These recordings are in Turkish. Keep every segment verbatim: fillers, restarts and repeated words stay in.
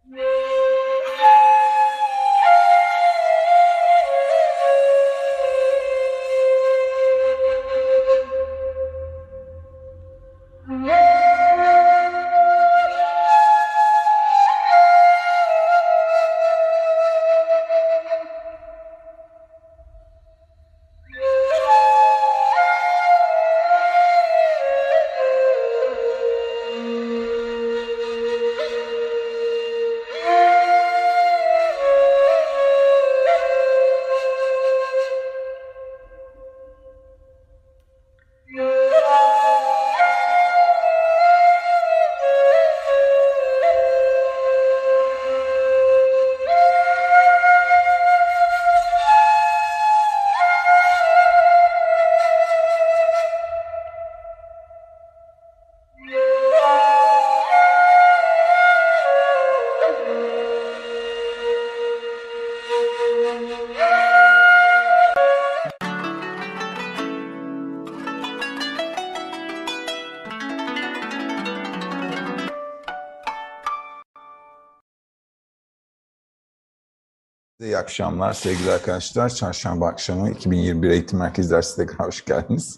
İyi akşamlar sevgili arkadaşlar. Çarşamba akşamı iki bin yirmi bir Eğitim Merkezi dersine tekrar hoş geldiniz.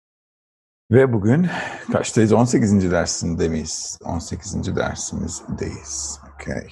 Ve bugün kaçtayız? on sekizinci dersinde miyiz? on sekizinci dersimizdeyiz. Okay.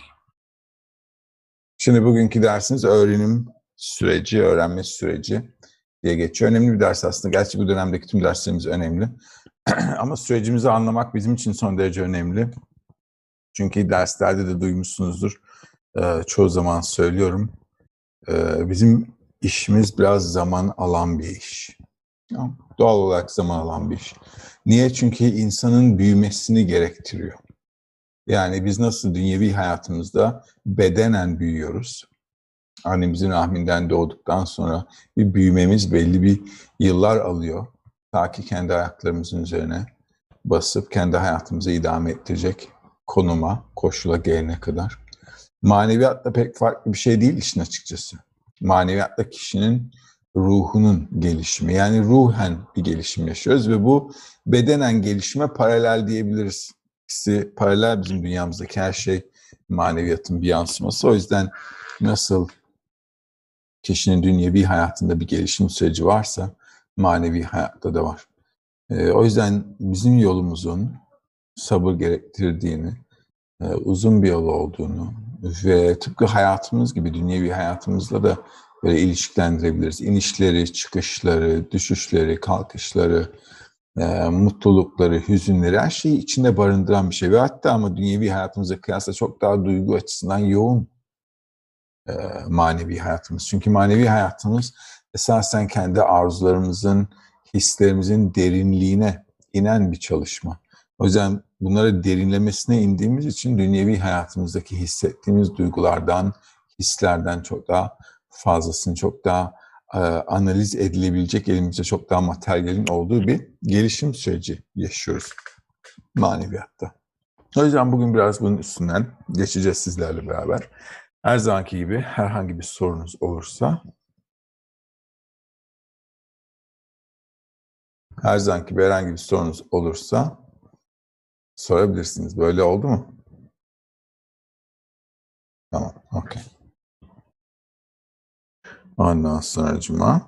Şimdi bugünkü dersimiz öğrenim süreci, öğrenme süreci diye geçiyor. Önemli bir ders aslında. Gerçi bu dönemdeki tüm derslerimiz önemli. Ama sürecimizi anlamak bizim için son derece önemli. Çünkü derslerde de duymuşsunuzdur. Ee, çoğu zaman söylüyorum. Ee, bizim işimiz biraz zaman alan bir iş. Doğal olarak zaman alan bir iş. Niye? Çünkü insanın büyümesini gerektiriyor. Yani biz nasıl dünyevi hayatımızda bedenen büyüyoruz. Annemizin rahminden doğduktan sonra bir büyümemiz belli bir yıllar alıyor. Ta ki kendi ayaklarımızın üzerine basıp kendi hayatımızı idame ettirecek konuma, koşula gelene kadar. Maneviyat da pek farklı bir şey değil işin açıkçası. Maneviyatla kişinin ruhunun gelişimi. Yani ruhen bir gelişim yaşıyoruz ve bu bedenen gelişime paralel diyebiliriz. İkisi paralel bizim dünyamızdaki her şey maneviyatın bir yansıması. O yüzden nasıl kişinin dünyevi hayatında bir gelişim süreci varsa manevi hayatta da var. Ee, o yüzden bizim yolumuzun sabır gerektirdiğini, e, uzun bir yol olduğunu ve tıpkı hayatımız gibi dünyevi hayatımızla da böyle ilişkilendirebiliriz. İnişleri, çıkışları, düşüşleri, kalkışları, e, mutlulukları, hüzünleri her şeyi içinde barındıran bir şey. Ve hatta ama dünyevi hayatımıza kıyasla çok daha duygu açısından yoğun e, manevi hayatımız. Çünkü manevi hayatımız esasen kendi arzularımızın, hislerimizin derinliğine inen bir çalışma. O yüzden bunları derinlemesine indiğimiz için dünyevi hayatımızdaki hissettiğimiz duygulardan, hislerden çok daha fazlasını, çok daha e, analiz edilebilecek, elimizde çok daha materyalin olduğu bir gelişim süreci yaşıyoruz maneviyatta. O yüzden bugün biraz bunun üstünden geçeceğiz sizlerle beraber. Her zamanki gibi herhangi bir sorunuz olursa, her zamanki gibi herhangi bir sorunuz olursa sorabilirsiniz. Böyle oldu mu? Tamam, okey. Ondan sonra cuma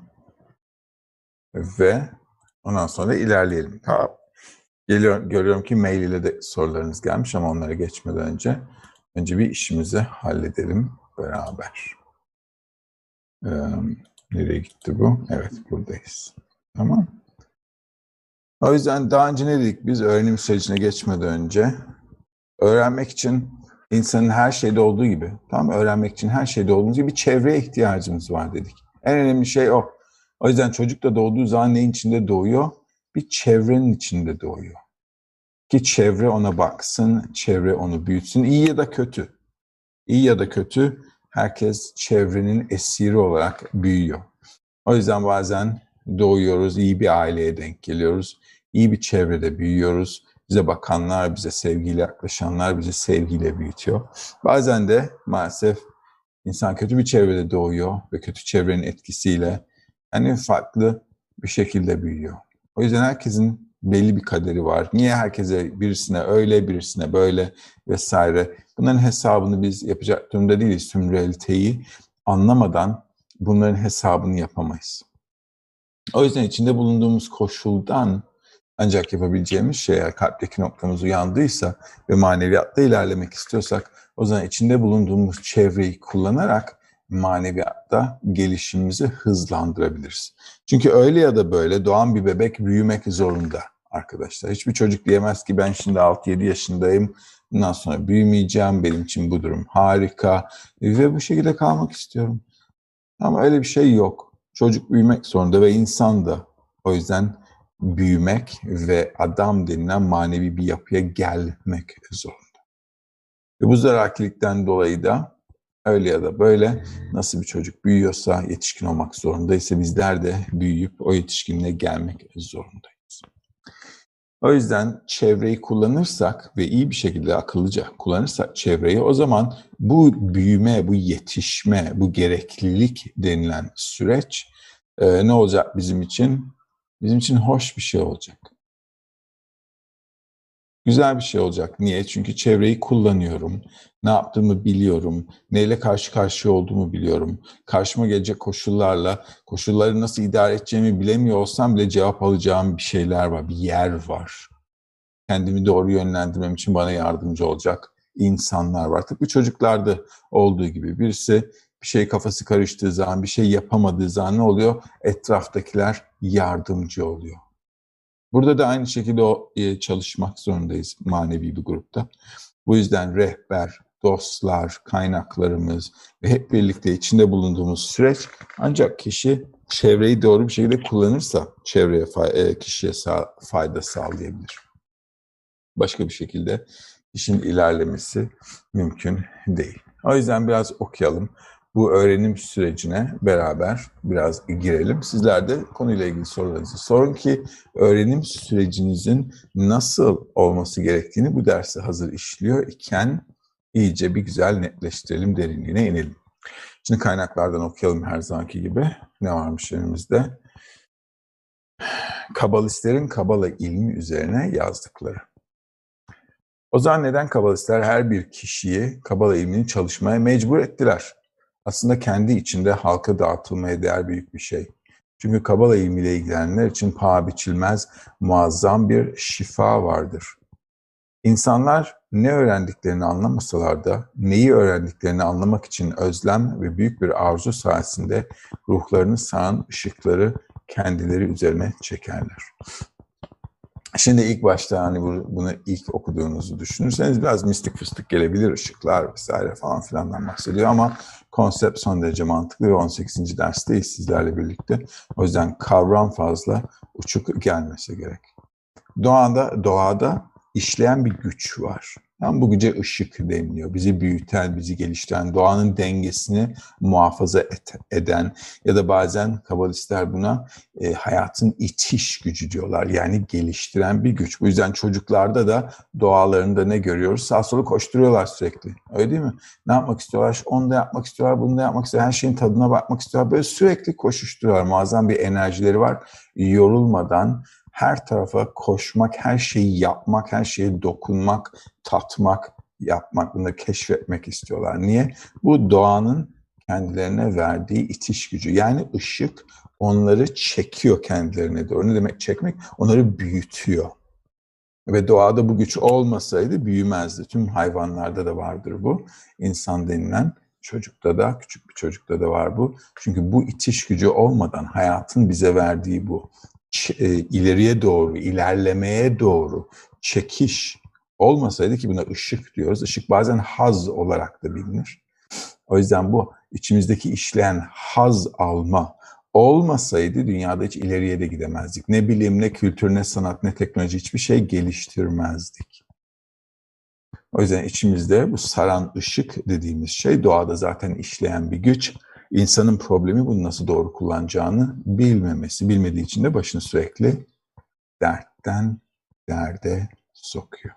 ve ondan sonra ilerleyelim. Ha, geliyor, görüyorum ki mail ile de sorularınız gelmiş ama onlara geçmeden önce önce bir işimizi halledelim beraber. Ee, nereye gitti bu? Evet, buradayız. Tamam. O yüzden daha önce ne dedik biz öğrenim sürecine geçmeden önce? Öğrenmek için insanın her şeyde olduğu gibi, tamam mı? Öğrenmek için her şeyde olduğu gibi bir çevreye ihtiyacımız var dedik. En önemli şey o. O yüzden çocuk da doğduğu zaman neyin içinde doğuyor? Bir çevrenin içinde doğuyor. Ki çevre ona baksın, çevre onu büyütsün. İyi ya da kötü. İyi ya da kötü, herkes çevrenin esiri olarak büyüyor. O yüzden bazen doğuyoruz, iyi bir aileye denk geliyoruz. İyi bir çevrede büyüyoruz. Bize bakanlar, bize sevgiyle yaklaşanlar bizi sevgiyle büyütüyor. Bazen de maalesef insan kötü bir çevrede doğuyor ve kötü çevrenin etkisiyle yani farklı bir şekilde büyüyor. O yüzden herkesin belli bir kaderi var. Niye herkese birisine öyle, birisine böyle vesaire. Bunların hesabını biz yapacak durumda değiliz. Tüm realiteyi anlamadan bunların hesabını yapamayız. O yüzden içinde bulunduğumuz koşuldan ancak yapabileceğimiz şey, eğer kalpteki noktamız uyandıysa ve maneviyatta ilerlemek istiyorsak, o zaman içinde bulunduğumuz çevreyi kullanarak maneviyatta gelişimimizi hızlandırabiliriz. Çünkü öyle ya da böyle doğan bir bebek büyümek zorunda arkadaşlar. Hiçbir çocuk diyemez ki ben şimdi altı yedi yaşındayım, bundan sonra büyümeyeceğim, benim için bu durum harika ve bu şekilde kalmak istiyorum. Ama öyle bir şey yok. Çocuk büyümek zorunda ve insan da. O yüzden büyümek ve adam denilen manevi bir yapıya gelmek zorunda. Ve bu zoraki dolayı da öyle ya da böyle nasıl bir çocuk büyüyorsa, yetişkin olmak zorundaysa bizler de büyüyüp o yetişkinliğe gelmek zorundayız. O yüzden çevreyi kullanırsak ve iyi bir şekilde akıllıca kullanırsak çevreyi, o zaman bu büyüme, bu yetişme, bu gereklilik denilen süreç e, ne olacak bizim için? Bizim için hoş bir şey olacak. Güzel bir şey olacak. Niye? Çünkü çevreyi kullanıyorum. Ne yaptığımı biliyorum. Neyle karşı karşıya olduğumu biliyorum. Karşıma gelecek koşullarla, koşulları nasıl idare edeceğimi bilemiyor olsam bile cevap alacağım bir şeyler var, bir yer var. Kendimi doğru yönlendirmem için bana yardımcı olacak insanlar var. Tıpkı çocuklarda olduğu gibi. Birisi bir şey kafası karıştığı zaman, bir şey yapamadığı zaman ne oluyor? Etraftakiler yardımcı oluyor. Burada da aynı şekilde çalışmak zorundayız manevi bir grupta. Bu yüzden rehber, dostlar, kaynaklarımız ve hep birlikte içinde bulunduğumuz süreç, ancak kişi çevreyi doğru bir şekilde kullanırsa çevreye, kişiye fayda sağlayabilir. Başka bir şekilde işin ilerlemesi mümkün değil. O yüzden biraz okuyalım. Bu öğrenim sürecine beraber biraz girelim. Sizler de konuyla ilgili sorularınızı sorun ki öğrenim sürecinizin nasıl olması gerektiğini bu dersi hazır işliyor iken iyice bir güzel netleştirelim, derinliğine inelim. Şimdi kaynaklardan okuyalım her zamanki gibi. Ne varmış elimizde? Kabalistlerin Kabala ilmi üzerine yazdıkları. O zaman neden kabalistler her bir kişiyi Kabala ilmini çalışmaya mecbur ettiler? Aslında kendi içinde halka dağıtılmaya değer büyük bir şey. Çünkü Kabala ilmiyle ilgilenenler için paha biçilmez, muazzam bir şifa vardır. İnsanlar ne öğrendiklerini anlamasalar da neyi öğrendiklerini anlamak için özlem ve büyük bir arzu sayesinde ruhlarını saran ışıkları kendileri üzerine çekerler. Şimdi ilk başta hani bunu ilk okuduğunuzu düşünürseniz biraz mistik fıstık gelebilir, ışıklar vesaire falan filandan bahsediyor ama konsept son derece mantıklı ve on sekizinci dersteyiz sizlerle birlikte. O yüzden kavram fazla uçuk gelmese gerek. Doğada, doğada işleyen bir güç var. Yani bu güce ışık deniliyor. Bizi büyüten, bizi geliştiren, doğanın dengesini muhafaza et, eden ya da bazen kabalistler buna e, hayatın itiş gücü diyorlar. Yani geliştiren bir güç. Bu yüzden çocuklarda da doğalarında ne görüyoruz? Sağ sola koşturuyorlar sürekli. Öyle değil mi? Ne yapmak istiyorlar? Onu da yapmak istiyorlar, bunu da yapmak istiyorlar. Her şeyin tadına bakmak istiyorlar. Böyle sürekli koşuşturuyorlar. Muazzam bir enerjileri var. Yorulmadan her tarafa koşmak, her şeyi yapmak, her şeye dokunmak, tatmak, yapmak, bunları keşfetmek istiyorlar. Niye? Bu doğanın kendilerine verdiği itiş gücü. Yani ışık onları çekiyor kendilerine doğru. Ne demek çekmek? Onları büyütüyor. Ve doğada bu güç olmasaydı büyümezdi. Tüm hayvanlarda da vardır bu. İnsan denilen çocukta da, küçük bir çocukta da var bu. Çünkü bu itiş gücü olmadan hayatın bize verdiği bu ileriye doğru, ilerlemeye doğru çekiş olmasaydı, ki buna ışık diyoruz. Işık bazen haz olarak da bilinir. O yüzden bu içimizdeki işleyen haz alma olmasaydı dünyada hiç ileriye de gidemezdik. Ne bilim, ne kültür, ne sanat, ne teknoloji, hiçbir şey geliştirmezdik. O yüzden içimizde bu saran ışık dediğimiz şey doğada zaten işleyen bir güç. İnsanın problemi bunu nasıl doğru kullanacağını bilmemesi. Bilmediği için de başını sürekli dertten derde sokuyor.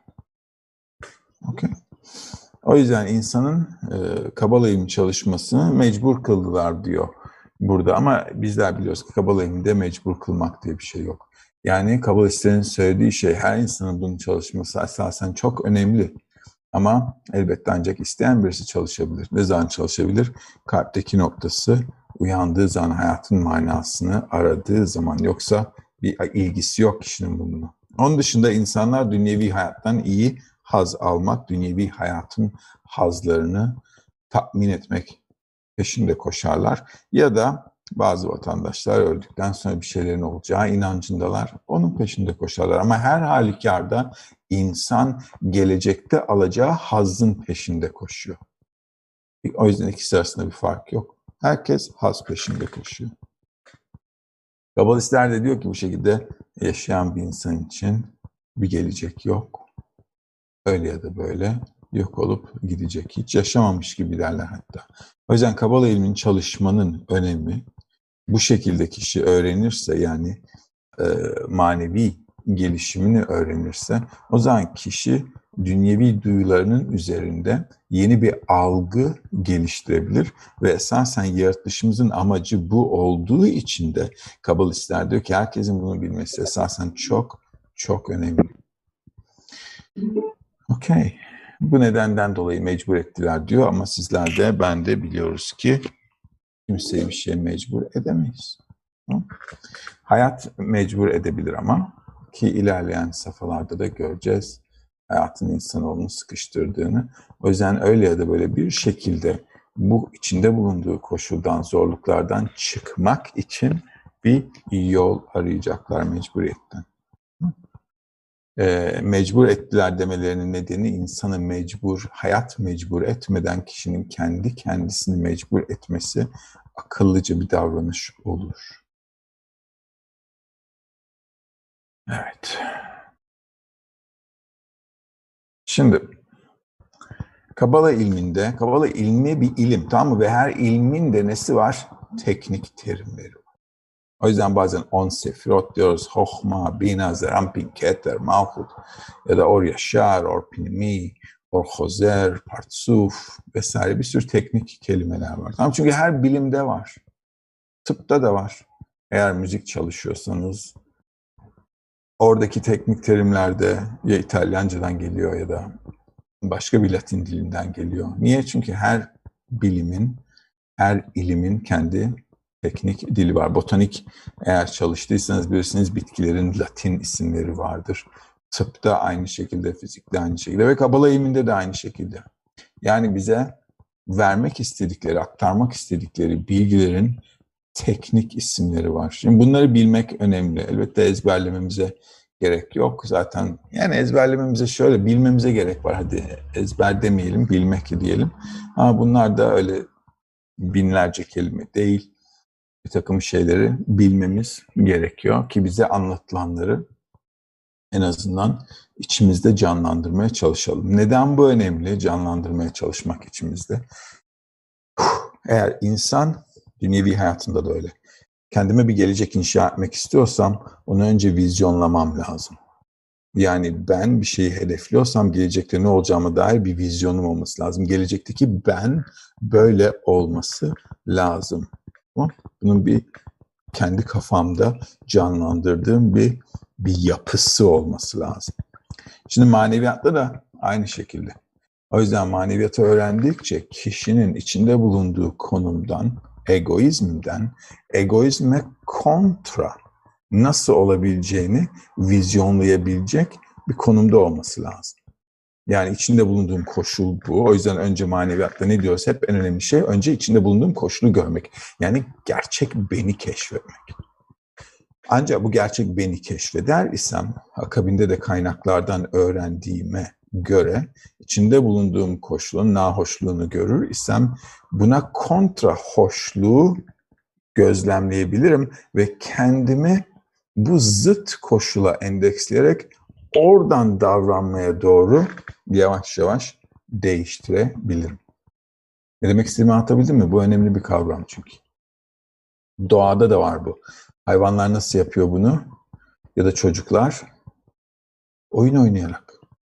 Okay. O yüzden insanın e, Kabala ilmi çalışmasını mecbur kıldılar diyor burada. Ama bizler biliyoruz ki Kabala ilminde mecbur kılmak diye bir şey yok. Yani kabalistlerin söylediği şey, her insanın bunun çalışması esasen çok önemli. Ama elbette ancak isteyen birisi çalışabilir. Ne zaman çalışabilir? Kalpteki noktası uyandığı zaman, hayatın manasını aradığı zaman. Yoksa bir ilgisi yok kişinin bununla. Onun dışında insanlar dünyevi hayattan iyi haz almak, dünyevi hayatın hazlarını tatmin etmek peşinde koşarlar. Ya da bazı vatandaşlar öldükten sonra bir şeylerin olacağı inancındalar. Onun peşinde koşarlar. Ama her halükarda insan gelecekte alacağı hazzın peşinde koşuyor. O yüzden ikisi arasında bir fark yok. Herkes haz peşinde koşuyor. Kabalistler de diyor ki bu şekilde yaşayan bir insan için bir gelecek yok. Öyle ya da böyle yok olup gidecek. Hiç yaşamamış gibi derler hatta. O yüzden Kabala ilminin çalışmanın önemi, bu şekilde kişi öğrenirse, yani e, manevi gelişimini öğrenirse, o zaman kişi dünyevi duyularının üzerinde yeni bir algı geliştirebilir ve esasen yaratılışımızın amacı bu olduğu için de kabalistler diyor ki herkesin bunu bilmesi esasen çok çok önemli. Okey. Bu nedenden dolayı mecbur ettiler diyor ama sizler de ben de biliyoruz ki kimseyi bir şeye mecbur edemeyiz. Hayat mecbur edebilir ama, ki ilerleyen safhalarda da göreceğiz hayatın insanoğlunu sıkıştırdığını. O yüzden öyle ya da böyle bir şekilde bu içinde bulunduğu koşuldan, zorluklardan çıkmak için bir yol arayacaklar mecburiyetten. E, mecbur ettiler demelerinin nedeni, insanı mecbur, hayat mecbur etmeden kişinin kendi kendisini mecbur etmesi akıllıca bir davranış olur. Evet. Şimdi Kabala ilminde, Kabala ilmi bir ilim, tamam mı? Ve her ilmin de nesi var? Teknik terimleri var. O yüzden bazen on sefirot diyoruz. Hohma, Bina, Zerampin, Keter, Malhut ya da Or Yaşar, Or Pinimi, Or Hozer, Partsuf vesaire bir sürü teknik kelimeler var. Tamam, çünkü her bilimde var. Tıpta da var. Eğer müzik çalışıyorsanız oradaki teknik terimlerde ya İtalyancadan geliyor ya da başka bir Latin dilinden geliyor. Niye? Çünkü her bilimin, her ilimin kendi teknik dili var. Botanik eğer çalıştıysanız bilirsiniz, bitkilerin Latin isimleri vardır. Tıpta aynı şekilde, fizikte aynı şekilde ve Kabala ilminde de aynı şekilde. Yani bize vermek istedikleri, aktarmak istedikleri bilgilerin teknik isimleri var. Şimdi bunları bilmek önemli. Elbette ezberlememize gerek yok zaten. Yani ezberlememize, şöyle bilmemize gerek var. Hadi ezber demeyelim, bilmek diyelim. Ama bunlar da öyle binlerce kelime değil. Bir takım şeyleri bilmemiz gerekiyor ki bize anlatılanları en azından içimizde canlandırmaya çalışalım. Neden bu önemli? Canlandırmaya çalışmak içimizde. Eğer insan, dünyevi hayatında da öyle, kendime bir gelecek inşa etmek istiyorsam onu önce vizyonlamam lazım. Yani ben bir şeyi hedefliyorsam gelecekte ne olacağıma dair bir vizyonum olması lazım. Gelecekteki ben böyle olması lazım. Bunun bir kendi kafamda canlandırdığım bir bir yapısı olması lazım. Şimdi maneviyatta da aynı şekilde. O yüzden maneviyatı öğrendikçe kişinin içinde bulunduğu konumdan, egoizmden, egoizme kontra nasıl olabileceğini vizyonlayabilecek bir konumda olması lazım. Yani içinde bulunduğum koşul bu. O yüzden önce maneviyatta ne diyoruz? Hep en önemli şey önce içinde bulunduğum koşulu görmek. Yani gerçek beni keşfetmek. Ancak bu gerçek beni keşfeder isem, akabinde de kaynaklardan öğrendiğime göre içinde bulunduğum koşulun nahoşluğunu görür isem, buna kontra hoşluğu gözlemleyebilirim ve kendimi bu zıt koşula endeksleyerek oradan davranmaya doğru yavaş yavaş değiştirebilirim. Ne demek istediğimi anlatabildim mi? Bu önemli bir kavram çünkü. Doğada da var bu. Hayvanlar nasıl yapıyor bunu? Ya da çocuklar oyun oynayarak.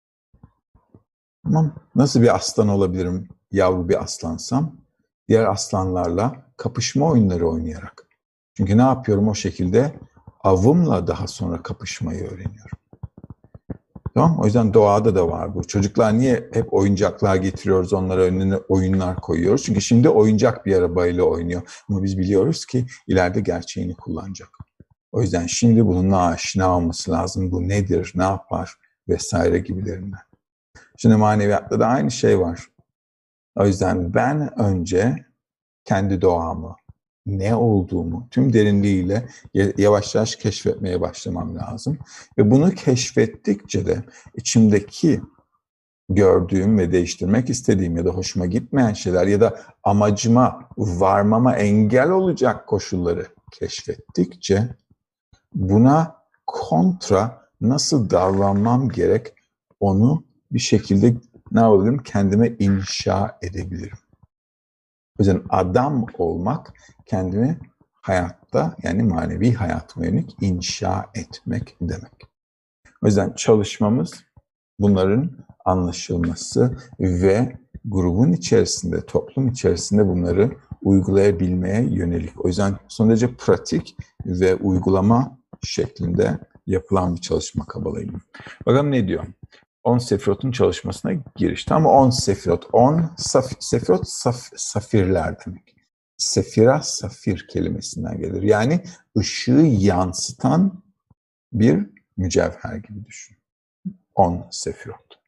Tamam. Nasıl bir aslan olabilirim, yavru bir aslansam? Diğer aslanlarla kapışma oyunları oynayarak. Çünkü ne yapıyorum o şekilde? avımla daha sonra kapışmayı öğreniyorum. Tamam. O yüzden doğada da var bu. Çocuklar niye hep oyuncaklar getiriyoruz, onlara önüne oyunlar koyuyoruz? Çünkü şimdi oyuncak bir arabayla oynuyor. Ama biz biliyoruz ki ileride gerçeğini kullanacak. O yüzden şimdi bununla aşina olması lazım. Bu nedir, ne yapar vesaire gibilerinden. Şimdi maneviyatta da aynı şey var. O yüzden ben önce kendi doğamı, ne olduğumu tüm derinliğiyle yavaş yavaş keşfetmeye başlamam lazım. Ve bunu keşfettikçe de içimdeki gördüğüm ve değiştirmek istediğim ya da hoşuma gitmeyen şeyler ya da amacıma varmama engel olacak koşulları keşfettikçe buna kontra nasıl davranmam gerek onu bir şekilde ne yapabilirim? Kendime inşa edebilirim. O yüzden adam olmak kendimi hayatta yani manevi hayatıma yönelik inşa etmek demek. O yüzden çalışmamız bunların anlaşılması ve grubun içerisinde, toplum içerisinde bunları uygulayabilmeye yönelik. O yüzden son derece pratik ve uygulama şeklinde yapılan bir çalışma Kabala'yım. Bakalım ne diyor? on Sefirot'un çalışmasına girişti ama on Sefirot, on saf, Sefirot saf, safirler demek. Sefira safir kelimesinden gelir. Yani ışığı yansıtan bir mücevher gibi düşün. on Sefirot.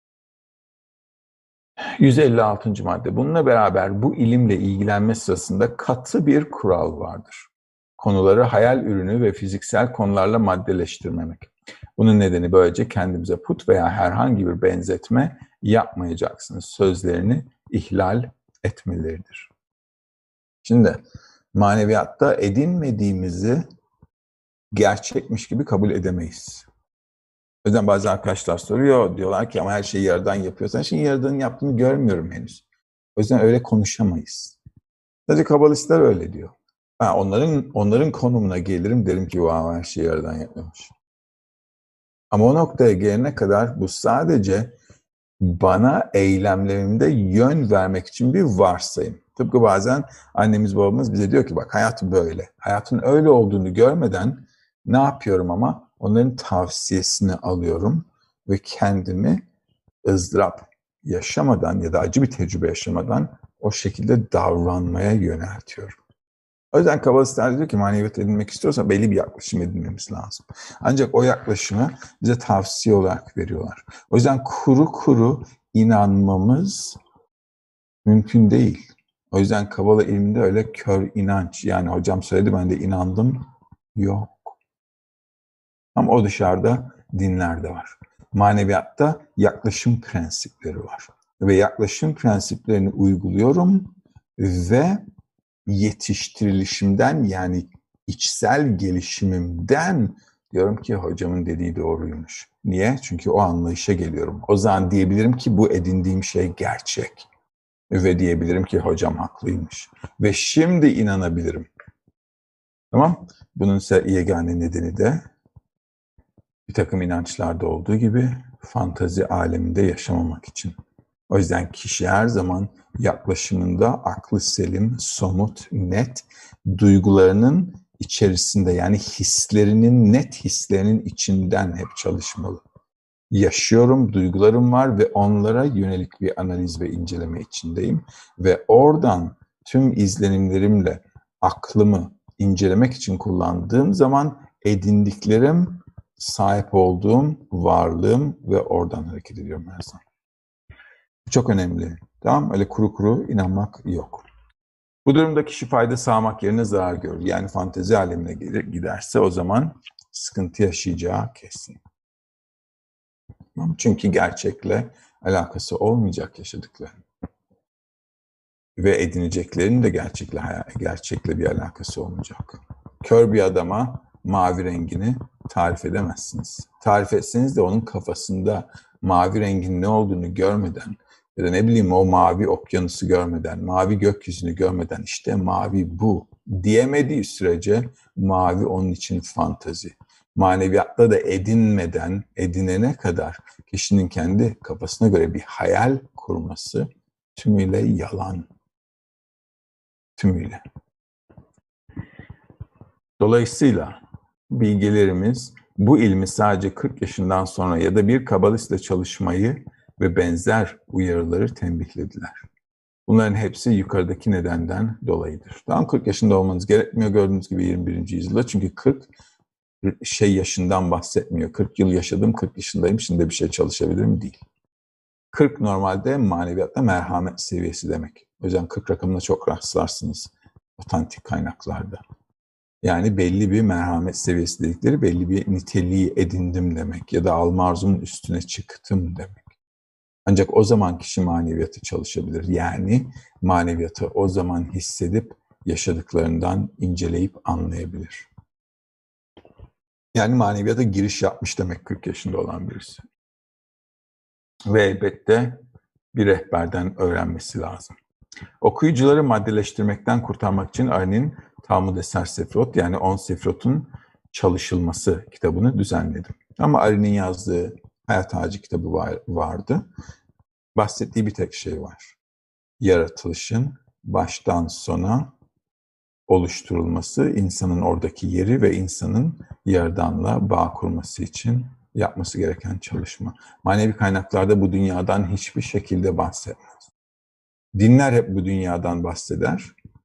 yüz elli altıncı madde. Bununla beraber bu ilimle ilgilenme sırasında katı bir kural vardır. Konuları hayal ürünü ve fiziksel konularla maddeleştirmemek. Bunun nedeni böylece kendimize put veya herhangi bir benzetme yapmayacaksınız. Sözlerini ihlal etmeleridir. Şimdi maneviyatta edinmediğimizi gerçekmiş gibi kabul edemeyiz. O yüzden bazı arkadaşlar soruyor, diyorlar ki ama her şeyi yaradan yapıyorsan, her şeyi yaradanın yaptığını görmüyorum henüz. O yüzden öyle konuşamayız. Sadece kabalistler öyle diyor. Ben onların onların konumuna gelirim, derim ki wow, her şeyi yaradan yapmamış. Ama o noktaya gelene kadar bu sadece bana eylemlerimde yön vermek için bir varsayım. Tıpkı bazen annemiz babamız bize diyor ki bak hayat böyle. Hayatın öyle olduğunu görmeden ne yapıyorum ama onların tavsiyesini alıyorum ve kendimi ızdırap yaşamadan ya da acı bir tecrübe yaşamadan o şekilde davranmaya yöneltiyorum. O yüzden kabalistler diyor ki maneviyat edinmek istiyorsa belli bir yaklaşım edinmemiz lazım. Ancak o yaklaşımı bize tavsiye olarak veriyorlar. O yüzden kuru kuru inanmamız mümkün değil. O yüzden Kabala ilminde öyle kör inanç, yani hocam söyledi ben de inandım, yok. Ama o dışarıda dinler de var. Maneviyatta yaklaşım prensipleri var. Ve yaklaşım prensiplerini uyguluyorum ve yetiştirilişimden yani içsel gelişimimden diyorum ki hocamın dediği doğruymuş. Niye? Çünkü o anlayışa geliyorum. O zaman diyebilirim ki bu edindiğim şey gerçek. Ve diyebilirim ki hocam haklıymış. Ve şimdi inanabilirim. Tamam? Bunun ise yegane nedeni de bir takım inançlarda olduğu gibi fantazi aleminde yaşamamak için. O yüzden kişi her zaman yaklaşımında aklı selim, somut, net, duygularının içerisinde yani hislerinin, net hislerinin içinden hep çalışmalı. Yaşıyorum, duygularım var ve onlara yönelik bir analiz ve inceleme içindeyim. Ve oradan tüm izlenimlerimle aklımı incelemek için kullandığım zaman edindiklerim, sahip olduğum varlığım ve oradan hareket ediyorum her zaman. Çok önemli. Tamam, öyle kuru kuru inanmak yok. Bu durumda kişi fayda sağmak yerine zarar görür. Yani fantezi alemine giderse o zaman sıkıntı yaşayacağı kesin. Çünkü gerçekle alakası olmayacak yaşadıkları. Ve edineceklerinin de gerçekle, gerçekle bir alakası olmayacak. Kör bir adama mavi rengini tarif edemezsiniz. Tarif etseniz de onun kafasında mavi rengin ne olduğunu görmeden ya da ne bileyim o mavi okyanusu görmeden, mavi gökyüzünü görmeden işte mavi bu diyemediği sürece mavi onun için fantazi. Maneviyatta da edinmeden, edinene kadar kişinin kendi kafasına göre bir hayal kurması tümüyle yalan. Tümüyle. Dolayısıyla bilgelerimiz bu ilmi sadece kırk yaşından sonra ya da bir kabalistle çalışmayı ve benzer uyarıları tembihlediler. Bunların hepsi yukarıdaki nedenden dolayıdır. Tam kırk yaşında olmanız gerekmiyor gördüğünüz gibi yirmi birinci yüzyılda. Çünkü kırk şey yaşından bahsetmiyor. kırk yıl yaşadım, kırk yaşındayım, şimdi bir şey çalışabilirim değil. kırk normalde maneviyatta merhamet seviyesi demek. O yüzden kırk rakamına çok rastlarsınız otantik kaynaklarda. Yani belli bir merhamet seviyesi dedikleri belli bir niteliği edindim demek ya da alma arzumun üstüne çıktım demek. Ancak o zaman kişi maneviyatı çalışabilir. Yani maneviyatı o zaman hissedip yaşadıklarından inceleyip anlayabilir. Yani maneviyata giriş yapmış demek kırk yaşında olan birisi. Ve elbette bir rehberden öğrenmesi lazım. Okuyucuları maddeleştirmekten kurtarmak için Ari'nin Talmud Eser Sefirot yani on Sefirot'un çalışılması kitabını düzenledim. Ama Ari'nin yazdığı Hayat Ağacı kitabı var, vardı. Bahsettiği bir tek şey var. Yaratılışın baştan sona oluşturulması, insanın oradaki yeri ve insanın Yaradan'la bağ kurması için yapması gereken çalışma. Manevi kaynaklarda bu dünyadan hiçbir şekilde bahsetmez. Dinler hep bu dünyadan bahseder.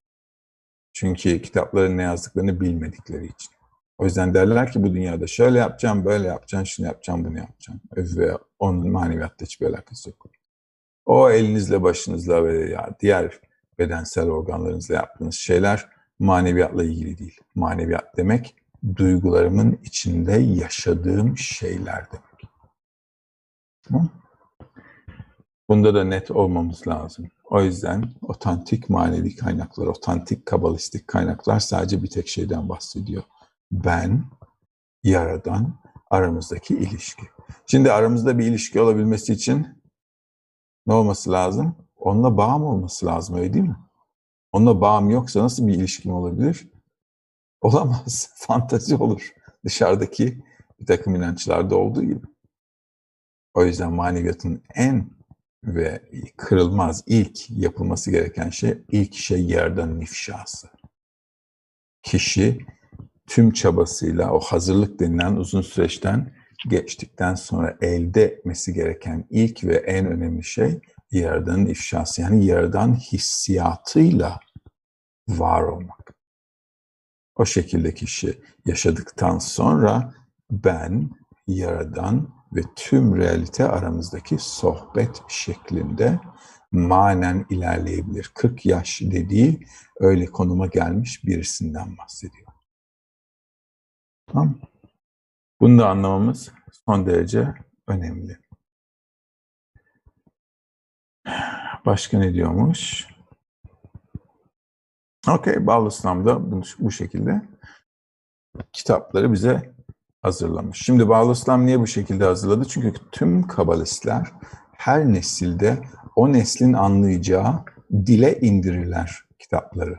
Çünkü kitapların ne yazdıklarını bilmedikleri için. O yüzden derler ki bu dünyada şöyle yapacağım, böyle yapacağım, şunu yapacağım, bunu yapacağım. Ve onun maneviyatta hiçbir alakası yok. O elinizle, başınızla ve diğer bedensel organlarınızla yaptığınız şeyler maneviyatla ilgili değil. Maneviyat demek duygularımın içinde yaşadığım şeyler demek. Tamam? Bunda da net olmamız lazım. O yüzden otantik manevi kaynaklar, otantik kabalistik kaynaklar sadece bir tek şeyden bahsediyor. Ben, Yaradan, aramızdaki ilişki. Şimdi aramızda bir ilişki olabilmesi için ne olması lazım? Onunla bağım olması lazım, öyle değil mi? Onunla bağım yoksa nasıl bir ilişkim olabilir? Olamaz. Fantazi olur. Dışarıdaki bir takım inançlarda olduğu gibi. O yüzden maneviyatın en ve kırılmaz ilk yapılması gereken şey, ilk şey Yaradan'ın ifşası. Kişi tüm çabasıyla o hazırlık denilen uzun süreçten geçtikten sonra elde etmesi gereken ilk ve en önemli şey Yaradan'ın ifşası. Yani Yaradan hissiyatıyla var olmak. O şekilde kişi yaşadıktan sonra ben, Yaradan ve tüm realite aramızdaki sohbet şeklinde manen ilerleyebilir. kırk yaş dediği öyle konuma gelmiş birisinden bahsediyor. Tamam. Bunu da anlamamız son derece önemli. Başka ne diyormuş? Okey, Bağlı-ı-İslam da bu, bu şekilde kitapları bize hazırlamış. Şimdi Bağlı-ı-İslam niye bu şekilde hazırladı? Çünkü tüm kabalistler her nesilde o neslin anlayacağı dile indirirler kitapları.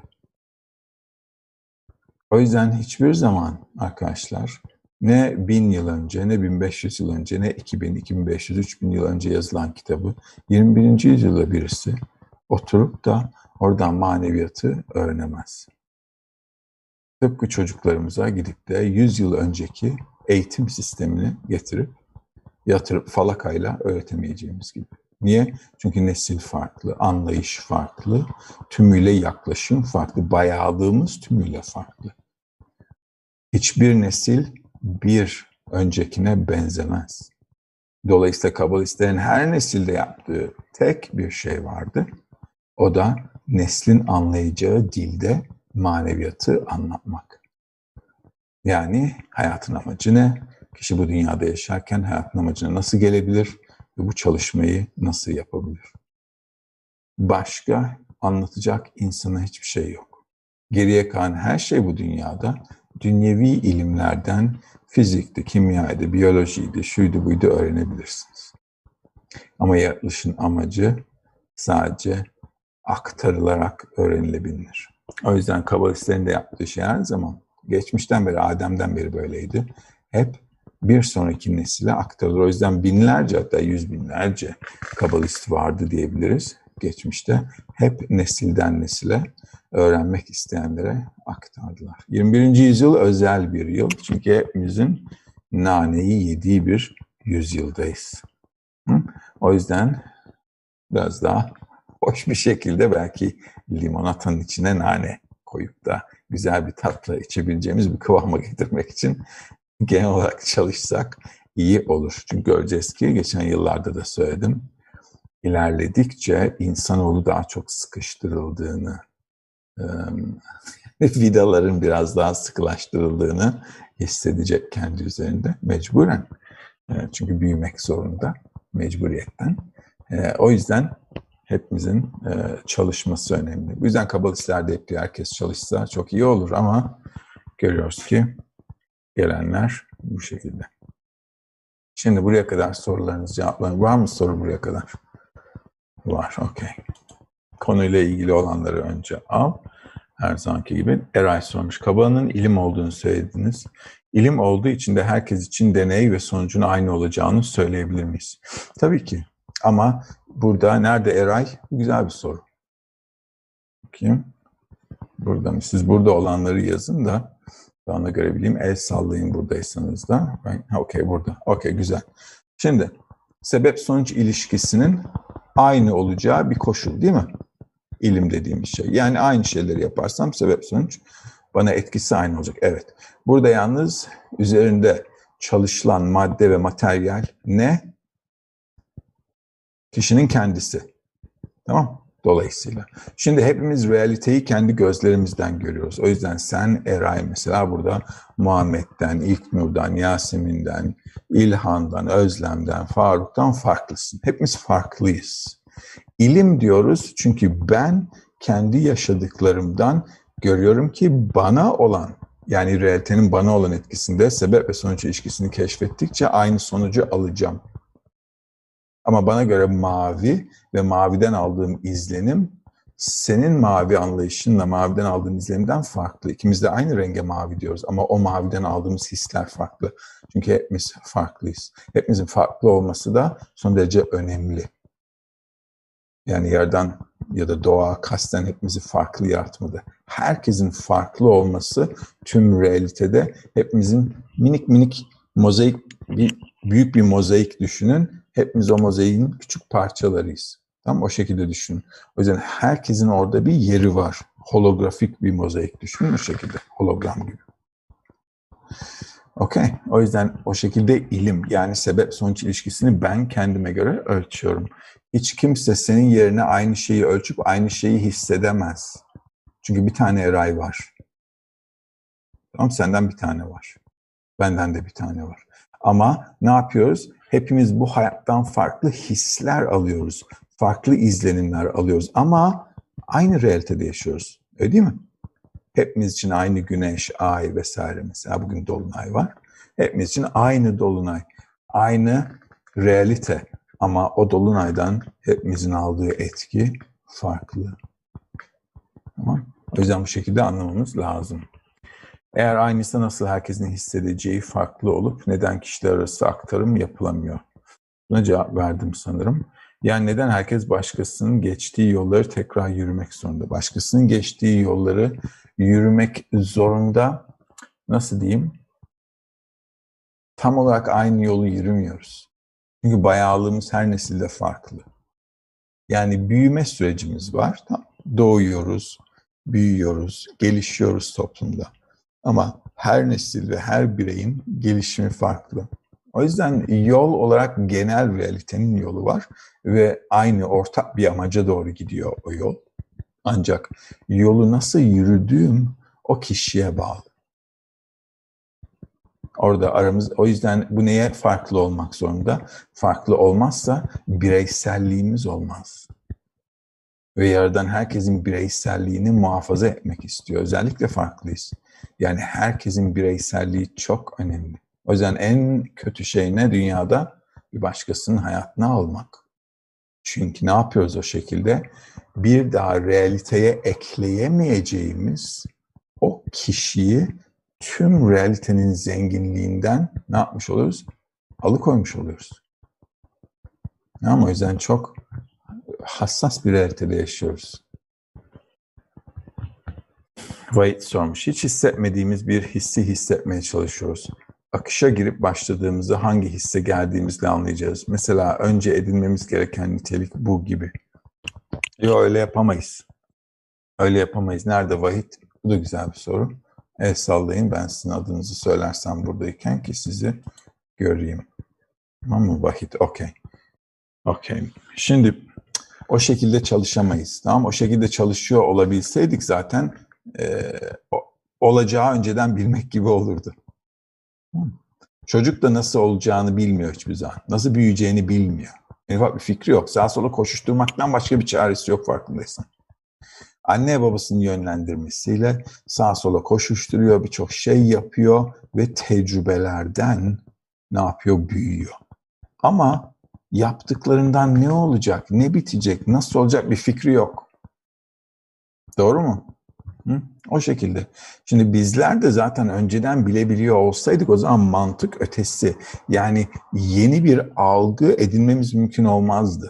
O yüzden hiçbir zaman arkadaşlar ne bin yıl önce, ne bin beş yüz yıl önce, ne iki bin, iki bin beş yüz, üç bin yıl önce yazılan kitabı yirmi birinci yüzyılda birisi oturup da oradan maneviyatı öğrenemez. Tıpkı çocuklarımıza gidip de yüz yıl önceki eğitim sistemini getirip yatırıp falakayla öğretemeyeceğimiz gibi. Niye? Çünkü nesil farklı, anlayış farklı, tümüyle yaklaşım farklı, bayağılığımız tümüyle farklı. Hiçbir nesil bir öncekine benzemez. Dolayısıyla kabalistlerin her nesilde yaptığı tek bir şey vardı. O da neslin anlayacağı dilde maneviyatı anlatmak. Yani hayatın amacı ne? Kişi bu dünyada yaşarken hayatın amacına nasıl gelebilir ve bu çalışmayı nasıl yapabilir? Başka anlatacak insana hiçbir şey yok. Geriye kalan her şey bu dünyada dünyevi ilimlerden fizikti, kimyaydı, biyolojiydi, şuydu buydu öğrenebilirsiniz. Ama yaratılışın amacı sadece aktarılarak öğrenilebilir. O yüzden kabalistlerin de yaptığı şey her zaman geçmişten beri, Adem'den beri böyleydi. Hep bir sonraki nesile aktarılır. O yüzden binlerce hatta yüz binlerce kabalist vardı diyebiliriz geçmişte. Hep nesilden nesile öğrenmek isteyenlere aktardılar. yirmi birinci yüzyıl özel bir yıl. Çünkü hepimizin naneyi yediği bir yüzyıldayız. Hı? O yüzden biraz daha hoş bir şekilde belki limonatanın içine nane koyup da güzel bir tatla içebileceğimiz bir kıvama getirmek için genel olarak çalışsak iyi olur. Çünkü göreceğiz ki geçen yıllarda da söyledim, ilerledikçe insanoğlu daha çok sıkıştırıldığını, vidaların biraz daha sıkılaştırıldığını hissedecek kendi üzerinde mecburen. Çünkü büyümek zorunda mecburiyetten. O yüzden hepimizin çalışması önemli. Bu yüzden kabalistler de hep diyor herkes çalışsa çok iyi olur ama görüyoruz ki gelenler bu şekilde. Şimdi buraya kadar sorularınız, cevaplarınız var mı soru buraya kadar? Var, okey. Konuyla ilgili olanları önce al. Her zamanki gibi Eray sormuş. Kabala'nın ilim olduğunu söylediniz. İlim olduğu için de herkes için deney ve sonucun aynı olacağını söyleyebilir miyiz? Tabii ki. Ama burada nerede Eray? Güzel bir soru. Bakayım. Burada mı? Siz burada olanları yazın da bana göre bileyim. El sallayın buradaysanız da. Okey burada. Okey güzel. Şimdi sebep sonuç ilişkisinin aynı olacağı bir koşul değil mi? İlim dediğimiz şey. Yani aynı şeyleri yaparsam sebep sonuç bana etkisi aynı olacak. Evet. Burada yalnız üzerinde çalışılan madde ve materyal ne? Kişinin kendisi. Tamam? Dolayısıyla. Şimdi hepimiz realiteyi kendi gözlerimizden görüyoruz. O yüzden sen Eray mesela burada Muhammed'den, İlknur'dan, Yasemin'den, İlhan'dan, Özlem'den, Faruk'tan farklısın. Hepimiz farklıyız. İlim diyoruz çünkü ben kendi yaşadıklarımdan görüyorum ki bana olan, yani realitenin bana olan etkisinde sebep ve sonuç ilişkisini keşfettikçe aynı sonucu alacağım. Ama bana göre mavi ve maviden aldığım izlenim senin mavi anlayışınla maviden aldığın izlenimden farklı. İkimiz de aynı renge mavi diyoruz ama o maviden aldığımız hisler farklı. Çünkü hepimiz farklıyız. Hepimizin farklı olması da son derece önemli. Yani yerden ya da doğa kasten hepimizi farklı yaratmadı. Herkesin farklı olması tüm realitede hepimizin minik minik mozaik, bir, büyük bir mozaik düşünün. Hepimiz o mozaiğin küçük parçalarıyız. Tamam, o şekilde düşünün. O yüzden herkesin orada bir yeri var. Holografik bir mozaik düşünün o şekilde. Hologram gibi. Okey. O yüzden o şekilde ilim, yani sebep sonuç ilişkisini ben kendime göre ölçüyorum. Hiç kimse senin yerine aynı şeyi ölçüp aynı şeyi hissedemez. Çünkü bir tane Eray var. Tamam, senden bir tane var. Benden de bir tane var. Ama ne yapıyoruz? Hepimiz bu hayattan farklı hisler alıyoruz. Farklı izlenimler alıyoruz. Ama aynı realitede yaşıyoruz. Öyle değil mi? Hepimiz için aynı güneş, ay vesaire, mesela bugün dolunay var. Hepimiz için aynı dolunay, aynı realite. Ama o dolunaydan hepimizin aldığı etki farklı. Tamam? O yüzden bu şekilde anlamamız lazım. Eğer aynıysa nasıl herkesin hissedeceği farklı olup neden kişiler arası aktarım yapılamıyor? Buna cevap verdim sanırım. Yani neden herkes başkasının geçtiği yolları tekrar yürümek zorunda? Başkasının geçtiği yolları yürümek zorunda, nasıl diyeyim? Tam olarak aynı yolu yürümüyoruz. Çünkü bayağılığımız her nesilde farklı. Yani büyüme sürecimiz var. Doğuyoruz, büyüyoruz, gelişiyoruz toplumda. Ama her nesil ve her bireyin gelişimi farklı. O yüzden yol olarak genel realitenin yolu var ve aynı ortak bir amaca doğru gidiyor o yol. Ancak yolu nasıl yürüdüğüm o kişiye bağlı. Orada aramız, o yüzden bu neye farklı olmak zorunda? Farklı olmazsa bireyselliğimiz olmaz. Ve Yaradan herkesin bireyselliğini muhafaza etmek istiyor. Özellikle farklıyız. Yani herkesin bireyselliği çok önemli. O yüzden en kötü şey ne dünyada? Bir başkasının hayatını almak. Çünkü ne yapıyoruz o şekilde? Bir daha realiteye ekleyemeyeceğimiz o kişiyi tüm realitenin zenginliğinden ne yapmış oluyoruz? Alıkoymuş oluyoruz. Ama o yüzden çok hassas bir realitede yaşıyoruz. Vahit sormuş. Hiç hissetmediğimiz bir hissi hissetmeye çalışıyoruz. Akışa girip başladığımızda hangi hisse geldiğimizle anlayacağız. Mesela önce edinmemiz gereken nitelik bu gibi. Yok, öyle yapamayız. Öyle yapamayız. Nerede Vahit? Bu da güzel bir soru. El sallayın, ben sizin adınızı söylersem buradayken ki sizi göreyim. Tamam mı Vahit? Okey. Okey. Şimdi o şekilde çalışamayız. Tamam, o şekilde çalışıyor olabilseydik zaten e, olacağı önceden bilmek gibi olurdu. Çocuk da nasıl olacağını bilmiyor hiçbir zaman. Nasıl büyüyeceğini bilmiyor. En ufak bir fikri yok. Sağa sola koşuşturmaktan başka bir çaresi yok farkındaysan. Anne babasının yönlendirmesiyle sağa sola koşuşturuyor, birçok şey yapıyor ve tecrübelerden ne yapıyor? Büyüyor. Ama yaptıklarından ne olacak, ne bitecek, nasıl olacak bir fikri yok. Doğru mu? Hı? O şekilde. Şimdi bizler de zaten önceden bilebiliyor olsaydık o zaman mantık ötesi. Yani yeni bir algı edinmemiz mümkün olmazdı.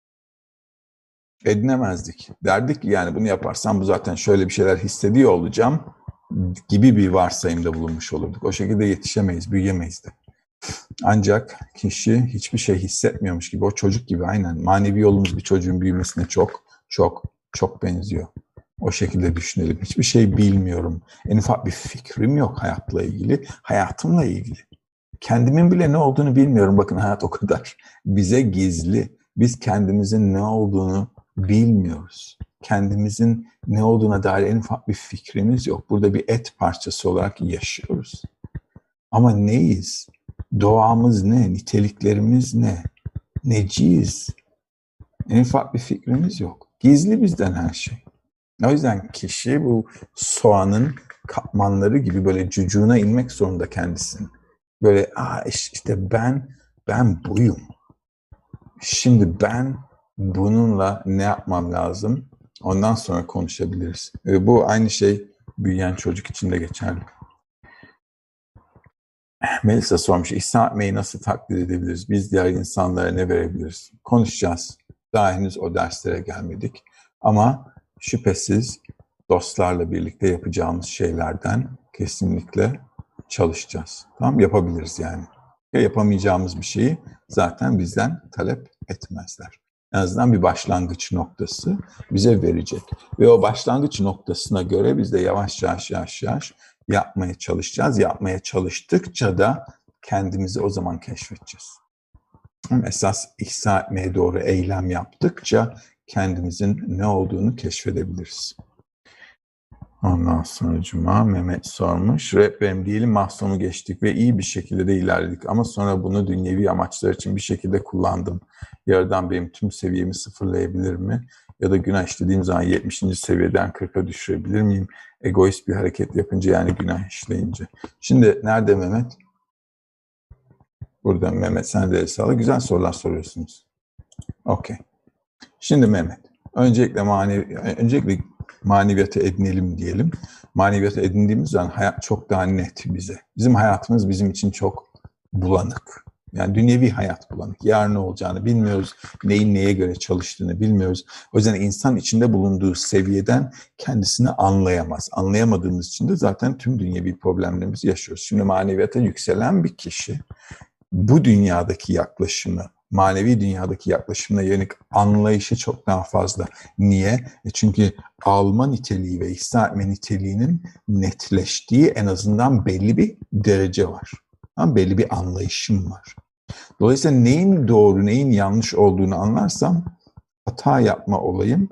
Edinemezdik. Derdik ki yani bunu yaparsam bu zaten şöyle bir şeyler hissediyor olacağım gibi bir varsayımda bulunmuş olurduk. O şekilde yetişemeyiz, büyüyemeyiz de. Ancak kişi hiçbir şey hissetmiyormuş gibi, o çocuk gibi aynen. Manevi yolumuz bir çocuğun büyümesine çok çok çok benziyor. O şekilde düşünelim. Hiçbir şey bilmiyorum. En ufak bir fikrim yok hayatla ilgili, hayatımla ilgili. Kendimin bile ne olduğunu bilmiyorum. Bakın hayat o kadar bize gizli. Biz kendimizin ne olduğunu bilmiyoruz. Kendimizin ne olduğuna dair en ufak bir fikrimiz yok. Burada bir et parçası olarak yaşıyoruz. Ama neyiz? Doğamız ne? Niteliklerimiz ne? Neciyiz? En ufak bir fikrimiz yok. Gizli bizden her şey. O yüzden kişi bu soğanın katmanları gibi böyle cucuğuna inmek zorunda kendisinin. Böyle Aa, işte ben ben buyum. Şimdi ben bununla ne yapmam lazım? Ondan sonra konuşabiliriz. Ve bu aynı şey büyüyen çocuk için de geçerli. Melisa sormuş, İhsan etmeyi nasıl takdir edebiliriz? Biz diğer insanlara ne verebiliriz? Konuşacağız. Daha henüz o derslere gelmedik. Ama şüphesiz dostlarla birlikte yapacağımız şeylerden kesinlikle çalışacağız. Tamam, yapabiliriz yani. Ya yapamayacağımız bir şeyi zaten bizden talep etmezler. En azından bir başlangıç noktası bize verecek. Ve o başlangıç noktasına göre biz de yavaş yavaş yavaş yavaş yapmaya çalışacağız. Yapmaya çalıştıkça da kendimizi o zaman keşfedeceğiz. Esas ihsa etmeye doğru eylem yaptıkça kendimizin ne olduğunu keşfedebiliriz. Ondan sonra Cuma Mehmet sormuş. Rehberim diyelim mahsunu geçtik ve iyi bir şekilde de ilerledik. Ama sonra bunu dünyevi amaçlar için bir şekilde kullandım. Yaradan benim tüm seviyemi sıfırlayabilir mi? Ya da günah işlediğim zaman yetmişinci seviyeden kırka düşürebilir miyim? Egoist bir hareket yapınca, yani günah işleyince. Şimdi nerede Mehmet? Burada Mehmet, sen de sağlık. Güzel sorular soruyorsunuz. Okey. Şimdi Mehmet, öncelikle manevi, öncelikle maneviyatı edinelim diyelim. Maneviyatı edindiğimiz zaman hayat çok daha net bize. Bizim hayatımız bizim için çok bulanık. Yani dünyevi hayat bulanık. Yarın ne olacağını bilmiyoruz. Neyin neye göre çalıştığını bilmiyoruz. O yüzden insan içinde bulunduğu seviyeden kendisini anlayamaz. Anlayamadığımız için de zaten tüm dünyevi problemlerimizi yaşıyoruz. Şimdi maneviyata yükselen bir kişi bu dünyadaki yaklaşımı, manevi dünyadaki yaklaşımına yönelik anlayışı çok daha fazla. Niye? E çünkü alma niteliği ve ihsa etme niteliğinin netleştiği en azından belli bir derece var. Ama belli bir anlayışım var. Dolayısıyla neyin doğru, neyin yanlış olduğunu anlarsam hata yapma olayım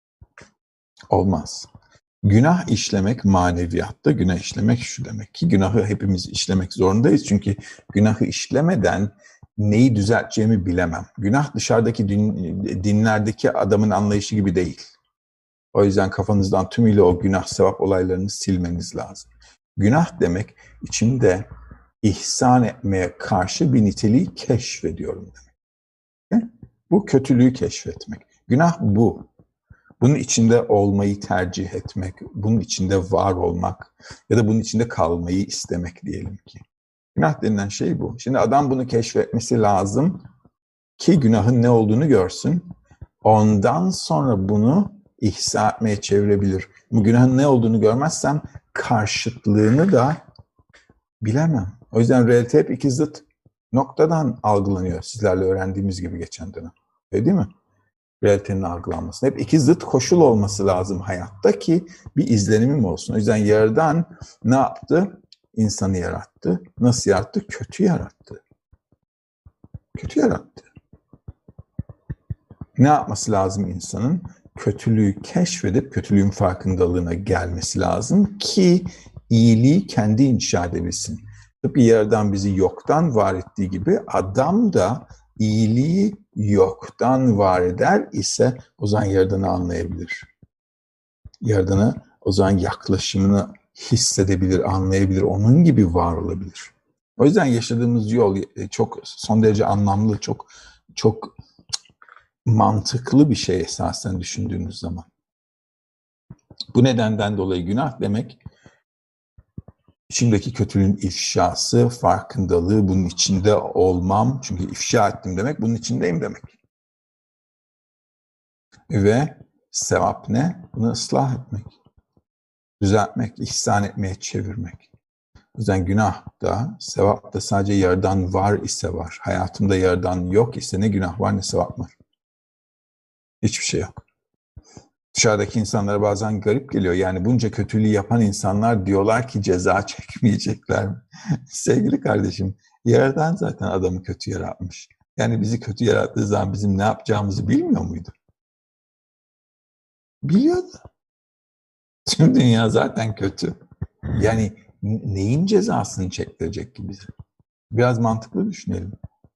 olmaz. Günah işlemek maneviyatta, günah işlemek şu demek ki günahı hepimiz işlemek zorundayız. Çünkü günahı işlemeden neyi düzelteceğimi bilemem. Günah dışarıdaki din, dinlerdeki adamın anlayışı gibi değil. O yüzden kafanızdan tümüyle o günah sevap olaylarını silmeniz lazım. Günah demek içimde ihsan etmeye karşı bir niteliği keşfediyorum demek. Bu kötülüğü keşfetmek. Günah bu. Bunun içinde olmayı tercih etmek, bunun içinde var olmak ya da bunun içinde kalmayı istemek diyelim ki. Günah denilen şey bu. Şimdi adam bunu keşfetmesi lazım ki günahın ne olduğunu görsün. Ondan sonra bunu ihsa etmeye çevirebilir. Bu günahın ne olduğunu görmezsem karşıtlığını da bilemem. O yüzden realite hep iki zıt noktadan algılanıyor. Sizlerle öğrendiğimiz gibi geçen dönem. Öyle değil mi? Realitenin algılanması. Hep iki zıt koşul olması lazım hayatta ki bir izlenimim olsun. O yüzden Yaradan ne yaptı? İnsanı yarattı. Nasıl yarattı? Kötü yarattı. Kötü yarattı. Ne yapması lazım insanın? Kötülüğü keşfedip kötülüğün farkındalığına gelmesi lazım ki iyiliği kendi inşa edebilsin. Tıpkı Yaradan bizi yoktan var ettiği gibi adam da iyiliği yoktan var eder ise o zaman Yaradan'ı anlayabilir. Yaradan'a o zaman yaklaşımını hissedebilir, anlayabilir, onun gibi var olabilir. O yüzden yaşadığımız yol çok son derece anlamlı, çok çok mantıklı bir şey esasen düşündüğünüz zaman. Bu nedenden dolayı günah demek, içimdeki kötülüğün ifşası, farkındalığı, bunun içinde olmam. Çünkü ifşa ettim demek, bunun içindeyim demek. Ve sevap ne? Bunu ıslah etmek, düzeltmek, ihsan etmeye çevirmek. O yüzden günah da, sevap da sadece Yaradan var ise var. Hayatımda Yaradan yok ise ne günah var ne sevap var. Hiçbir şey yok. Dışarıdaki insanlara bazen garip geliyor. Yani bunca kötülüğü yapan insanlar diyorlar ki ceza çekmeyecekler mi? Sevgili kardeşim, Yaradan zaten adamı kötü yaratmış. Yani bizi kötü yarattığı zaman bizim ne yapacağımızı bilmiyor muydu? Biliyordu. Tüm dünya zaten kötü. Yani neyin cezasını çektirecek ki bize? Biraz mantıklı düşünelim.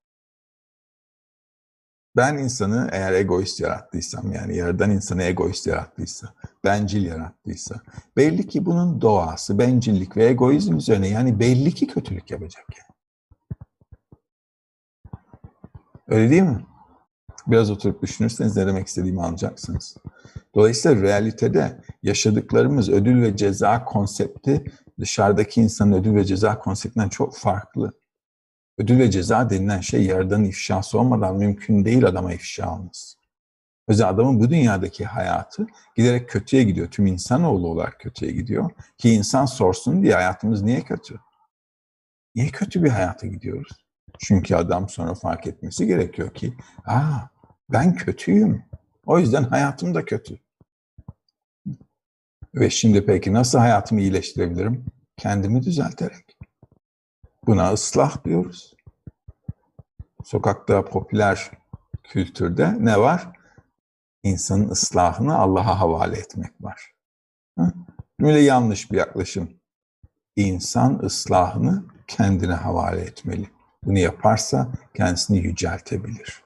Ben insanı eğer egoist yarattıysam, yani Yaradan insanı egoist yarattıysa, bencil yarattıysa, belli ki bunun doğası bencillik ve egoizm üzerine, yani belli ki kötülük yapacak yani. Öyle değil mi? Biraz oturup düşünürseniz ne demek istediğimi anlayacaksınız. Dolayısıyla realitede yaşadıklarımız ödül ve ceza konsepti dışarıdaki insanın ödül ve ceza konseptinden çok farklı. Ödül ve ceza denilen şey Yaradan'ın ifşası olmadan mümkün değil adama ifşa olması. O yüzden adamın bu dünyadaki hayatı giderek kötüye gidiyor. Tüm insanoğlu olarak kötüye gidiyor. Ki insan sorsun diye hayatımız niye kötü? Niye kötü bir hayata gidiyoruz? Çünkü adam sonra fark etmesi gerekiyor ki aa ben kötüyüm. O yüzden hayatım da kötü. Ve şimdi peki nasıl hayatımı iyileştirebilirim? Kendimi düzelterek. Buna ıslah diyoruz. Sokakta popüler kültürde ne var? İnsanın ıslahını Allah'a havale etmek var. Böyle yanlış bir yaklaşım. İnsan ıslahını kendine havale etmeli. Bunu yaparsa kendisini yüceltebilir.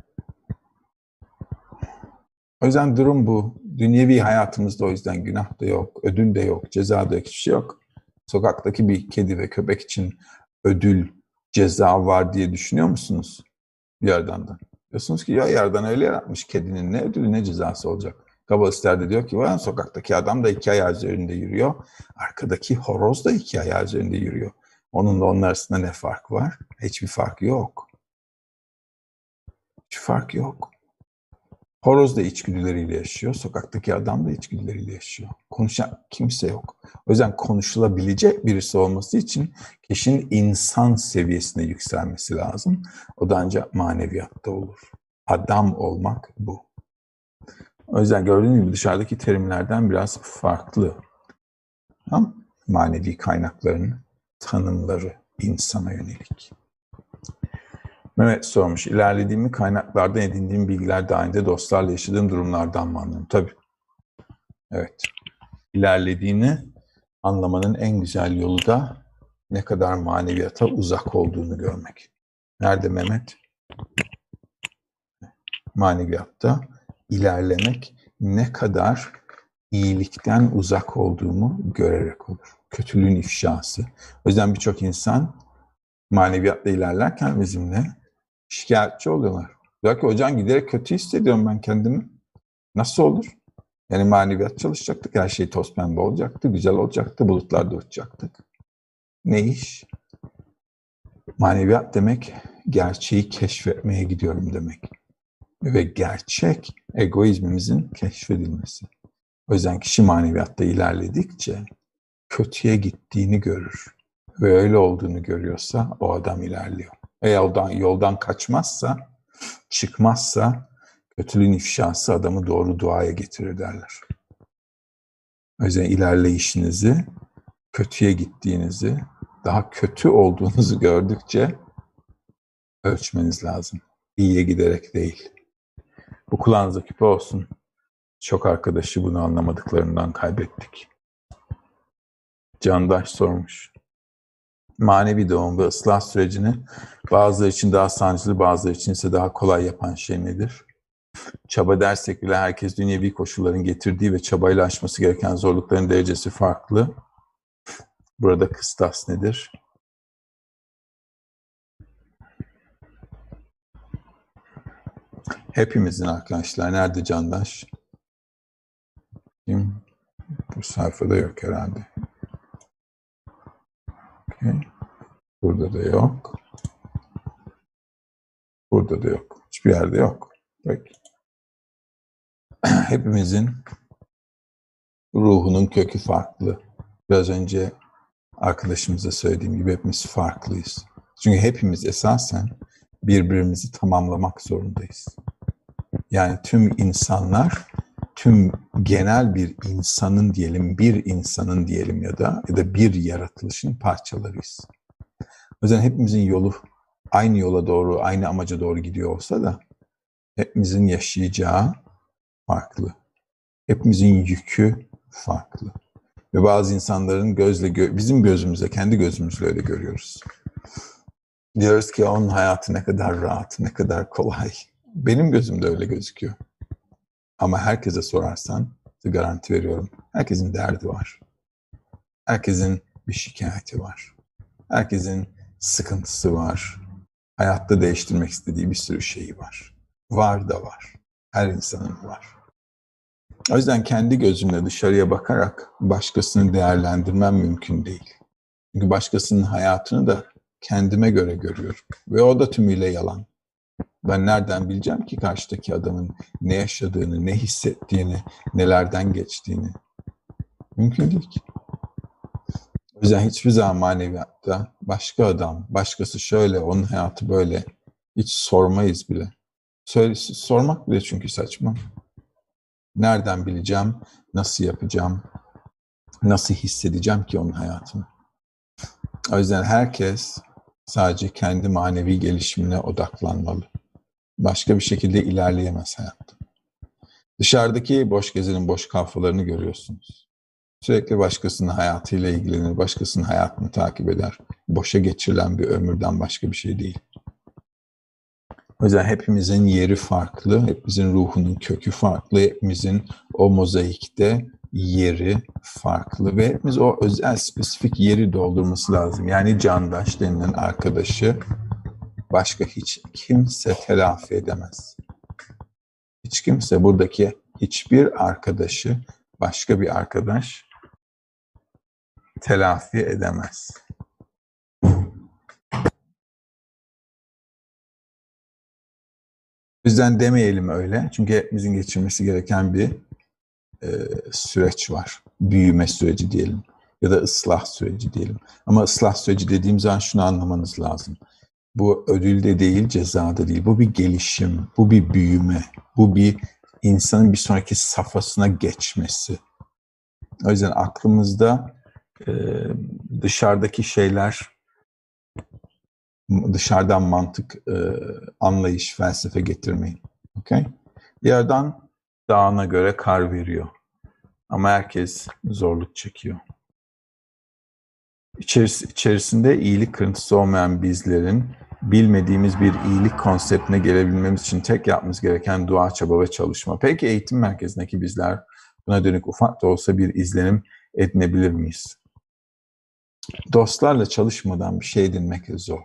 O yüzden durum bu. Dünyevi hayatımızda o yüzden günah da yok, ödül de yok, ceza da yok, hiçbir şey yok. Sokaktaki bir kedi ve köpek için ödül, ceza var diye düşünüyor musunuz? Yaradan'dan. Diyorsunuz ki ya Yaradan öyle yaratmış, kedinin ne ödülü ne cezası olacak. Kabbalistler de diyor ki vay sokaktaki adam da iki ayağı üzerinde yürüyor. Arkadaki horoz da iki ayağı üzerinde yürüyor. Onunla onun arasında ne fark var? Hiçbir fark yok. Hiçbir fark yok. Horoz da içgüdüleriyle yaşıyor. Sokaktaki adam da içgüdüleriyle yaşıyor. Konuşan kimse yok. O yüzden konuşulabilecek birisi olması için kişinin insan seviyesine yükselmesi lazım. O da ancak maneviyatta olur. Adam olmak bu. O yüzden gördüğünüz gibi dışarıdaki terimlerden biraz farklı. Ama manevi kaynakların tanımları insana yönelik. Mehmet sormuş, ilerlediğimi kaynaklardan edindiğim bilgiler dahilinde dostlarla yaşadığım durumlardan mı anlıyorum? Tabii. Evet. İlerlediğini anlamanın en güzel yolu da ne kadar maneviyata uzak olduğunu görmek. Nerede Mehmet? Maneviyatta ilerlemek ne kadar iyilikten uzak olduğumu görerek olur. Kötülüğün ifşası. O yüzden birçok insan maneviyatta ilerlerken bizimle şikayetçi oluyorlar. Diyor ki hocam giderek kötü hissediyorum ben kendimi. Nasıl olur? Yani maneviyat çalışacaktık. Her şey toz pembe olacaktı. Güzel olacaktı. Bulutlarda uçacaktık. Ne iş? Maneviyat demek gerçeği keşfetmeye gidiyorum demek. ve gerçek egoizmimizin keşfedilmesi. O yüzden kişi maneviyatta ilerledikçe kötüye gittiğini görür ve öyle olduğunu görüyorsa o adam ilerliyor. Ve yoldan, yoldan kaçmazsa, çıkmazsa kötülüğün ifşası adamı doğru duaya getirir derler. O yüzden ilerleyişinizi, kötüye gittiğinizi, daha kötü olduğunuzu gördükçe ölçmeniz lazım. İyiye giderek değil. Bu kulağınıza küpe olsun. Çok arkadaşı bunu anlamadıklarından kaybettik. Candaş sormuş. Manevi doğum ve ıslah sürecini bazıları için daha sancılı, bazıları için ise daha kolay yapan şey nedir? Çaba dersek bile herkes dünyevi koşulların getirdiği ve çabayla aşması gereken zorlukların derecesi farklı. Burada kıstas nedir? Hepimizin arkadaşlar. Nerede Candaş? Kim? Bu sayfada yok herhalde. Okay. Burada da yok. Burada da yok. Hiçbir yerde yok. Peki. Hepimizin ruhunun kökü farklı. Biraz önce arkadaşımıza söylediğim gibi hepimiz farklıyız. Çünkü hepimiz esasen birbirimizi tamamlamak zorundayız. Yani tüm insanlar, tüm genel bir insanın diyelim, bir insanın diyelim ya da ya da bir yaratılışın parçalarıyız. O yüzden hepimizin yolu aynı yola doğru, aynı amaca doğru gidiyor olsa da hepimizin yaşayacağı farklı. Hepimizin yükü farklı. Ve bazı insanların gözle, gö- bizim gözümüze, kendi gözümüzle öyle görüyoruz. Diyoruz ki onun hayatı ne kadar rahat, ne kadar kolay. Benim gözümde öyle gözüküyor. Ama herkese sorarsan, garanti veriyorum, herkesin derdi var. Herkesin bir şikayeti var. Herkesin sıkıntısı var. Hayatta değiştirmek istediği bir sürü şeyi var. Var da var. Her insanın var. O yüzden kendi gözümle dışarıya bakarak başkasını değerlendirmem mümkün değil. Çünkü başkasının hayatını da kendime göre görüyorum. Ve o da tümüyle yalan. Ben nereden bileceğim ki karşıdaki adamın ne yaşadığını, ne hissettiğini, nelerden geçtiğini? Mümkün değil ki. O yüzden hiçbir zaman maneviyatta başka adam, başkası şöyle, onun hayatı böyle hiç sormayız bile. Söyle, sormak bile çünkü saçma. Nereden bileceğim, nasıl yapacağım, nasıl hissedeceğim ki onun hayatını? O yüzden herkes sadece kendi manevi gelişimine odaklanmalı. Başka bir şekilde ilerleyemez hayatta. Dışarıdaki boş gezenin boş kafalarını görüyorsunuz. Sürekli başkasının hayatıyla ilgilenir, başkasının hayatını takip eder. Boşa geçirilen bir ömürden başka bir şey değil. O yüzden hepimizin yeri farklı, hepimizin ruhunun kökü farklı, hepimizin o mozaikte yeri farklı ve hepimiz o özel spesifik yeri doldurması lazım. Yani Candaş denilen arkadaşı başka hiç kimse telafi edemez. Hiç kimse buradaki hiçbir arkadaşı başka bir arkadaş telafi edemez. O yüzden demeyelim öyle. Çünkü hepimizin geçirmesi gereken bir e, süreç var. Büyüme süreci diyelim. Ya da ıslah süreci diyelim. Ama ıslah süreci dediğim zaman şunu anlamanız lazım. Bu ödülde değil, cezada değil. Bu bir gelişim, bu bir büyüme. Bu bir insanın bir sonraki safhasına geçmesi. O yüzden aklımızda e, dışarıdaki şeyler, dışarıdan mantık, e, anlayış, felsefe getirmeyin. Okay? Yerden dağına göre kar veriyor. Ama herkes zorluk çekiyor. İçeris- içerisinde iyilik kırıntısı olmayan bizlerin bilmediğimiz bir iyilik konseptine gelebilmemiz için tek yapmamız gereken dua, çaba ve çalışma. Peki eğitim merkezindeki bizler buna dönük ufak da olsa bir izlenim edinebilir miyiz? Dostlarla çalışmadan bir şey edinmek zor.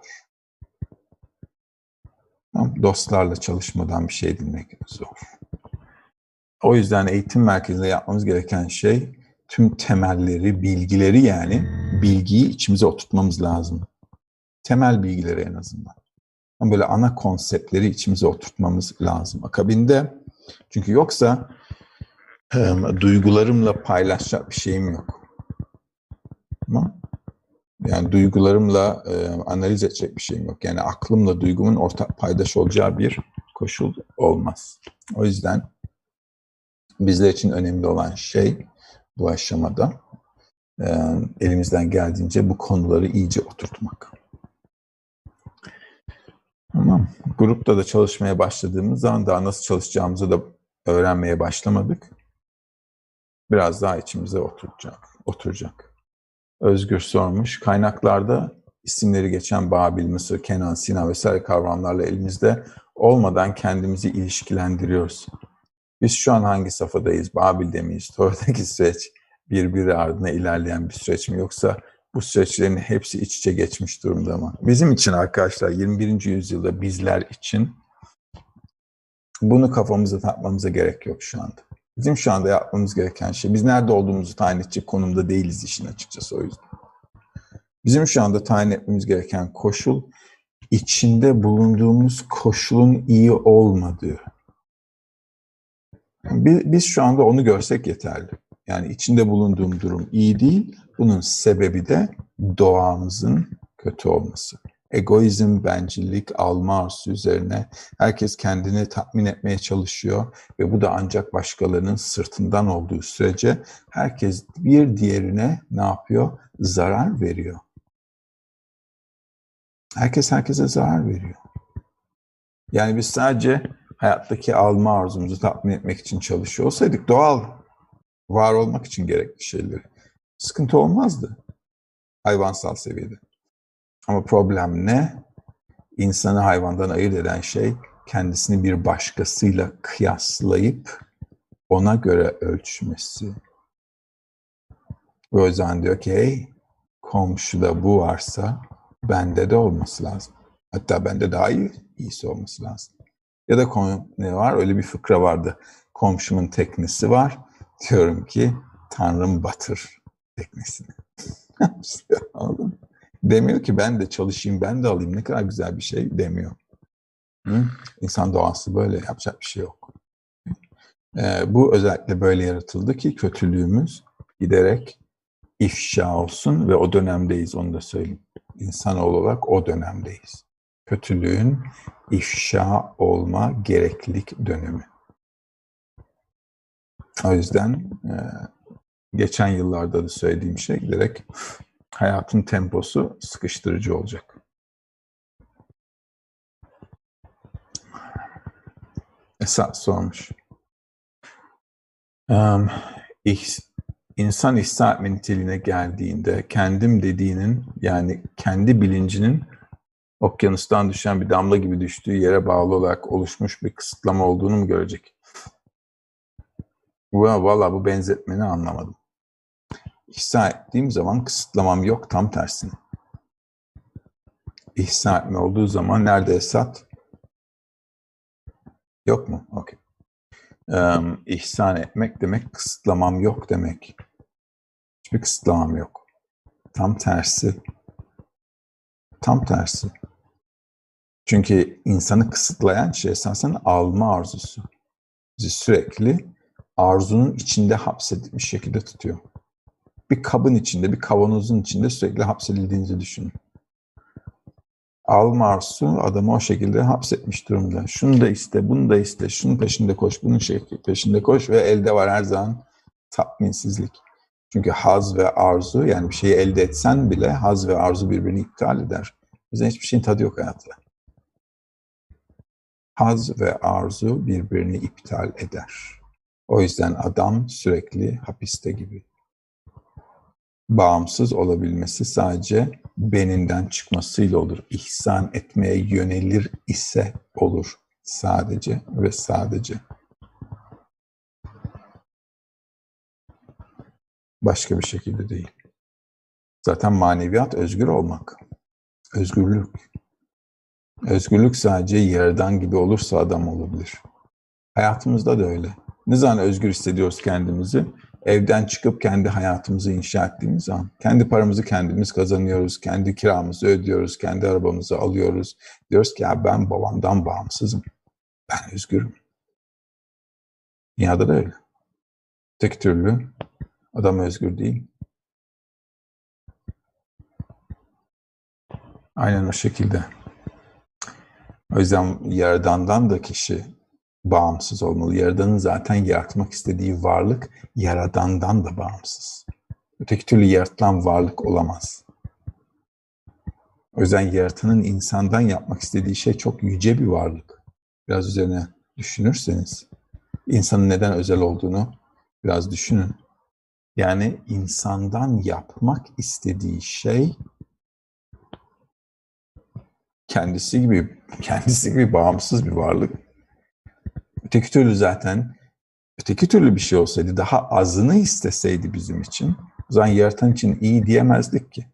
Dostlarla çalışmadan bir şey edinmek zor. O yüzden eğitim merkezinde yapmamız gereken şey tüm temelleri, bilgileri yani bilgiyi içimize oturtmamız lazım. Temel bilgileri en azından. Ama böyle ana konseptleri içimize oturtmamız lazım. Akabinde, çünkü yoksa e, duygularımla paylaşacak bir şeyim yok. Ama yani duygularımla e, analiz edecek bir şeyim yok. Yani aklımla duygumun ortak paydaş olacağı bir koşul olmaz. O yüzden bizler için önemli olan şey bu aşamada e, elimizden geldiğince bu konuları iyice oturtmak. Tamam. Grupta da çalışmaya başladığımız zaman daha nasıl çalışacağımızı da öğrenmeye başlamadık. Biraz daha içimize oturacak. oturacak. Özgür sormuş. Kaynaklarda isimleri geçen Babil, Mısır, Kenan, Sina vesaire kavramlarla elimizde olmadan kendimizi ilişkilendiriyoruz. Biz şu an hangi safhadayız? Babil'de miyiz? Sonraki süreç birbiri ardına ilerleyen bir süreç mi? Yoksa bu süreçlerin hepsi iç içe geçmiş durumda mı? Bizim için arkadaşlar yirmi birinci yüzyılda bizler için bunu kafamıza takmamıza gerek yok şu anda. Bizim şu anda yapmamız gereken şey, biz nerede olduğumuzu tayin edecek konumda değiliz işin açıkçası o yüzden. Bizim şu anda tayin etmemiz gereken koşul, içinde bulunduğumuz koşulun iyi olmadığı. Biz, biz şu anda onu görsek yeterli. Yani içinde bulunduğum durum iyi değil, bunun sebebi de doğamızın kötü olması. Egoizm, bencillik, alma arzusu üzerine herkes kendini tatmin etmeye çalışıyor ve bu da ancak başkalarının sırtından olduğu sürece herkes bir diğerine ne yapıyor? Zarar veriyor. Herkes herkese zarar veriyor. Yani biz sadece hayattaki alma arzumuzu tatmin etmek için çalışıyor olsaydık doğal, var olmak için gerekli şeyleri, sıkıntı olmazdı hayvansal seviyede. Ama problem ne? İnsanı hayvandan ayırt eden şey kendisini bir başkasıyla kıyaslayıp ona göre ölçmesi. O yüzden diyor ki hey, komşuda bu varsa bende de olması lazım. Hatta bende daha iyi, iyisi olması lazım. Ya da ne var? Öyle bir fıkra vardı. Komşumun teknesi var. Diyorum ki Tanrım batır teknesini. Anladın mı? Demiyor ki ben de çalışayım, ben de alayım. Ne kadar güzel bir şey demiyor. Hı? İnsan doğası böyle, yapacak bir şey yok. Ee, bu özellikle böyle yaratıldı ki kötülüğümüz giderek ifşa olsun ve o dönemdeyiz, onu da söyleyeyim. İnsanoğlu olarak o dönemdeyiz. Kötülüğün ifşa olma gereklilik dönemi. O yüzden e, geçen yıllarda da söylediğim şey giderek hayatın temposu sıkıştırıcı olacak. Esat sormuş. Um, iş, insan ihsa etme niteliğine geldiğinde kendim dediğinin, yani kendi bilincinin okyanustan düşen bir damla gibi düştüğü yere bağlı olarak oluşmuş bir kısıtlama olduğunu mu görecek? Valla bu benzetmeni anlamadım. İhsa ettiğim zaman kısıtlamam yok, tam tersine. İhsa etme olduğu zaman nerede Esat? Yok mu? Okey. Um, ihsan etmek demek kısıtlamam yok demek. Hiçbir kısıtlamam yok. Tam tersi. Tam tersi. Çünkü insanı kısıtlayan şey esasen alma arzusu. Bizi sürekli arzunun içinde hapsedilmiş şekilde tutuyor. Bir kabın içinde, bir kavanozun içinde sürekli hapsedildiğinizi düşünün. Alma arzusu adamı o şekilde hapsetmiş durumda. Şunu da iste, bunu da iste, şunun peşinde koş, bunun peşinde koş ve elde var her zaman tatminsizlik. Çünkü haz ve arzu, yani bir şeyi elde etsen bile haz ve arzu birbirini iptal eder. O yüzden hiçbir şeyin tadı yok hayatta. Haz ve arzu birbirini iptal eder. O yüzden adam sürekli hapiste gibi. Bağımsız olabilmesi sadece beninden çıkmasıyla olur. İhsan etmeye yönelir ise olur. Sadece ve sadece. Başka bir şekilde değil. Zaten maneviyat özgür olmak. Özgürlük. Özgürlük sadece yaradan gibi olursa adam olabilir. Hayatımızda da öyle. Ne zaman özgür hissediyoruz kendimizi? evden çıkıp kendi hayatımızı inşa ettiğimiz an, kendi paramızı kendimiz kazanıyoruz, kendi kiramızı ödüyoruz, kendi arabamızı alıyoruz. Diyoruz ki ya ben babamdan bağımsızım, ben özgürüm. Dünyada da öyle. Tek türlü adam özgür değil. Aynen o şekilde. O yüzden Yaradan'dan da kişi bağımsız olmalı. Yaradan'ın zaten yaratmak istediği varlık Yaradan'dan da bağımsız. Öteki türlü yaratılan varlık olamaz. O yüzden yaratanın insandan yapmak istediği şey çok yüce bir varlık. Biraz üzerine düşünürseniz, insanın neden özel olduğunu biraz düşünün. Yani insandan yapmak istediği şey kendisi gibi kendisi gibi bağımsız bir varlık. Öteki türlü zaten öteki türlü bir şey olsaydı, daha azını isteseydi bizim için, o zaman yaratan için iyi diyemezdik ki.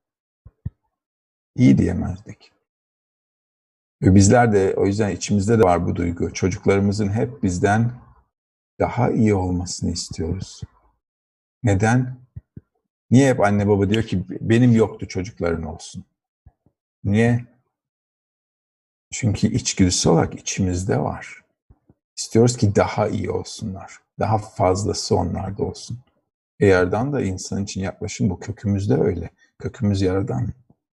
İyi diyemezdik. Ve bizler de o yüzden içimizde de var bu duygu. Çocuklarımızın hep bizden daha iyi olmasını istiyoruz. Neden? Niye hep anne baba diyor ki benim yoktu çocukların olsun? Niye? Çünkü içgüdüsü olarak içimizde var. İstiyoruz ki daha iyi olsunlar. Daha fazlası onlarda olsun. E Yaradan da insan için yaklaşım bu. Kökümüzde öyle. Kökümüz Yaradan.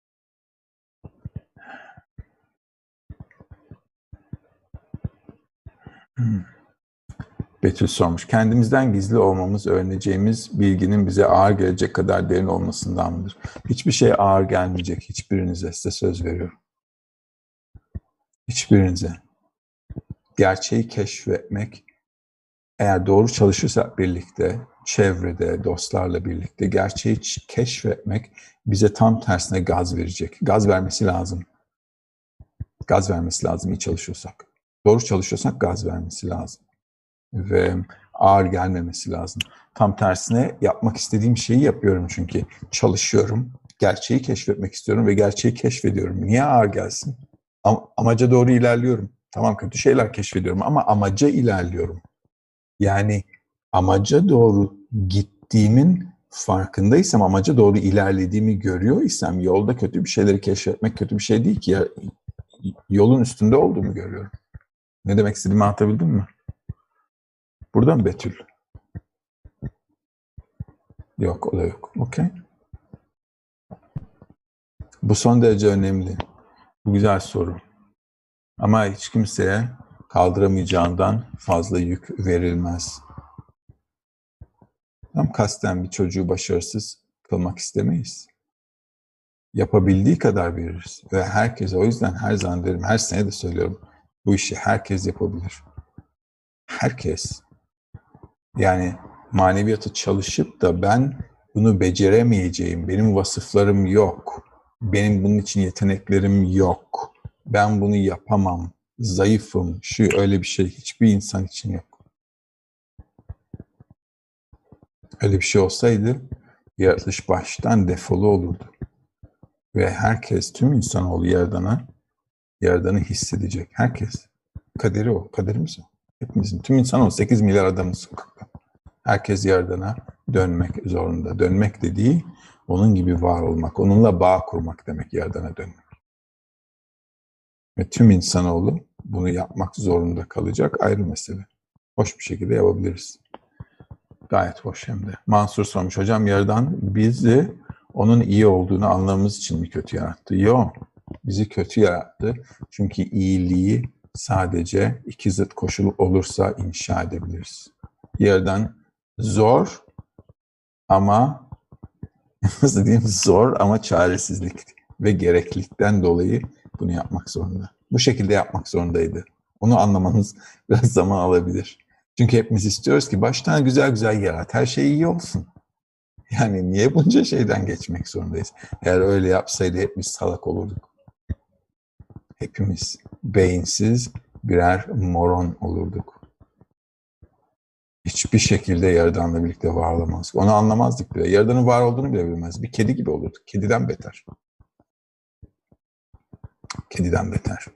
Hmm. Betül sormuş. Kendimizden gizli olmamız, öğreneceğimiz bilginin bize ağır gelecek kadar derin olmasından mıdır? Hiçbir şey ağır gelmeyecek. Hiçbirinize size söz veriyorum. Hiçbirinize. Gerçeği keşfetmek, eğer doğru çalışırsak birlikte, çevrede, dostlarla birlikte gerçeği keşfetmek bize tam tersine gaz verecek. Gaz vermesi lazım. Gaz vermesi lazım iyi çalışıyorsak. Doğru çalışıyorsak gaz vermesi lazım. Ve ağır gelmemesi lazım. Tam tersine yapmak istediğim şeyi yapıyorum çünkü. Çalışıyorum, gerçeği keşfetmek istiyorum ve gerçeği keşfediyorum. Niye ağır gelsin? Am- amaca doğru ilerliyorum. Tamam, kötü şeyler keşfediyorum ama amaca ilerliyorum. Yani amaca doğru gittiğimin farkındaysam, amaca doğru ilerlediğimi görüyor isem, yolda kötü bir şeyleri keşfetmek kötü bir şey değil ki. Ya, yolun üstünde olduğumu görüyorum. Ne demek istediğimi anlatabildim mi? Burada mı Betül? Yok, o da yok. Okey. Bu son derece önemli. Bu güzel soru. Ama hiç kimseye kaldıramayacağından fazla yük verilmez. Tam kasten bir çocuğu başarısız kılmak istemeyiz. Yapabildiği kadar veririz. Ve herkese, o yüzden her zaman derim, her sene de söylüyorum, bu işi herkes yapabilir. Herkes. Yani maneviyatı çalışıp da ben bunu beceremeyeceğim, benim vasıflarım yok, benim bunun için yeteneklerim yok, ben bunu yapamam, zayıfım, şu öyle bir şey hiçbir insan için yok. Öyle bir şey olsaydı yaratılış baştan defolu olurdu. Ve herkes, tüm insanoğlu Yaradan'a, Yaradan'ı hissedecek. Herkes. Kaderi o, kaderimiz o. Hepimizin, tüm insanoğlu, sekiz milyar adamız sokakta. Herkes Yaradan'a dönmek zorunda. Dönmek dediği onun gibi var olmak, onunla bağ kurmak demek Yaradan'a dönmek. Ve tüm insanoğlu bunu yapmak zorunda kalacak, ayrı mesele. Hoş bir şekilde yapabiliriz. Gayet hoş hem de. Mansur sormuş, hocam Yaradan bizi onun iyi olduğunu anlamamız için mi kötü yarattı? Yok, bizi kötü yarattı. Çünkü iyiliği sadece iki zıt koşul olursa inşa edebiliriz. Yaradan zor ama nasıl diyeyim, zor ama çaresizlik ve gereklilikten dolayı bunu yapmak zorunda. Bu şekilde yapmak zorundaydı. Onu anlamanız biraz zaman alabilir. Çünkü hepimiz istiyoruz ki baştan güzel güzel yarat, her şey iyi olsun. Yani niye bunca şeyden geçmek zorundayız? Eğer öyle yapsaydı hepimiz salak olurduk. Hepimiz beyinsiz birer moron olurduk. Hiçbir şekilde Yaradan'la birlikte var olamazdık. Onu anlamazdık bile. Yaradan'ın var olduğunu bile bilmezdik. Bir kedi gibi olurduk. Kediden beter. Kediden beter.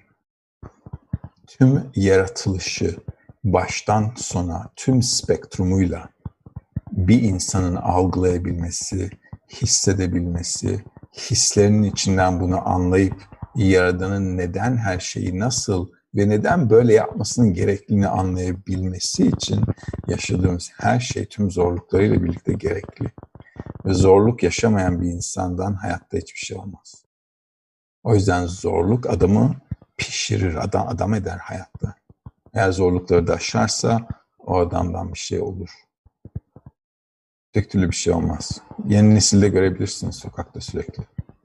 Tüm yaratılışı baştan sona, tüm spektrumuyla bir insanın algılayabilmesi, hissedebilmesi, hislerinin içinden bunu anlayıp Yaradan'ın neden her şeyi nasıl ve neden böyle yapmasının gerektiğini anlayabilmesi için yaşadığımız her şey tüm zorluklarıyla birlikte gerekli. Ve zorluk yaşamayan bir insandan hayatta hiçbir şey olmaz. O yüzden zorluk adamı pişirir, adam, adam eder hayatta. Eğer zorlukları da aşarsa o adamdan bir şey olur. Tek türlü bir şey olmaz. Yeni nesilde görebilirsiniz sokakta sürekli.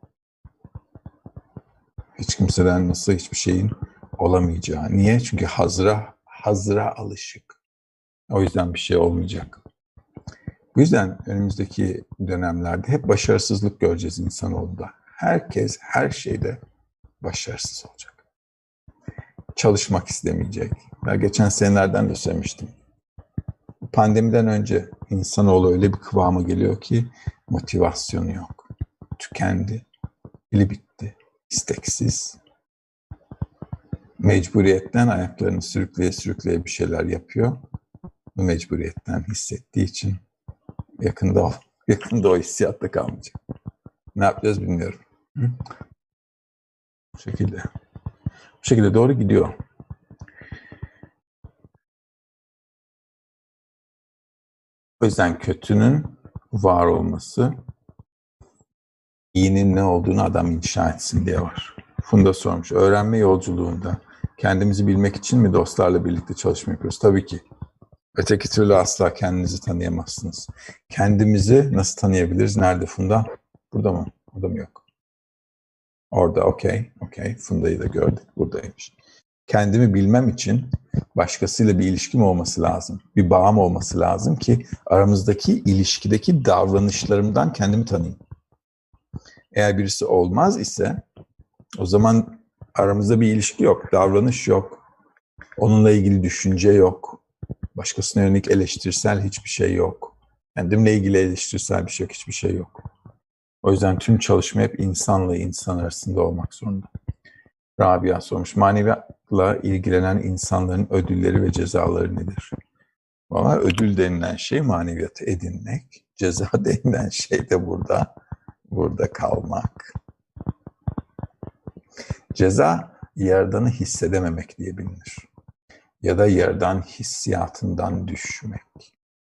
Hiç kimseden nasıl hiçbir şeyin olamayacağı. Niye? Çünkü hazıra, hazıra alışık. O yüzden bir şey olmayacak. Bu yüzden önümüzdeki dönemlerde hep başarısızlık göreceğiz insanoğlunda. Herkes her şeyde başarısız olacak. Çalışmak istemeyecek. Ben geçen senelerden de söylemiştim. Pandemiden önce insanoğlu öyle bir kıvama geliyor ki motivasyonu yok. Tükendi. Eli bitti. İsteksiz. Mecburiyetten ayaklarını sürükleye sürükleye bir şeyler yapıyor. Bu mecburiyetten hissettiği için yakında o, yakında o hissiyatta kalmayacak. Ne yapacağız bilmiyorum. Hı? Bu şekilde. Bu şekilde doğru gidiyor. O yüzden kötünün var olması, iyinin ne olduğunu adam inşa etsin diye var. Funda sormuş, öğrenme yolculuğunda kendimizi bilmek için mi dostlarla birlikte çalışma yapıyoruz? Tabii ki. Öteki türlü asla kendinizi tanıyamazsınız. Kendimizi nasıl tanıyabiliriz? Nerede Funda? Burada mı? Burada mı yok? Orada, okey, okey. Funda'yı da gördük, buradaymış. Kendimi bilmem için başkasıyla bir ilişkim olması lazım. Bir bağım olması lazım ki aramızdaki ilişkideki davranışlarımdan kendimi tanıyayım. Eğer birisi olmaz ise o zaman aramızda bir ilişki yok, davranış yok. Onunla ilgili düşünce yok. Başkasına yönelik eleştirsel hiçbir şey yok. Kendimle ilgili eleştirsel bir şey yok, hiçbir şey yok. O yüzden tüm çalışma hep insanla insan arasında olmak zorunda. Rabia sormuş, maneviyatla ilgilenen insanların ödülleri ve cezaları nedir? Valla ödül denilen şey maneviyatı edinmek. Ceza denilen şey de burada, burada kalmak. Ceza, Yaradan'ı hissedememek diye bilinir. Ya da Yaradan hissiyatından düşmek.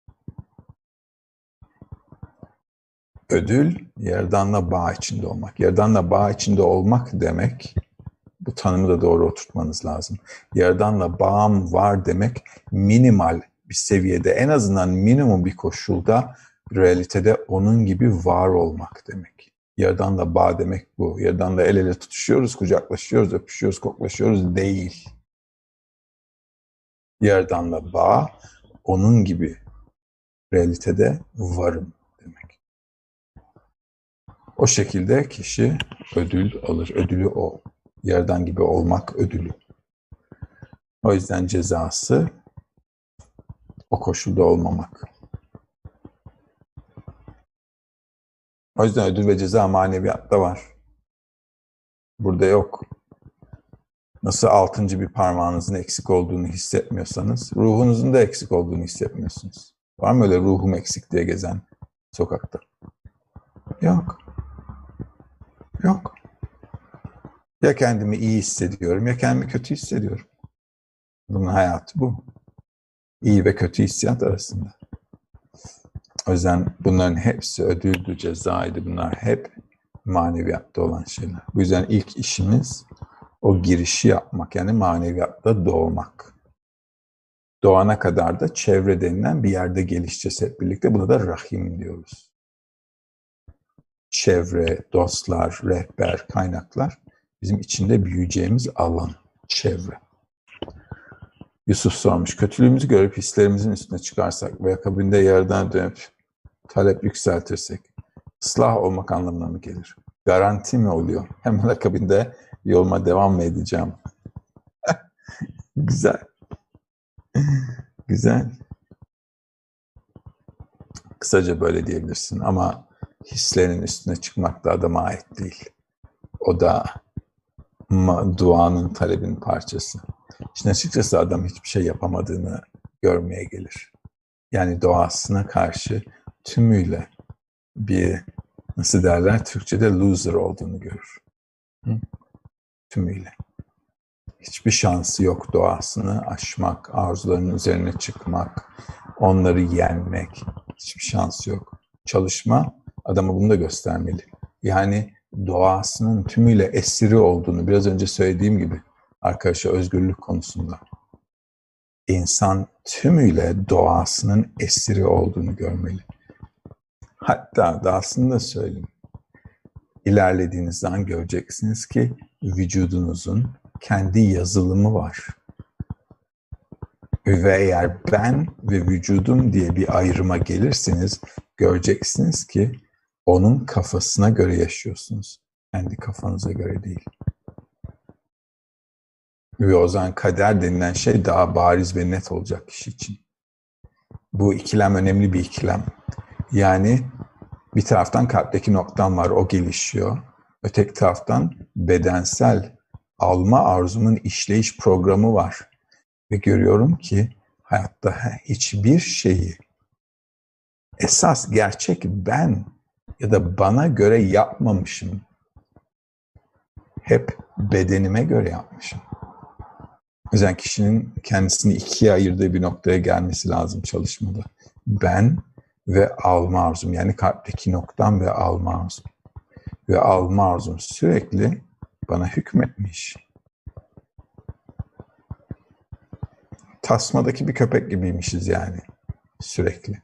Ödül, Yaradan'la bağ içinde olmak. Yaradan'la bağ içinde olmak demek, bu tanımı da doğru oturtmanız lazım. Yaradan'la bağım var demek, minimal bir seviyede, en azından minimum bir koşulda, realitede onun gibi var olmak demek. Yaradan'la bağ demek bu. Yaradan'la el ele tutuşuyoruz, kucaklaşıyoruz, öpüşüyoruz, koklaşıyoruz değil. Yaradan'la bağ, onun gibi realitede varım demek. O şekilde kişi ödül alır. Ödülü o. Yaradan gibi olmak ödülü. O yüzden cezası o koşulda olmamak. O yüzden ödül ve ceza maneviyatta var. Burada yok. Nasıl altıncı bir parmağınızın eksik olduğunu hissetmiyorsanız, ruhunuzun da eksik olduğunu hissetmiyorsunuz. Var mı öyle ruhum eksik diye gezen sokakta? Yok. Yok. Ya kendimi iyi hissediyorum ya kendimi kötü hissediyorum. Bunun hayatı bu. İyi ve kötü hissiyat arasında. O yüzden bunların hepsi ödüldü, cezaydı. Bunlar hep maneviyatta olan şeyler. Bu yüzden ilk işimiz o girişi yapmak. Yani maneviyatta doğmak. Doğana kadar da çevre denilen bir yerde gelişeceğiz hep birlikte. Buna da rahim diyoruz. Çevre, dostlar, rehber, kaynaklar bizim içinde büyüyeceğimiz alan, çevre. Yusuf sormuş, kötülüğümüzü görüp hislerimizin üstüne çıkarsak ve akabinde yerden dönüp talep yükseltirsek ıslah olmak anlamına mı gelir? Garanti mi oluyor? Hemen akabinde yoluma devam mı edeceğim? Güzel. Güzel. Kısaca böyle diyebilirsin ama hislerin üstüne çıkmak da adama ait değil. O da duanın, talebin parçası. İşin açıkçası adam hiçbir şey yapamadığını görmeye gelir. Yani doğasına karşı tümüyle bir, nasıl derler Türkçe'de, loser olduğunu görür. Hı? Tümüyle. Hiçbir şansı yok doğasını aşmak, arzularının üzerine çıkmak, onları yenmek. Hiçbir şansı yok. Çalışma adama bunu da göstermeli. Yani doğasının tümüyle esiri olduğunu, biraz önce söylediğim gibi arkadaşa özgürlük konusunda, insan tümüyle doğasının esiri olduğunu görmeli. Hatta dahasını da söyleyeyim. İlerlediğiniz zaman göreceksiniz ki vücudunuzun kendi yazılımı var. Ve eğer ben ve vücudum diye bir ayrıma gelirseniz göreceksiniz ki onun kafasına göre yaşıyorsunuz. Kendi kafanıza göre değil. Ve o zaman kader denilen şey daha bariz ve net olacak kişi için. Bu ikilem önemli bir ikilem. Yani bir taraftan kalpteki noktam var, o gelişiyor. Öteki taraftan bedensel alma arzumun işleyiş programı var. Ve görüyorum ki hayatta hiçbir şeyi esas gerçek ben ya da bana göre yapmamışım. Hep bedenime göre yapmışım. O yüzden kişinin kendisini ikiye ayırdığı bir noktaya gelmesi lazım çalışmada. Ben ve alma arzum, yani kalpteki noktam ve alma arzum. Ve alma arzum sürekli bana hükmetmiş. Tasmadaki bir köpek gibiymişiz yani sürekli.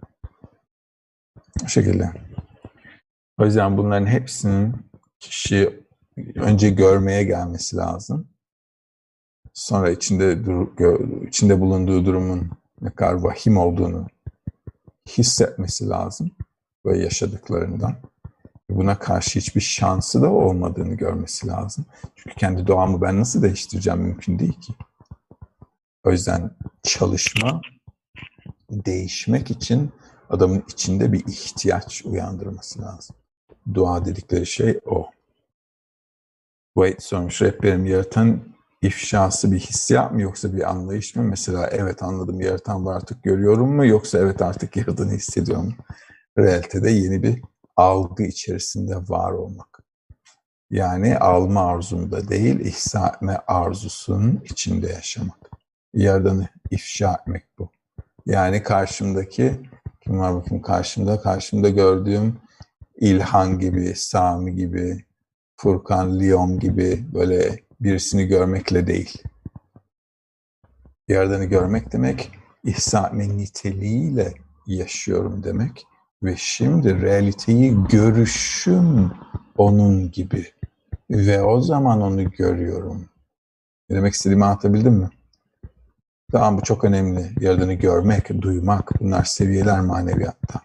O şekilde. O yüzden bunların hepsinin kişi önce görmeye gelmesi lazım. Sonra içinde dur, içinde bulunduğu durumun ne kadar vahim olduğunu hissetmesi lazım ve yaşadıklarından. Buna karşı hiçbir şansı da olmadığını görmesi lazım. Çünkü kendi doğamı ben nasıl değiştireceğim, mümkün değil ki. O yüzden çalışma değişmek için adamın içinde bir ihtiyaç uyandırması lazım. Dua dedikleri şey o. Wade sormuş, rehberim yaratan ifşası bir hissiyat mı yoksa bir anlayış mı? Mesela evet anladım, yaratan var artık görüyorum mu, yoksa evet artık yaradığını hissediyorum mu? Realitede yeni bir algı içerisinde var olmak. Yani alma arzumda değil, ihsa etme arzusunun içinde yaşamak. Yaradanı ifşa etmek bu. Yani karşımdaki, kim var bakayım karşımda? Karşımda gördüğüm İlhan gibi, Sami gibi, Furkan, Lyon gibi böyle birisini görmekle değil. Yaradanı görmek demek, ihsa etme niteliğiyle yaşıyorum demek. Ve şimdi realiteyi görüşüm onun gibi. Ve o zaman onu görüyorum. Ne demek istediğimi anlatabildim mi? Tamam, bu çok önemli. Yaradanı görmek, duymak, bunlar seviyeler maneviyatta.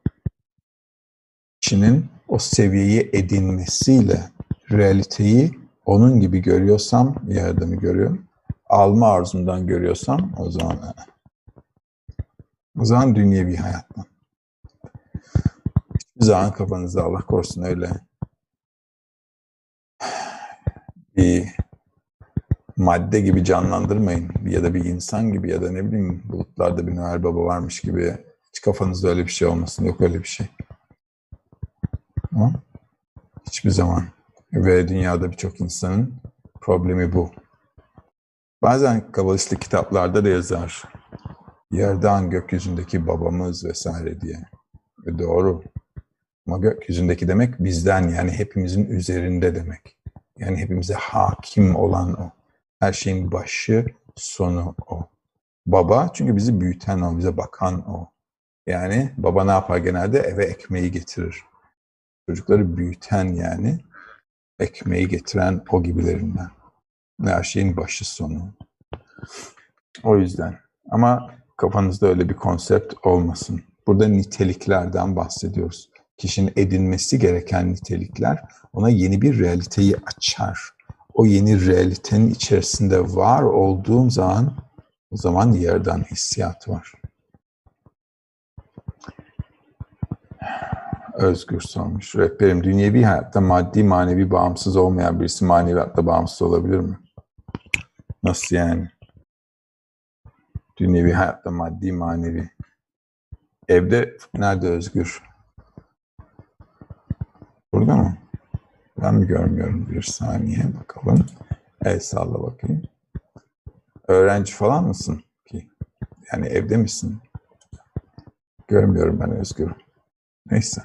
Kişinin o seviyeyi edinmesiyle realiteyi onun gibi görüyorsam Yaradanı görüyorum. Alma arzumdan görüyorsam o zaman o zaman dünyevi hayattan. Hiçbir zaman kafanızda Allah korusun öyle bir madde gibi canlandırmayın. Ya da bir insan gibi ya da ne bileyim bulutlarda bir Noel Baba varmış gibi. Hiç kafanızda öyle bir şey olmasın. Yok öyle bir şey. Ama hiçbir zaman. Ve dünyada birçok insanın problemi bu. Bazen kabalistlik kitaplarda da yazar. Yerden gökyüzündeki babamız vesaire diye. Ve doğru. Ama gökyüzündeki demek bizden, yani hepimizin üzerinde demek. Yani hepimize hakim olan o. Her şeyin başı, sonu o. Baba çünkü bizi büyüten o, bize bakan o. Yani baba ne yapar genelde? Eve ekmeği getirir. Çocukları büyüten, yani ekmeği getiren o gibilerinden. Her şeyin başı, sonu. O yüzden. Ama kafanızda öyle bir konsept olmasın. Burada niteliklerden bahsediyoruz. Kişinin edinmesi gereken nitelikler ona yeni bir realiteyi açar. O yeni realitenin içerisinde var olduğum zaman, o zaman yerden hissiyat var. Özgür sormuş. Rehberim, dünyevi hayatta maddi manevi bağımsız olmayan birisi maneviyatta bağımsız olabilir mi? Nasıl yani? Dünyevi hayatta maddi manevi. Evde nerede Özgür? Burada mı? Ben mi görmüyorum? Bir saniye bakalım. El salla bakayım. Öğrenci falan mısın ki? Yani evde misin? Görmüyorum ben Özgür. Neyse.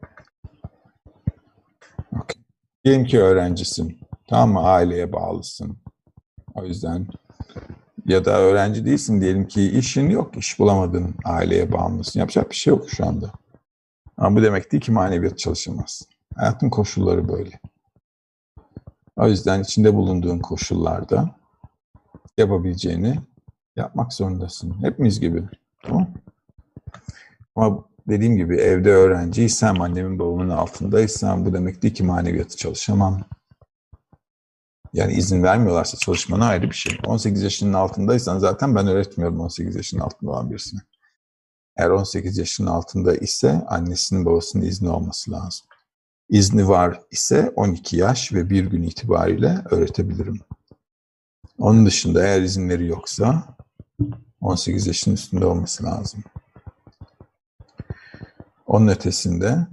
Okay. Diyelim ki öğrencisin. Tamam mı? Aileye bağlısın. O yüzden ya da öğrenci değilsin. Diyelim ki işin yok. İş bulamadın. Aileye bağımlısın. Yapacak bir şey yok şu anda. Ama bu demek değil ki maneviyat çalışılmaz. Hayatın koşulları böyle. O yüzden içinde bulunduğun koşullarda yapabileceğini yapmak zorundasın. Hepimiz gibi. Tamam. Ama dediğim gibi evde öğrenciysem, annemin babamın altındaysam bu demek değil ki maneviyatı çalışamam. Yani izin vermiyorlarsa çalışmana ayrı bir şey. on sekiz yaşının altındaysan zaten ben öğretmiyorum on sekiz yaşının altında olan birisine. Eğer on sekiz yaşının altında ise annesinin babasının izni olması lazım. İzni var ise on iki yaş ve bir gün itibariyle öğretebilirim. Onun dışında eğer izinleri yoksa on sekiz yaşın üstünde olması lazım. Onun ötesinde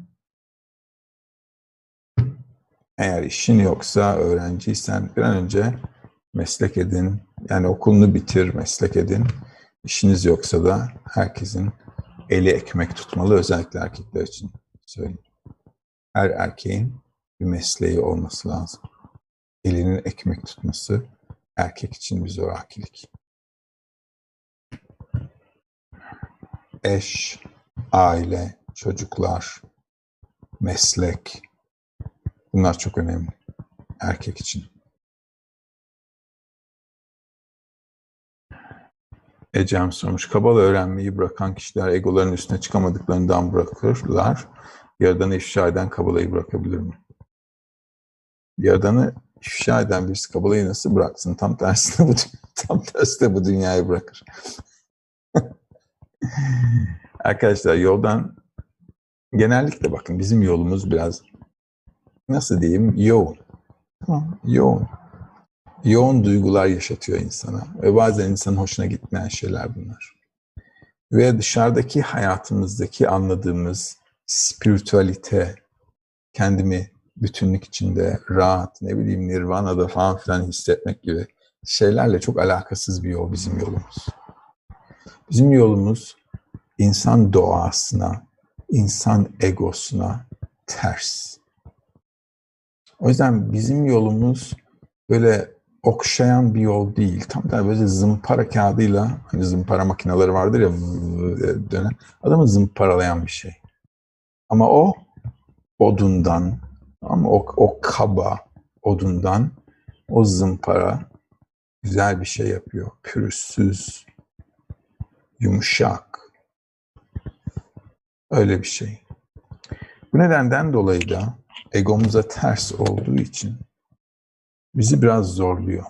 eğer işin yoksa, öğrenciysen bir an önce meslek edin. Yani okulunu bitir, meslek edin. İşiniz yoksa da herkesin eli ekmek tutmalı, özellikle erkekler için söyleyeyim. Her erkeğin bir mesleği olması lazım. Elinin ekmek tutması erkek için bir zorakilik. Eş, aile, çocuklar, meslek, bunlar çok önemli erkek için. Ecem sormuş. Kabala öğrenmeyi bırakan kişiler egoların üstüne çıkamadıklarından bırakırlar. Yaradanı ifşa eden kabalayı bırakabilir mi? Yaradanı ifşa eden birisi kabalayı nasıl bıraksın? Tam tersine bu, tam tersine bu dünyayı bırakır. Arkadaşlar yoldan genellikle bakın bizim yolumuz biraz nasıl diyeyim yoğun. Tamam, yoğun. Yoğun duygular yaşatıyor insana ve bazen insanın hoşuna gitmeyen şeyler bunlar. Ve dışarıdaki hayatımızdaki anladığımız spiritüalite, kendimi bütünlük içinde rahat, ne bileyim nirvana'da falan filan hissetmek gibi şeylerle çok alakasız bir yol bizim yolumuz. Bizim yolumuz insan doğasına, insan egosuna ters. O yüzden bizim yolumuz böyle okşayan bir yol değil. Tam da böyle zımpara kağıdıyla, hani zımpara makineleri vardır ya dönen, adamı zımparalayan bir şey. Ama o odundan, ama o, o kaba odundan o zımpara güzel bir şey yapıyor. Pürüzsüz, yumuşak. Öyle bir şey. Bu nedenden dolayı da egomuza ters olduğu için bizi biraz zorluyor.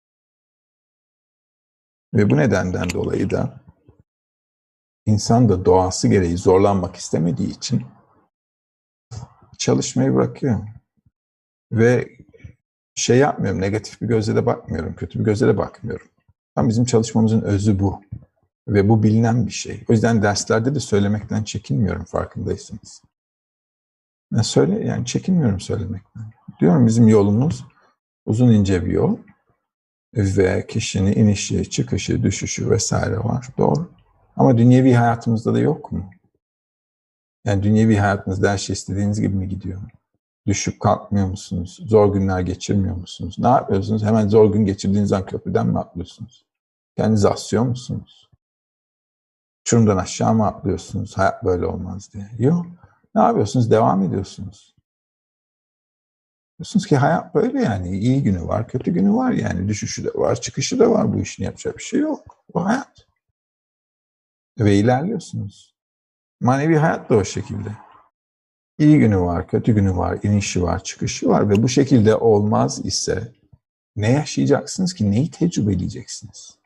Ve bu nedenden dolayı da insan da doğası gereği zorlanmak istemediği için çalışmayı bırakıyor. Ve şey yapmıyorum, negatif bir gözle de bakmıyorum, kötü bir gözle de bakmıyorum. Ama bizim çalışmamızın özü bu. Ve bu bilinen bir şey. O yüzden derslerde de söylemekten çekinmiyorum farkındaysanız. Ben söyle, yani çekinmiyorum söylemekten. Diyorum bizim yolumuz uzun ince bir yol. Ve kişinin inişi, çıkışı, düşüşü vesaire var. Doğru. Ama dünyevi hayatımızda da yok mu? Yani dünyevi hayatınızda her şey istediğiniz gibi mi gidiyor? Düşüp kalkmıyor musunuz? Zor günler geçirmiyor musunuz? Ne yapıyorsunuz? Hemen zor gün geçirdiğiniz an köprüden mi atlıyorsunuz? Kendinizi asıyor musunuz? Uçurumdan aşağı mı atlıyorsunuz? Hayat böyle olmaz diye. Yok. Ne yapıyorsunuz? Devam ediyorsunuz. Diyorsunuz ki hayat böyle yani. İyi günü var, kötü günü var yani. Düşüşü de var, çıkışı da var. Bu işin yapacak bir şey yok. Bu hayat. Ve ilerliyorsunuz. Manevi hayat da o şekilde. İyi günü var, kötü günü var, inişi var, çıkışı var ve bu şekilde olmaz ise ne yaşayacaksınız ki? Neyi tecrübeleyeceksiniz?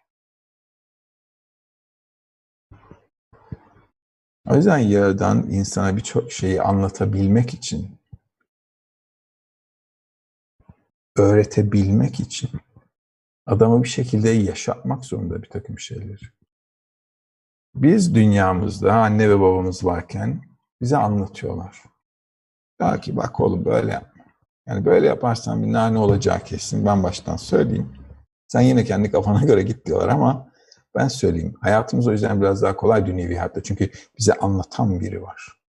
O yüzden Yaradan insana birçok şeyi anlatabilmek için, öğretebilmek için adamı bir şekilde yaşatmak zorunda bir takım şeyleri. Biz dünyamızda anne ve babamız varken bize anlatıyorlar. Der ki bak oğlum böyle yapma. Yani böyle yaparsan bir nane olacağı kesin. Ben baştan söyleyeyim. Sen yine kendi kafana göre git diyorlar ama ben söyleyeyim. Hayatımız o yüzden biraz daha kolay dünyevi hayatta. Çünkü bize anlatan biri var.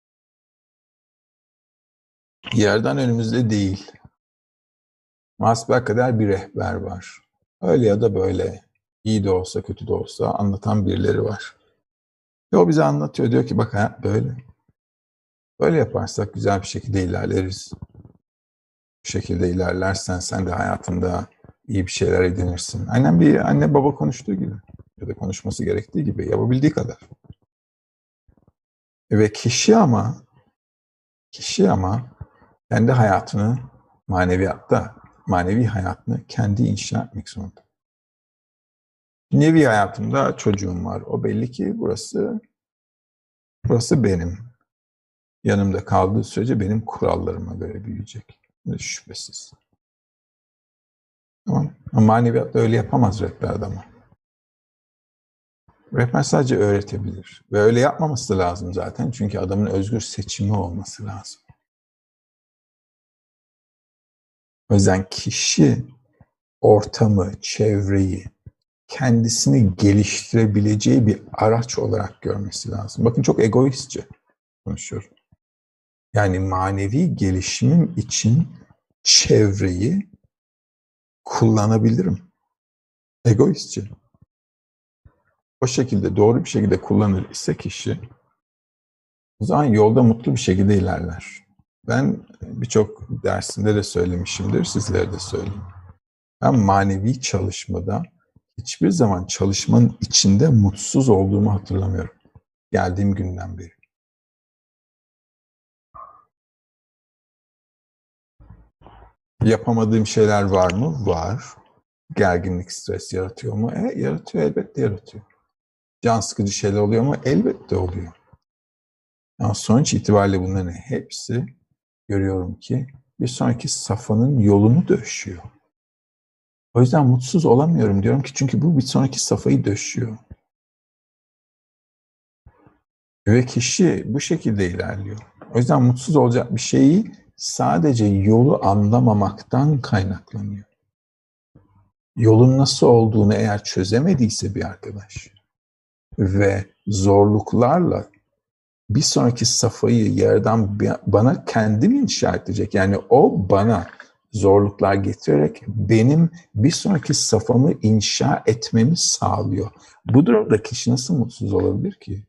Yerden önümüzde değil. Hasbelkader bir rehber var. Öyle ya da böyle, iyi de olsa kötü de olsa anlatan birileri var. Ve o bize anlatıyor. Diyor ki bak hayat böyle. Böyle yaparsak güzel bir şekilde ilerleriz. Bu şekilde ilerlersen sen de hayatında iyi bir şeyler edinirsin. Aynen bir anne baba konuştuğu gibi. Ya da konuşması gerektiği gibi. Yapabildiği kadar. Ve kişi ama kişi ama kendi hayatını maneviyatta, manevi hayatını kendi inşa etmek zorunda. Nevi hayatımda çocuğum var. O belli ki burası burası benim. Yanımda kaldığı sürece benim kurallarıma göre büyüyecek. Şüphesiz. Tamam. Ama maneviyatta öyle yapamaz rehber adamı. Rehber sadece öğretebilir. Ve öyle yapmaması lazım zaten. Çünkü adamın özgür seçimi olması lazım. O yüzden kişi ortamı, çevreyi, kendisini geliştirebileceği bir araç olarak görmesi lazım. Bakın çok egoistçe konuşuyorum. Yani manevi gelişimim için çevreyi kullanabilirim. Egoistçe. O şekilde, doğru bir şekilde kullanır ise kişi, o zaman yolda mutlu bir şekilde ilerler. Ben birçok dersinde de söylemişimdir, sizlere de söyleyeyim. Ben manevi çalışmada hiçbir zaman çalışmanın içinde mutsuz olduğumu hatırlamıyorum. Geldiğim günden beri. Yapamadığım şeyler var mı? Var. Gerginlik, stres yaratıyor mu? E, yaratıyor, elbette yaratıyor. Can sıkıcı şeyler oluyor mu? Elbette oluyor. Ama sonuç itibariyle bunların hepsi görüyorum ki bir sonraki safhanın yolunu döşüyor. O yüzden mutsuz olamıyorum diyorum ki çünkü bu bir sonraki safhayı döşüyor. Ve kişi bu şekilde ilerliyor. O yüzden mutsuz olacak bir şeyi sadece yolu anlamamaktan kaynaklanıyor. Yolun nasıl olduğunu eğer çözemediyse bir arkadaş ve zorluklarla bir sonraki safhayı yerden bana kendim inşa edecek. Yani o bana zorluklar getirerek benim bir sonraki safhamı inşa etmemi sağlıyor. Bu durumda kişi nasıl mutsuz olabilir ki?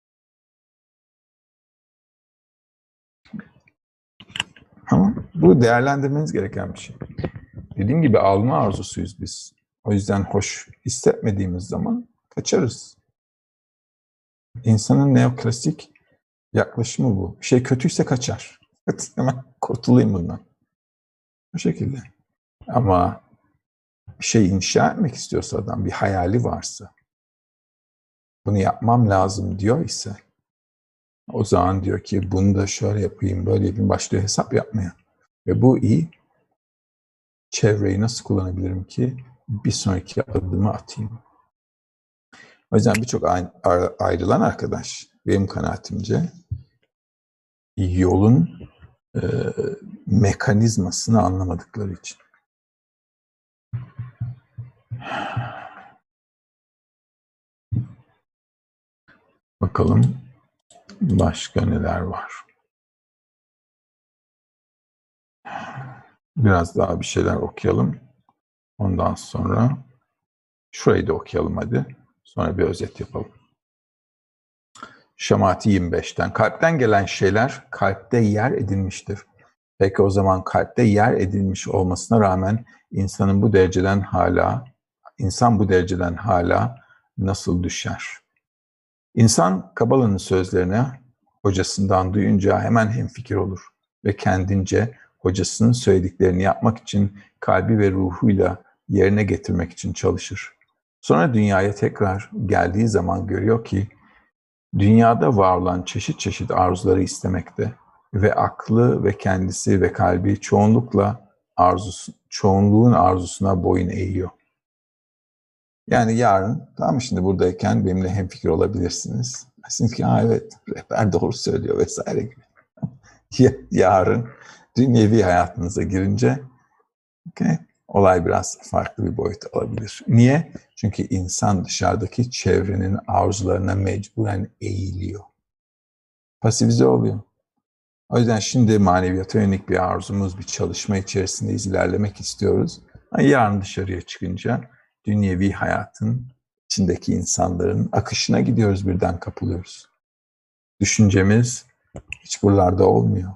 Ama bu değerlendirmeniz gereken bir şey. Dediğim gibi alma arzusuyuz biz. O yüzden hoş hissetmediğimiz zaman kaçarız. İnsanın neoklasik yaklaşımı bu. Bir şey kötüyse kaçar. Hemen kurtulayım bundan. Bu şekilde. Ama bir şey inşa etmek istiyorsa adam, bir hayali varsa, bunu yapmam lazım diyor ise, o zaman diyor ki bunu da şöyle yapayım, böyle yapayım, başlıyor hesap yapmaya. Ve bu iyi. Çevreyi nasıl kullanabilirim ki bir sonraki adımı atayım? O yüzden birçok ayrılan arkadaş benim kanaatimce yolun e, mekanizmasını anlamadıkları için. Bakalım başka neler var. Biraz daha bir şeyler okuyalım. Ondan sonra şurayı da okuyalım hadi. Sonra bir özet yapalım. Şamati yirmi beşten. Kalpten gelen şeyler kalpte yer edinmiştir. Peki o zaman kalpte yer edilmiş olmasına rağmen insanın bu dereceden hala, insan bu dereceden hala nasıl düşer? İnsan Kabala'nın sözlerine hocasından duyunca hemen hemfikir olur ve kendince hocasının söylediklerini yapmak için kalbi ve ruhuyla yerine getirmek için çalışır. Sonra dünyaya tekrar geldiği zaman görüyor ki dünyada var olan çeşit çeşit arzuları istemekte ve aklı ve kendisi ve kalbi çoğunlukla arzusu, çoğunluğun arzusuna boyun eğiyor. Yani yarın, tamam mı, şimdi buradayken benimle hemfikir olabilirsiniz. Dersiniz ki, ha evet, rehber doğru söylüyor vesaire gibi. Yarın dünyevi hayatınıza girince okay, olay biraz farklı bir boyut alabilir. Niye? Çünkü insan dışarıdaki çevrenin arzularına mecburen eğiliyor. Pasifize oluyor. O yüzden şimdi maneviyata yönelik bir arzumuz, bir çalışma içerisindeyiz, ilerlemek istiyoruz. Ama yarın dışarıya çıkınca dünyevi hayatın içindeki insanların akışına gidiyoruz, birden kapılıyoruz. Düşüncemiz hiç buralarda olmuyor.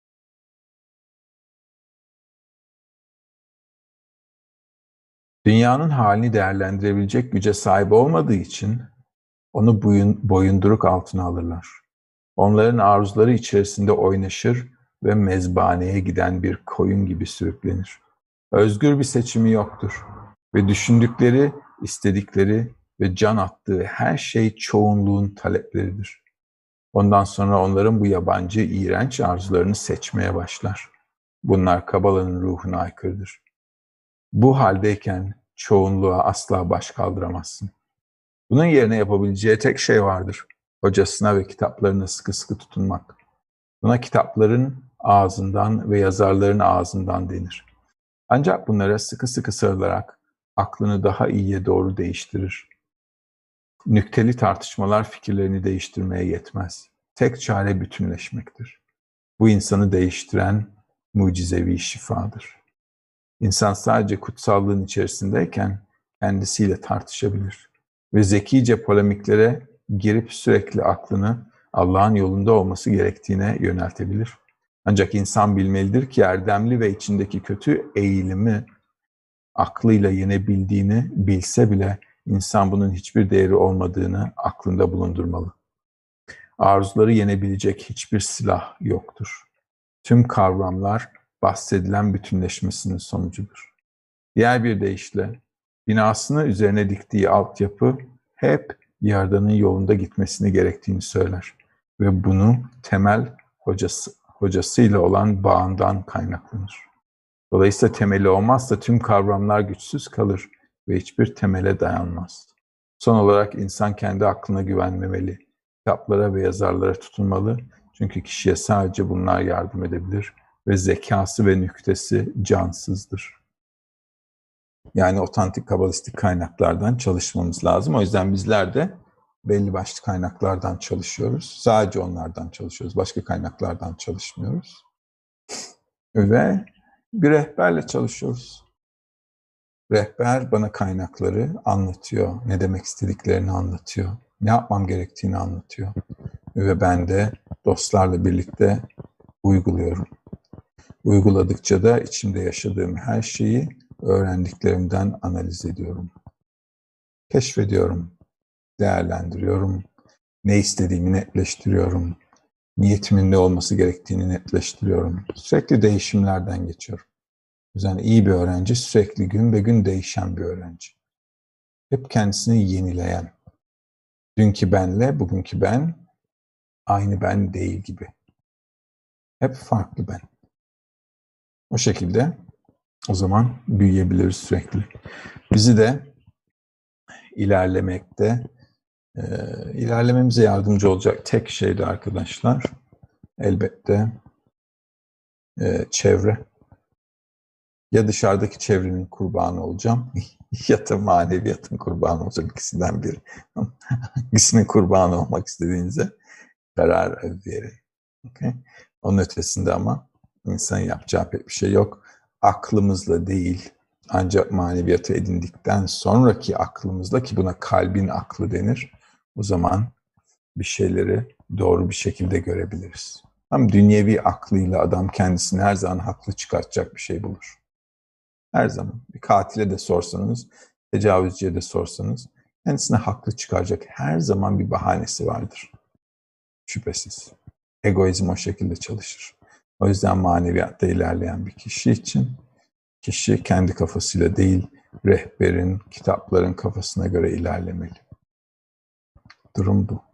Dünyanın halini değerlendirebilecek güce sahip olmadığı için onu boyun, boyunduruk altına alırlar. Onların arzuları içerisinde oynaşır ve mezbaneye giden bir koyun gibi sürüklenir. Özgür bir seçimi yoktur ve düşündükleri, istedikleri ve can attığı her şey çoğunluğun talepleridir. Ondan sonra onların bu yabancı, iğrenç arzularını seçmeye başlar. Bunlar Kabala'nın ruhuna aykırıdır. Bu haldeyken çoğunluğa asla baş kaldıramazsın. Bunun yerine yapabileceği tek şey vardır. Hocasına ve kitaplarına sıkı sıkı tutunmak. Buna kitapların ağzından ve yazarların ağzından denir. Ancak bunlara sıkı sıkı sarılarak aklını daha iyiye doğru değiştirir. Nükteli tartışmalar fikirlerini değiştirmeye yetmez. Tek çare bütünleşmektir. Bu insanı değiştiren mucizevi şifadır. İnsan sadece kutsallığın içerisindeyken kendisiyle tartışabilir ve zekice polemiklere girip sürekli aklını Allah'ın yolunda olması gerektiğine yöneltebilir. Ancak insan bilmelidir ki erdemli ve içindeki kötü eğilimi aklıyla yenebildiğini bilse bile insan bunun hiçbir değeri olmadığını aklında bulundurmalı. Arzuları yenebilecek hiçbir silah yoktur. Tüm kavramlar bahsedilen bütünleşmesinin sonucudur. Diğer bir deyişle, binasını üzerine diktiği altyapı hep Yaradan'ın yolunda gitmesini gerektiğini söyler. Ve bunu temel hocası, hocasıyla olan bağından kaynaklanır. Dolayısıyla temeli olmazsa tüm kavramlar güçsüz kalır ve hiçbir temele dayanmaz. Son olarak insan kendi aklına güvenmemeli, kitaplara ve yazarlara tutunmalı. Çünkü kişiye sadece bunlar yardım edebilir ve zekası ve nüktesi cansızdır. Yani otantik kabalistik kaynaklardan çalışmamız lazım. O yüzden bizler de belli başlı kaynaklardan çalışıyoruz. Sadece onlardan çalışıyoruz. Başka kaynaklardan çalışmıyoruz. Ve bir rehberle çalışıyoruz. Rehber bana kaynakları anlatıyor. Ne demek istediklerini anlatıyor. Ne yapmam gerektiğini anlatıyor. Ve ben de dostlarla birlikte uyguluyorum. Uyguladıkça da içimde yaşadığım her şeyi öğrendiklerimden analiz ediyorum. Keşfediyorum, değerlendiriyorum. Ne istediğimi netleştiriyorum. Niyetimin ne olması gerektiğini netleştiriyorum. Sürekli değişimlerden geçiyorum. O yüzden iyi bir öğrenci sürekli gün be gün değişen bir öğrenci. Hep kendisini yenileyen. Dünkü benle bugünkü ben aynı ben değil gibi. Hep farklı ben. O şekilde o zaman büyüyebiliriz sürekli. Bizi de ilerlemekte, e, ilerlememize yardımcı olacak tek şey de arkadaşlar elbette e, çevre. Ya dışarıdaki çevrenin kurbanı olacağım ya da maneviyatın kurbanı olacağım. İkisinden biri. Hangisinin kurbanı olmak istediğinize karar verin. Okay? Onun ötesinde ama insanın yapacağı pek bir şey yok. Aklımızla değil, ancak maneviyatı edindikten sonraki aklımızla, ki buna kalbin aklı denir, o zaman bir şeyleri doğru bir şekilde görebiliriz. Ama dünyevi aklıyla adam kendisini her zaman haklı çıkartacak bir şey bulur. Her zaman. Bir katile de sorsanız, tecavüzcüye de sorsanız, kendisine haklı çıkaracak her zaman bir bahanesi vardır. Şüphesiz. Egoizm o şekilde çalışır. O yüzden maneviyatta ilerleyen bir kişi için kişi kendi kafasıyla değil, rehberin, kitapların kafasına göre ilerlemeli. Durum bu.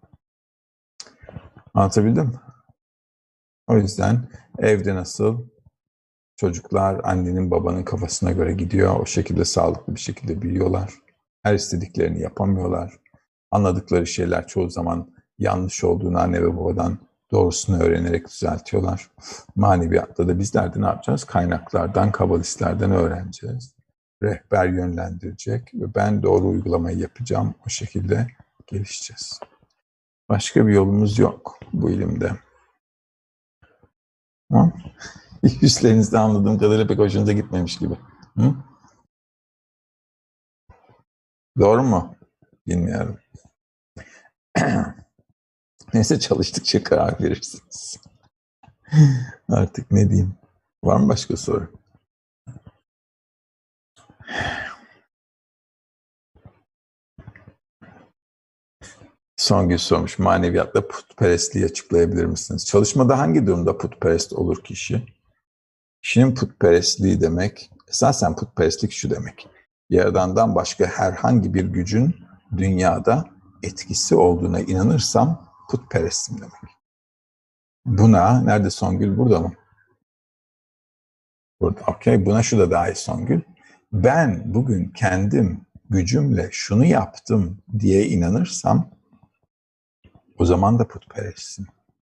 Anlatabildim mi? O yüzden evde nasıl çocuklar annenin babanın kafasına göre gidiyor, o şekilde sağlıklı bir şekilde büyüyorlar. Her istediklerini yapamıyorlar. Anladıkları şeyler çoğu zaman yanlış olduğunu anne ve babadan doğrusunu öğrenerek düzeltiyorlar. Maneviyatta da bizler de ne yapacağız? Kaynaklardan, kabalistlerden öğreneceğiz. Rehber yönlendirecek ve ben doğru uygulamayı yapacağım. O şekilde gelişeceğiz. Başka bir yolumuz yok bu ilimde. Tamam. Yüzlerinizde anladığım kadarıyla pek hoşunuza gitmemiş gibi. Hı? Doğru mu? Bilmiyorum. Neyse çalıştıkça karar verirsiniz. Artık ne diyeyim? Var mı başka soru? Songül sormuş. Maneviyatla putperestliği açıklayabilir misiniz? Çalışmada hangi durumda putperest olur kişi? Kişinin putperestliği demek, esasen putperestlik şu demek. Yaradandan başka herhangi bir gücün dünyada etkisi olduğuna inanırsam putperestim demek. Buna, nerede Songül? Burada mı? Burada, okey. Buna şu da dahil Songül. Ben bugün kendim gücümle şunu yaptım diye inanırsam o zaman da putperestsin.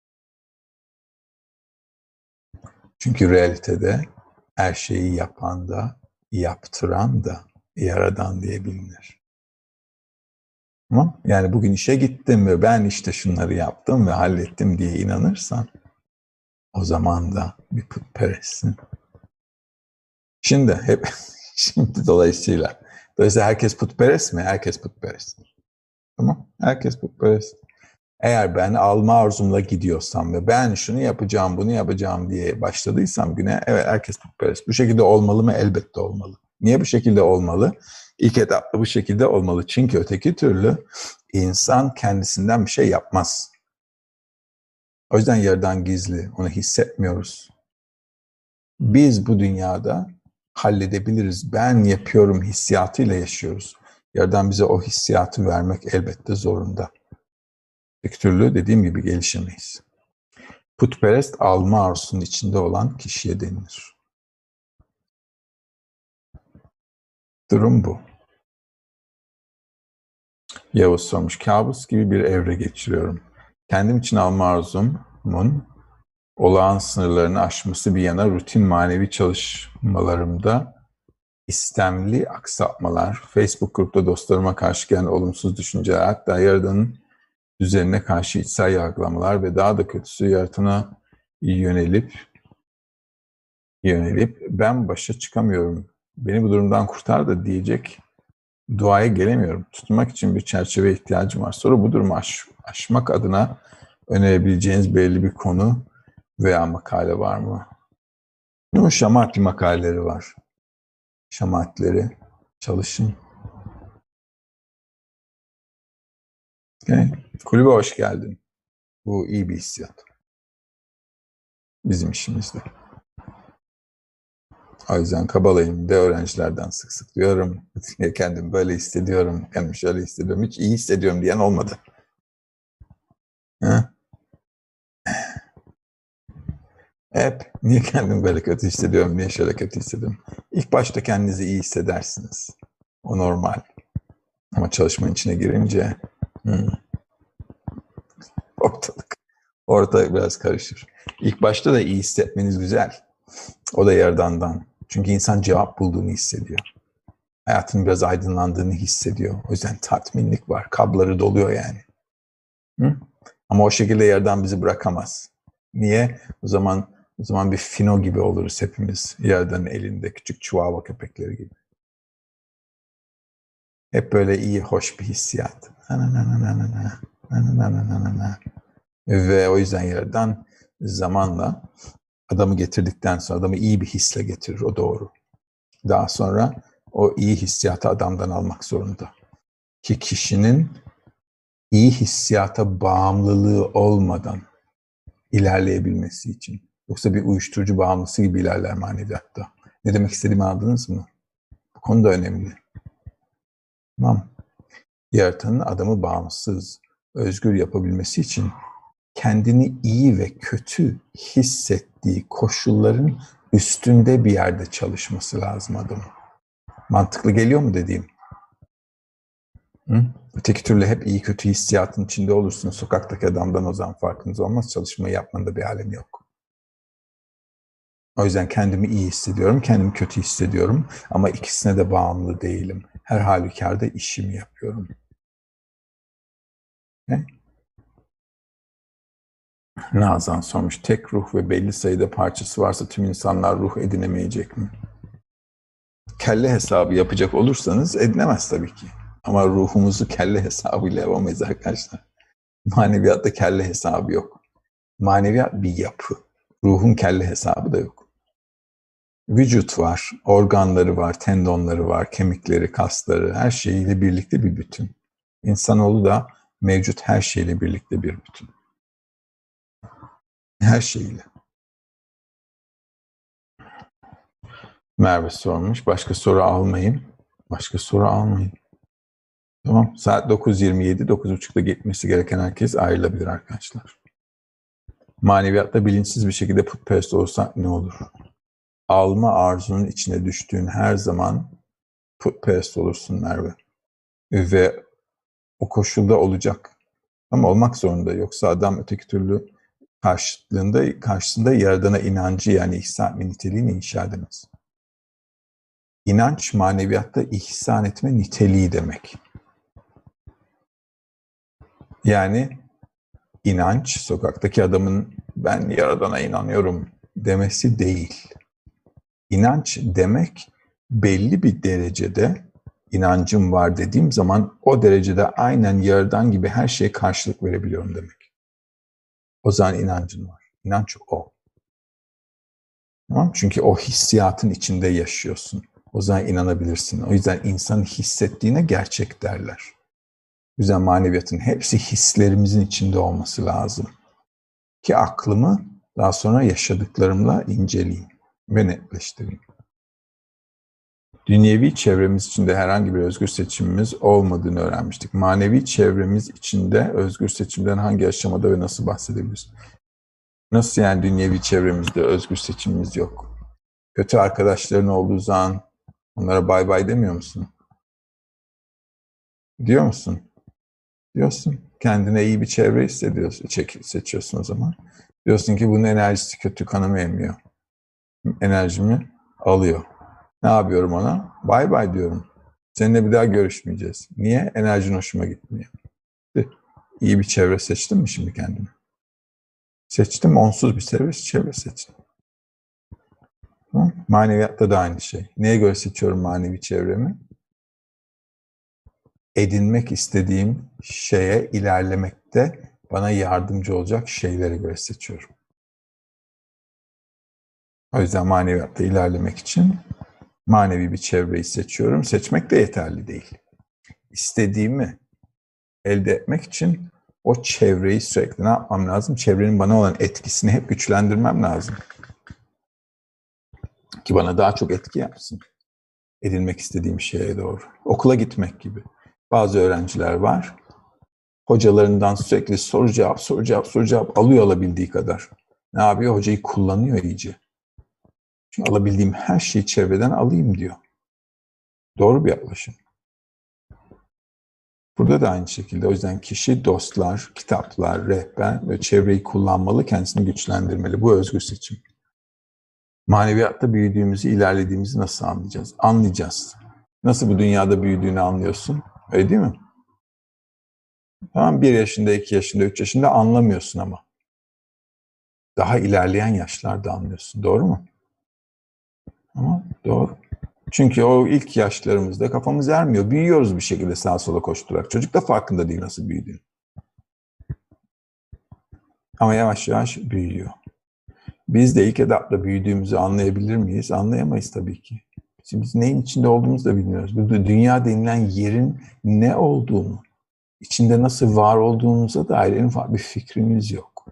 Çünkü realitede her şeyi yapan da, yaptıran da Yaradan diye bilinir. Tamam? Yani bugün işe gittim ve ben işte şunları yaptım ve hallettim diye inanırsan o zaman da bir putperestsin. Şimdi hep şimdi dolayısıyla dolayısıyla herkes putperest mi? Herkes putperest. Tamam? Herkes putperest. Eğer ben alma arzumla gidiyorsam ve ben şunu yapacağım, bunu yapacağım diye başladıysam güne, evet herkes putperest. Bu şekilde olmalı mı? Elbette olmalı. Niye bu şekilde olmalı? İlk etapta bu şekilde olmalı. Çünkü öteki türlü insan kendisinden bir şey yapmaz. O yüzden yerden gizli, onu hissetmiyoruz. Biz bu dünyada halledebiliriz. Ben yapıyorum hissiyatıyla yaşıyoruz. Yerden bize o hissiyatı vermek elbette zorunda. Öteki türlü dediğim gibi gelişemeyiz. Putperest alma arzusunun içinde olan kişiye denilir. Durum bu. Yavuz sormuş. Kabus gibi bir evre geçiriyorum. Kendim için alma arzumun olağan sınırlarını aşması bir yana rutin manevi çalışmalarımda istemli aksatmalar, Facebook grupta dostlarıma karşı gelen olumsuz düşünceler, hatta Yaradan'ın üzerine karşı içsel yargılamalar ve daha da kötüsü yaratana yönelip yönelip ben başa çıkamıyorum, beni bu durumdan kurtar da diyecek duaya gelemiyorum. Tutunmak için bir çerçeve ihtiyacım var. Sonra bu durumu aş, aşmak adına önerebileceğiniz belli bir konu veya makale var mı? Bunun şamatli makaleleri var. Şamatleri çalışın. Okay. Kulübe hoş geldin. Bu iyi bir hissiyat. Bizim işimizde. O yüzden Kabala'yım de öğrencilerden sık sık diyorum. Kendim böyle hissediyorum, kendim şöyle hissediyorum. Hiç iyi hissediyorum diyen olmadı. Ha? Hep niye kendim böyle kötü hissediyorum, niye şöyle kötü hissediyorum? İlk başta kendinizi iyi hissedersiniz. O normal. Ama çalışmanın içine girince hmm, ortalık, ortalık biraz karışır. İlk başta da iyi hissetmeniz güzel. O da Yaradan'dan. Çünkü insan cevap bulduğunu hissediyor. Hayatının biraz aydınlandığını hissediyor. O yüzden tatminlik var. Kabları doluyor yani. Hı? Ama o şekilde Yaradan bizi bırakamaz. Niye? O zaman o zaman bir fino gibi oluruz hepimiz. Yaradan'ın elinde küçük çuvala köpekleri gibi. Hep böyle iyi, hoş bir hissiyat. Ve o yüzden Yaradan zamanla adamı getirdikten sonra adamı iyi bir hisle getirir. O doğru. Daha sonra o iyi hissiyatı adamdan almak zorunda. Ki kişinin iyi hissiyata bağımlılığı olmadan ilerleyebilmesi için. Yoksa bir uyuşturucu bağımlısı gibi ilerler maneviyatta. Ne demek istediğimi anladınız mı? Bu konu da önemli. Tamam. Yaratanın adamı bağımsız, özgür yapabilmesi için kendini iyi ve kötü hissettiği koşulların üstünde bir yerde çalışması lazım adamın. Mantıklı geliyor mu dediğim? Hı? Öteki türlü hep iyi kötü hissiyatın içinde olursunuz. Sokaktaki adamdan o zaman farkınız olmaz. Çalışmayı yapmanın da bir alemi yok. O yüzden kendimi iyi hissediyorum, kendimi kötü hissediyorum. Ama ikisine de bağımlı değilim. Her halükarda işimi yapıyorum. Ne? Nazan sormuş. Tek ruh ve belli sayıda parçası varsa tüm insanlar ruh edinemeyecek mi? Kelle hesabı yapacak olursanız edinemez tabii ki. Ama ruhumuzu kelle hesabıyla yapamayız arkadaşlar. Maneviyatta kelle hesabı yok. Maneviyat bir yapı. Ruhun kelle hesabı da yok. Vücut var, organları var, tendonları var, kemikleri, kasları, her şeyiyle birlikte bir bütün. İnsanoğlu da mevcut her şeyle birlikte bir bütün. Her şeyiyle. Merve sormuş. Başka soru almayayım. Başka soru almayayım. Tamam. Saat dokuz yirmi yedi, dokuz buçukta gitmesi gereken herkes ayrılabilir arkadaşlar. Maneviyatta bilinçsiz bir şekilde putperest olursak ne olur? Alma arzunun içine düştüğün her zaman putperest olursun Merve. Ve o koşulda olacak. Ama olmak zorunda. Yoksa adam öteki türlü karşılığında, karşısında Yaradan'a inancı yani ihsan etme niteliğini inşa edemez. İnanç maneviyatta ihsan etme niteliği demek. Yani inanç sokaktaki adamın ben Yaradan'a inanıyorum demesi değil. İnanç demek belli bir derecede inancım var dediğim zaman o derecede aynen Yaradan gibi her şeye karşılık verebiliyorum demek. O zaman inancın var. İnanç o. Tamam? Çünkü o hissiyatın içinde yaşıyorsun. O zaman inanabilirsin. O yüzden insanın hissettiğine gerçek derler. O yüzden maneviyatın hepsi hislerimizin içinde olması lazım. Ki aklımı daha sonra yaşadıklarımla inceleyeyim ve netleştireyim. Dünyevi çevremiz içinde herhangi bir özgür seçimimiz olmadığını öğrenmiştik. Manevi çevremiz içinde özgür seçimden hangi aşamada ve nasıl bahsedebiliriz? Nasıl yani dünyevi çevremizde özgür seçimimiz yok? Kötü arkadaşların olduğu zaman onlara bay bay demiyor musun? Diyor musun? Diyorsun. Kendine iyi bir çevre hissediyorsun, seçiyorsun o zaman. Diyorsun ki bunun enerjisi kötü, kanımı emmiyor. Enerjimi alıyor. Ne yapıyorum ona? Bay bay diyorum. Seninle bir daha görüşmeyeceğiz. Niye? Enerjin hoşuma gitmiyor. İyi bir çevre seçtim mi şimdi kendime? Seçtim, onsuz bir çevre, çevre seçtim. Hı? Maneviyatta da aynı şey. Neye göre seçiyorum manevi çevremi? Edinmek istediğim şeye ilerlemekte bana yardımcı olacak şeylere göre seçiyorum. O yüzden maneviyatta ilerlemek için manevi bir çevreyi seçiyorum. Seçmek de yeterli değil. İstediğimi elde etmek için o çevreyi sürekli ne yapmam lazım? Çevrenin bana olan etkisini hep güçlendirmem lazım. Ki bana daha çok etki yapsın. Edinmek istediğim şeye doğru. Okula gitmek gibi. Bazı öğrenciler var. Hocalarından sürekli soru cevap, soru cevap, soru cevap alıyor alabildiği kadar. Ne yapıyor? Hocayı kullanıyor iyice. Çünkü alabildiğim her şeyi çevreden alayım diyor. Doğru bir yaklaşım. Burada da aynı şekilde. O yüzden kişi dostlar, kitaplar, rehber ve çevreyi kullanmalı, kendisini güçlendirmeli. Bu özgür seçim. Maneviyatta büyüdüğümüzü, ilerlediğimizi nasıl anlayacağız? Anlayacağız. Nasıl bu dünyada büyüdüğünü anlıyorsun? Öyle değil mi? Tamam, bir yaşında, iki yaşında, üç yaşında anlamıyorsun ama. Daha ilerleyen yaşlarda anlıyorsun. Doğru mu? Ama doğru. Çünkü o ilk yaşlarımızda kafamız ermiyor. Büyüyoruz bir şekilde sağa sola koşturarak. Çocuk da farkında değil nasıl büyüdüğünü. Ama yavaş yavaş büyüyor. Biz de ilk etapta büyüdüğümüzü anlayabilir miyiz? Anlayamayız tabii ki. Şimdi biz neyin içinde olduğumuzu da bilmiyoruz. Bu dünya denilen yerin ne olduğunu, içinde nasıl var olduğumuza dair en ufak bir fikrimiz yok.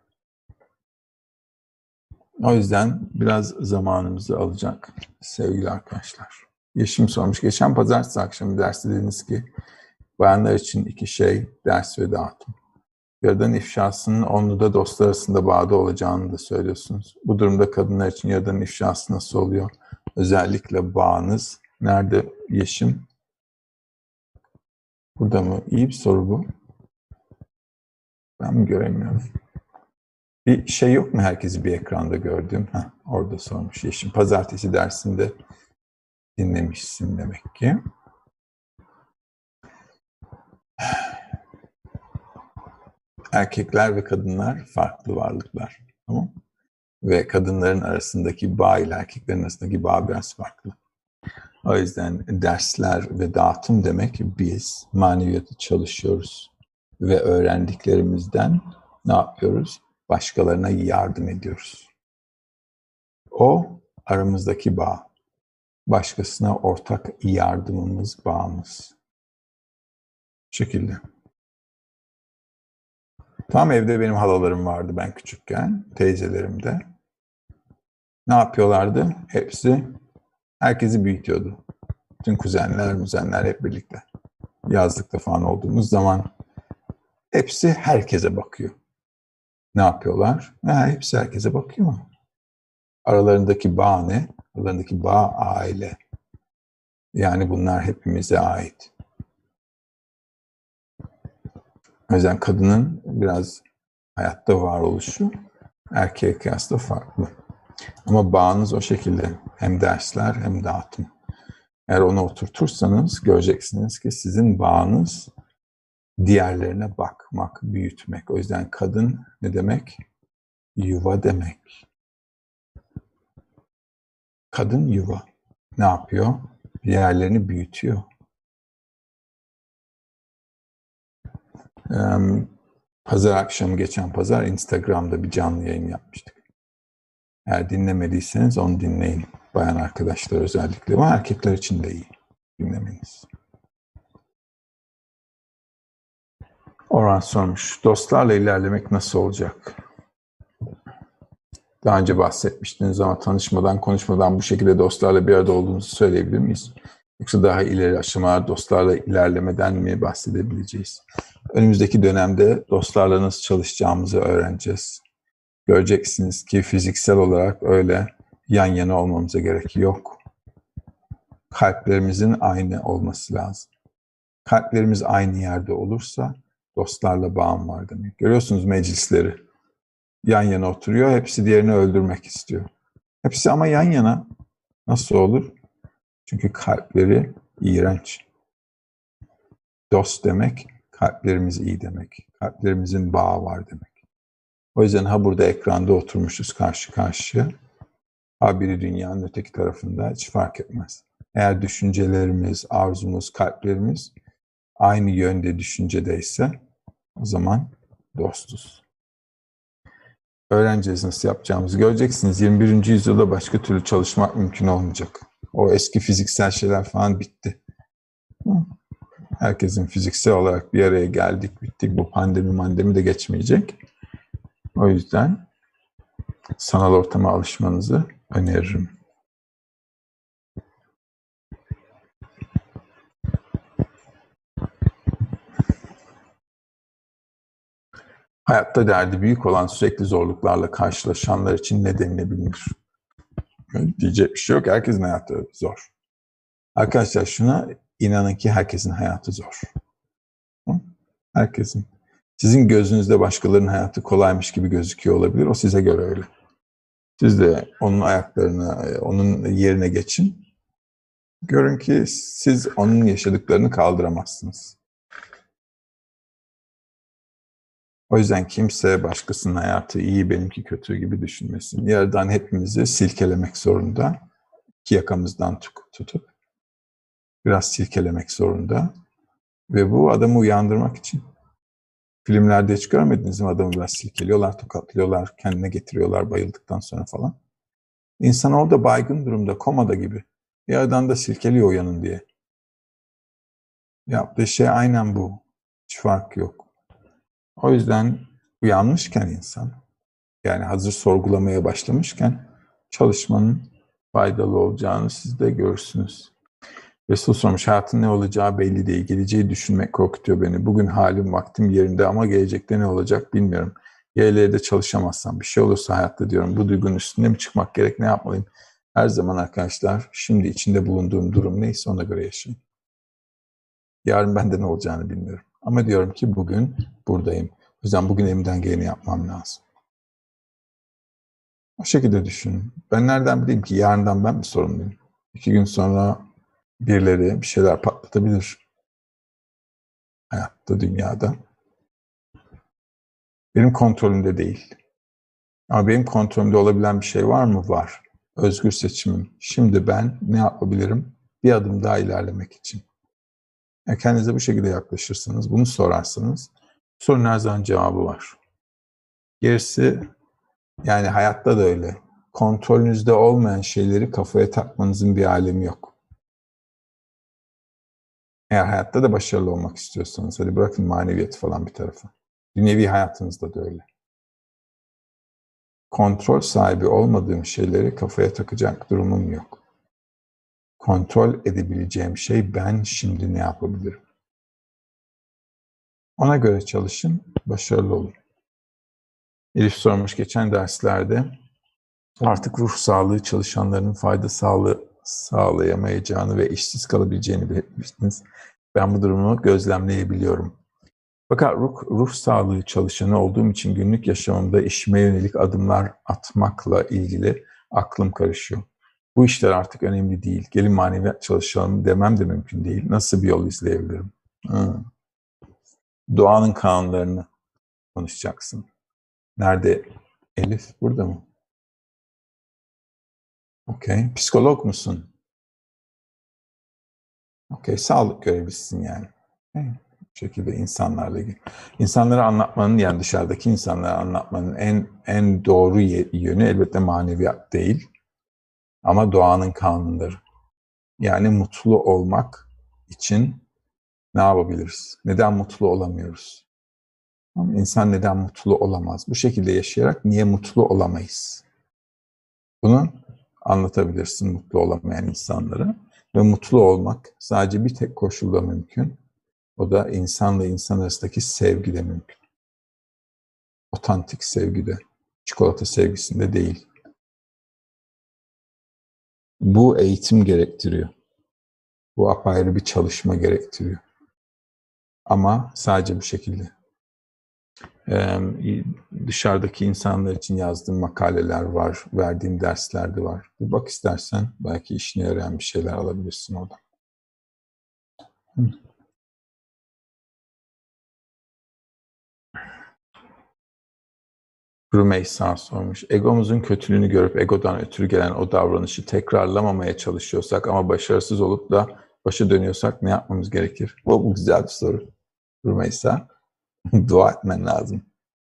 O yüzden biraz zamanımızı alacak sevgili arkadaşlar. Yeşim sormuş. Geçen pazartesi akşamı derste dediniz ki bayanlar için iki şey, ders ve dağıtım. Yaradan ifşasının onluda dostlar arasında bağda olacağını da söylüyorsunuz. Bu durumda kadınlar için Yaradan ifşası nasıl oluyor? Özellikle bağınız nerede Yeşim? Burada mı? İyi bir soru bu. Ben mi göremiyorum? Bir şey yok mu herkesi bir ekranda gördüğüm? Heh, orada sormuş Yeşim. Pazartesi dersinde dinlemişsin demek ki. Erkekler ve kadınlar farklı varlıklar. Tamam. Ve kadınların arasındaki bağ ile erkeklerin arasındaki bağ biraz farklı. O yüzden dersler ve dağıtım demek biz maneviyatı çalışıyoruz ve öğrendiklerimizden ne yapıyoruz? Başkalarına yardım ediyoruz. O aramızdaki bağ. Başkasına ortak yardımımız, bağımız. Bu şekilde. Tam evde benim halalarım vardı ben küçükken, teyzelerim de. Ne yapıyorlardı? Hepsi herkesi büyütüyordu. Bütün kuzenler, müzenler hep birlikte. Yazlıkta falan olduğumuz zaman hepsi herkese bakıyor. Ne yapıyorlar? Ha, hepsi herkese bakıyor. Aralarındaki bağ ne? Aralarındaki bağ aile. Yani bunlar hepimize ait. O yüzden kadının biraz hayatta varoluşu erkeğe kıyasla farklı. Ama bağınız o şekilde. Hem dersler hem dağıtım. Eğer onu oturtursanız göreceksiniz ki sizin bağınız diğerlerine bakmak, büyütmek. O yüzden kadın ne demek? Yuva demek. Kadın yuva. Ne yapıyor? Diğerlerini büyütüyor. Pazar akşamı, geçen pazar Instagram'da bir canlı yayın yapmıştık. Eğer dinlemediyseniz onu dinleyin. Bayan arkadaşlar özellikle. Ama erkekler için de iyi dinlemeniz. Orhan sormuş. Dostlarla ilerlemek nasıl olacak? Daha önce bahsetmiştiniz ama tanışmadan, konuşmadan bu şekilde dostlarla bir arada olduğumuzu söyleyebilir miyiz? Yoksa daha ileri aşamalar dostlarla ilerlemeden mi bahsedebileceğiz? Önümüzdeki dönemde dostlarla nasıl çalışacağımızı öğreneceğiz. Göreceksiniz ki fiziksel olarak öyle yan yana olmamıza gerek yok. Kalplerimizin aynı olması lazım. Kalplerimiz aynı yerde olursa dostlarla bağım var demek. Görüyorsunuz meclisleri. Yan yana oturuyor, hepsi diğerini öldürmek istiyor. Hepsi ama yan yana. Nasıl olur? Çünkü kalpleri iğrenç. Dost demek, kalplerimiz iyi demek. Kalplerimizin bağı var demek. O yüzden ha burada ekranda oturmuşuz karşı karşıya, ha biri dünyanın öteki tarafında, hiç fark etmez. Eğer düşüncelerimiz, arzumuz, kalplerimiz aynı yönde düşüncedeyse o zaman dostuz. Öğreneceğiz nasıl yapacağımızı. Göreceksiniz yirmi birinci yüzyılda başka türlü çalışmak mümkün olmayacak. O eski fiziksel şeyler falan bitti. Herkesin fiziksel olarak bir araya geldik, bittik. Bu pandemi mandemi de geçmeyecek. O yüzden sanal ortama alışmanızı öneririm. Hayatta derdi büyük olan sürekli zorluklarla karşılaşanlar için ne denilebilir? Diyecek bir şey yok. Herkesin hayatı zor. Arkadaşlar şuna inanın ki herkesin hayatı zor. Herkesin. Sizin gözünüzde başkalarının hayatı kolaymış gibi gözüküyor olabilir. O size göre öyle. Siz de onun ayaklarına, onun yerine geçin. Görün ki siz onun yaşadıklarını kaldıramazsınız. O yüzden kimse başkasının hayatı iyi, benimki kötü gibi düşünmesin. Yaradan hepimizi silkelemek zorunda. İki yakamızdan tutup biraz silkelemek zorunda. Ve bu adamı uyandırmak için. Filmlerde hiç görmediniz mi? Adamı biraz silkeliyorlar, tokatlıyorlar, kendine getiriyorlar bayıldıktan sonra falan. İnsan orada baygın durumda, komada gibi. Yaradan da silkeliyor uyanın diye. Yaptığı şey aynen bu. Hiç fark yok. O yüzden uyanmışken insan, yani hazır sorgulamaya başlamışken çalışmanın faydalı olacağını siz de görürsünüz. Resul sormuş, hayatın ne olacağı belli değil. Geleceği düşünmek korkutuyor beni. Bugün halim, vaktim yerinde ama gelecekte ne olacak bilmiyorum. Ya ileride çalışamazsam, bir şey olursa hayatta diyorum. Bu duygunun üstüne mi çıkmak gerek, ne yapmalıyım? Her zaman arkadaşlar, şimdi içinde bulunduğum durum neyse ona göre yaşayın. Yarın bende ne olacağını bilmiyorum. Ama diyorum ki bugün buradayım. O yüzden bugün elimden geleni yapmam lazım. O şekilde düşünün. Ben nereden bileyim ki yarından ben mi sorumluyum? İki gün sonra birileri bir şeyler patlatabilir. Hayatta, dünyada. Benim kontrolümde değil. Ama benim kontrolümde olabilen bir şey var mı? Var. Özgür seçimim. Şimdi ben ne yapabilirim? Bir adım daha ilerlemek için. Yani kendinize bu şekilde yaklaşırsınız, bunu sorarsanız sorunun her zaman cevabı var. Gerisi yani hayatta da öyle. Kontrolünüzde olmayan şeyleri kafaya takmanızın bir alemi yok. Eğer hayatta da başarılı olmak istiyorsanız, hadi bırakın maneviyatı falan bir tarafa. Dünyevi hayatınızda da öyle. Kontrol sahibi olmadığım şeyleri kafaya takacak durumum yok. Kontrol edebileceğim şey ben şimdi ne yapabilirim? Ona göre çalışın, başarılı olun. Elif sormuş geçen derslerde artık ruh sağlığı çalışanlarının fayda sağlığı sağlayamayacağını ve işsiz kalabileceğini belirtmiştiniz. Ben bu durumu gözlemleyebiliyorum. Fakat ruh, ruh sağlığı çalışanı olduğum için günlük yaşamımda işime yönelik adımlar atmakla ilgili aklım karışıyor. Bu işler artık önemli değil. Gelin maneviyat çalışalım demem de mümkün değil. Nasıl bir yol izleyebilirim? Hmm. Doğanın kanunlarını konuşacaksın. Nerede Elif? Burada mı? Okey. Psikolog musun? Okey. Sağlık görevlisisin yani. Okay. Bu şekilde insanlarla ilgili. İnsanlara anlatmanın, yani dışarıdaki insanlara anlatmanın en en doğru yönü elbette maneviyat değil. Ama doğanın kanunları. Yani mutlu olmak için ne yapabiliriz? Neden mutlu olamıyoruz? İnsan neden mutlu olamaz? Bu şekilde yaşayarak niye mutlu olamayız? Bunu anlatabilirsin mutlu olamayan insanlara. Ve mutlu olmak sadece bir tek koşulda mümkün. O da insanla insan arasındaki sevgide mümkün. Otantik sevgide, çikolata sevgisinde değil. Bu eğitim gerektiriyor. Bu apayrı bir çalışma gerektiriyor. Ama sadece bu şekilde. Ee, dışarıdaki insanlar için yazdığım makaleler var, verdiğim dersler de var. Bir bak istersen belki işine yarayan bir şeyler alabilirsin oradan. Hı. Rümeysa sormuş. Egomuzun kötülüğünü görüp egodan ötürü gelen o davranışı tekrarlamamaya çalışıyorsak ama başarısız olup da başa dönüyorsak ne yapmamız gerekir? Bu, bu güzel bir soru. Rümeysa. Dua etmen lazım.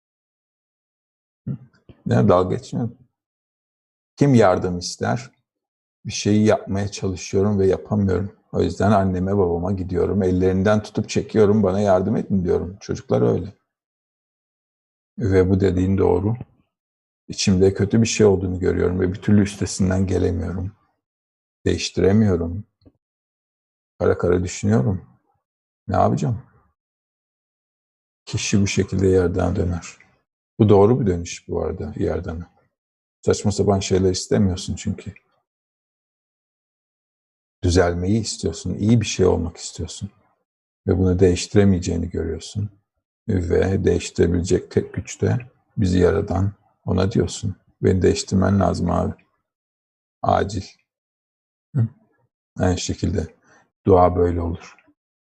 Ne, dalga geçmiyorum. Kim yardım ister? Bir şeyi yapmaya çalışıyorum ve yapamıyorum. O yüzden anneme babama gidiyorum. Ellerinden tutup çekiyorum. Bana yardım edin diyorum. Çocuklar öyle. Ve bu dediğin doğru. İçimde kötü bir şey olduğunu görüyorum ve bir türlü üstesinden gelemiyorum. Değiştiremiyorum. Kara kara düşünüyorum. Ne yapacağım? Kişi bu şekilde yerden döner. Bu doğru bir dönüş bu arada yerden. Saçma sapan şeyler istemiyorsun çünkü. Düzelmeyi istiyorsun, iyi bir şey olmak istiyorsun. Ve bunu değiştiremeyeceğini görüyorsun. Ve değiştirebilecek tek güç de bizi yaradan ona diyorsun. Beni değiştirmen lazım abi. Acil. Hı? Aynı şekilde dua böyle olur.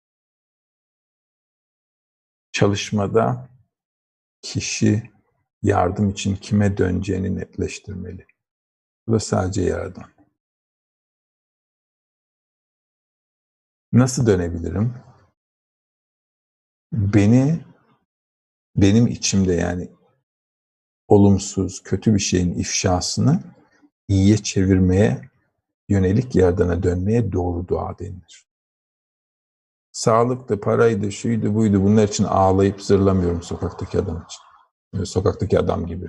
Çalışmada kişi yardım için kime döneceğini netleştirmeli. Bu da sadece yaradan. Nasıl dönebilirim? Beni, benim içimde yani olumsuz, kötü bir şeyin ifşasını iyiye çevirmeye yönelik yardana dönmeye doğru dua denilir. Sağlıktı, paraydı, şuydu, buydu bunlar için ağlayıp zırlamıyorum sokaktaki adam için. Sokaktaki adam gibi.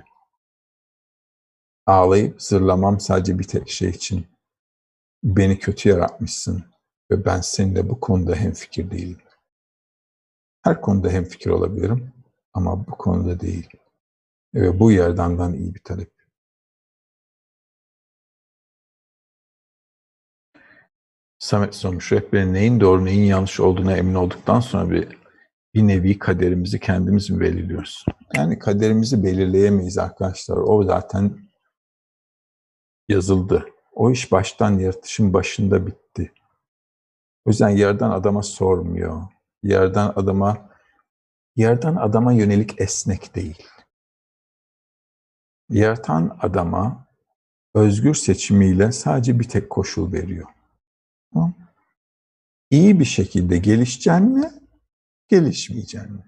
Ağlayıp zırlamam sadece bir tek şey için. Beni kötü yaratmışsın ve ben seninle bu konuda hemfikir değilim. Her konuda hemfikir olabilirim ama bu konuda değil. Ve bu yerdandan iyi bir talep. Samet sormuş, rehberin neyin doğru neyin yanlış olduğuna emin olduktan sonra bir, bir nevi kaderimizi kendimiz mi belirliyoruz? Yani kaderimizi belirleyemeyiz arkadaşlar. O zaten yazıldı. O iş baştan, yaratışın başında bitti. O yüzden yerden adama sormuyor. Yerden adama, yerden adama yönelik esnek değil. Yaratan adama özgür seçimiyle sadece bir tek koşul veriyor. Tamam. İyi bir şekilde gelişeceksin mi, gelişmeyeceksin mi?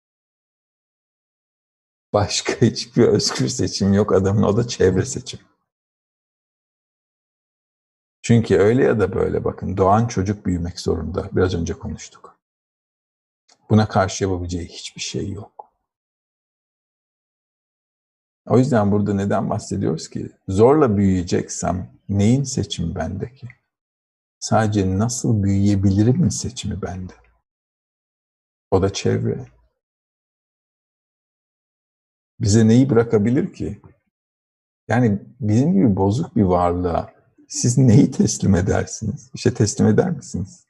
Başka hiçbir özgür seçim yok adamın, o da çevre seçim. Çünkü öyle ya da böyle bakın, doğan çocuk büyümek zorunda. Biraz önce konuştuk. Buna karşı yapabileceği hiçbir şey yok. O yüzden burada neden bahsediyoruz ki? Zorla büyüyeceksem neyin seçimi bendeki? Sadece nasıl büyüyebilirim seçimi bende. O da çevre. Bize neyi bırakabilir ki? Yani bizim gibi bozuk bir varlığa siz neyi teslim edersiniz? Bir şey teslim eder misiniz?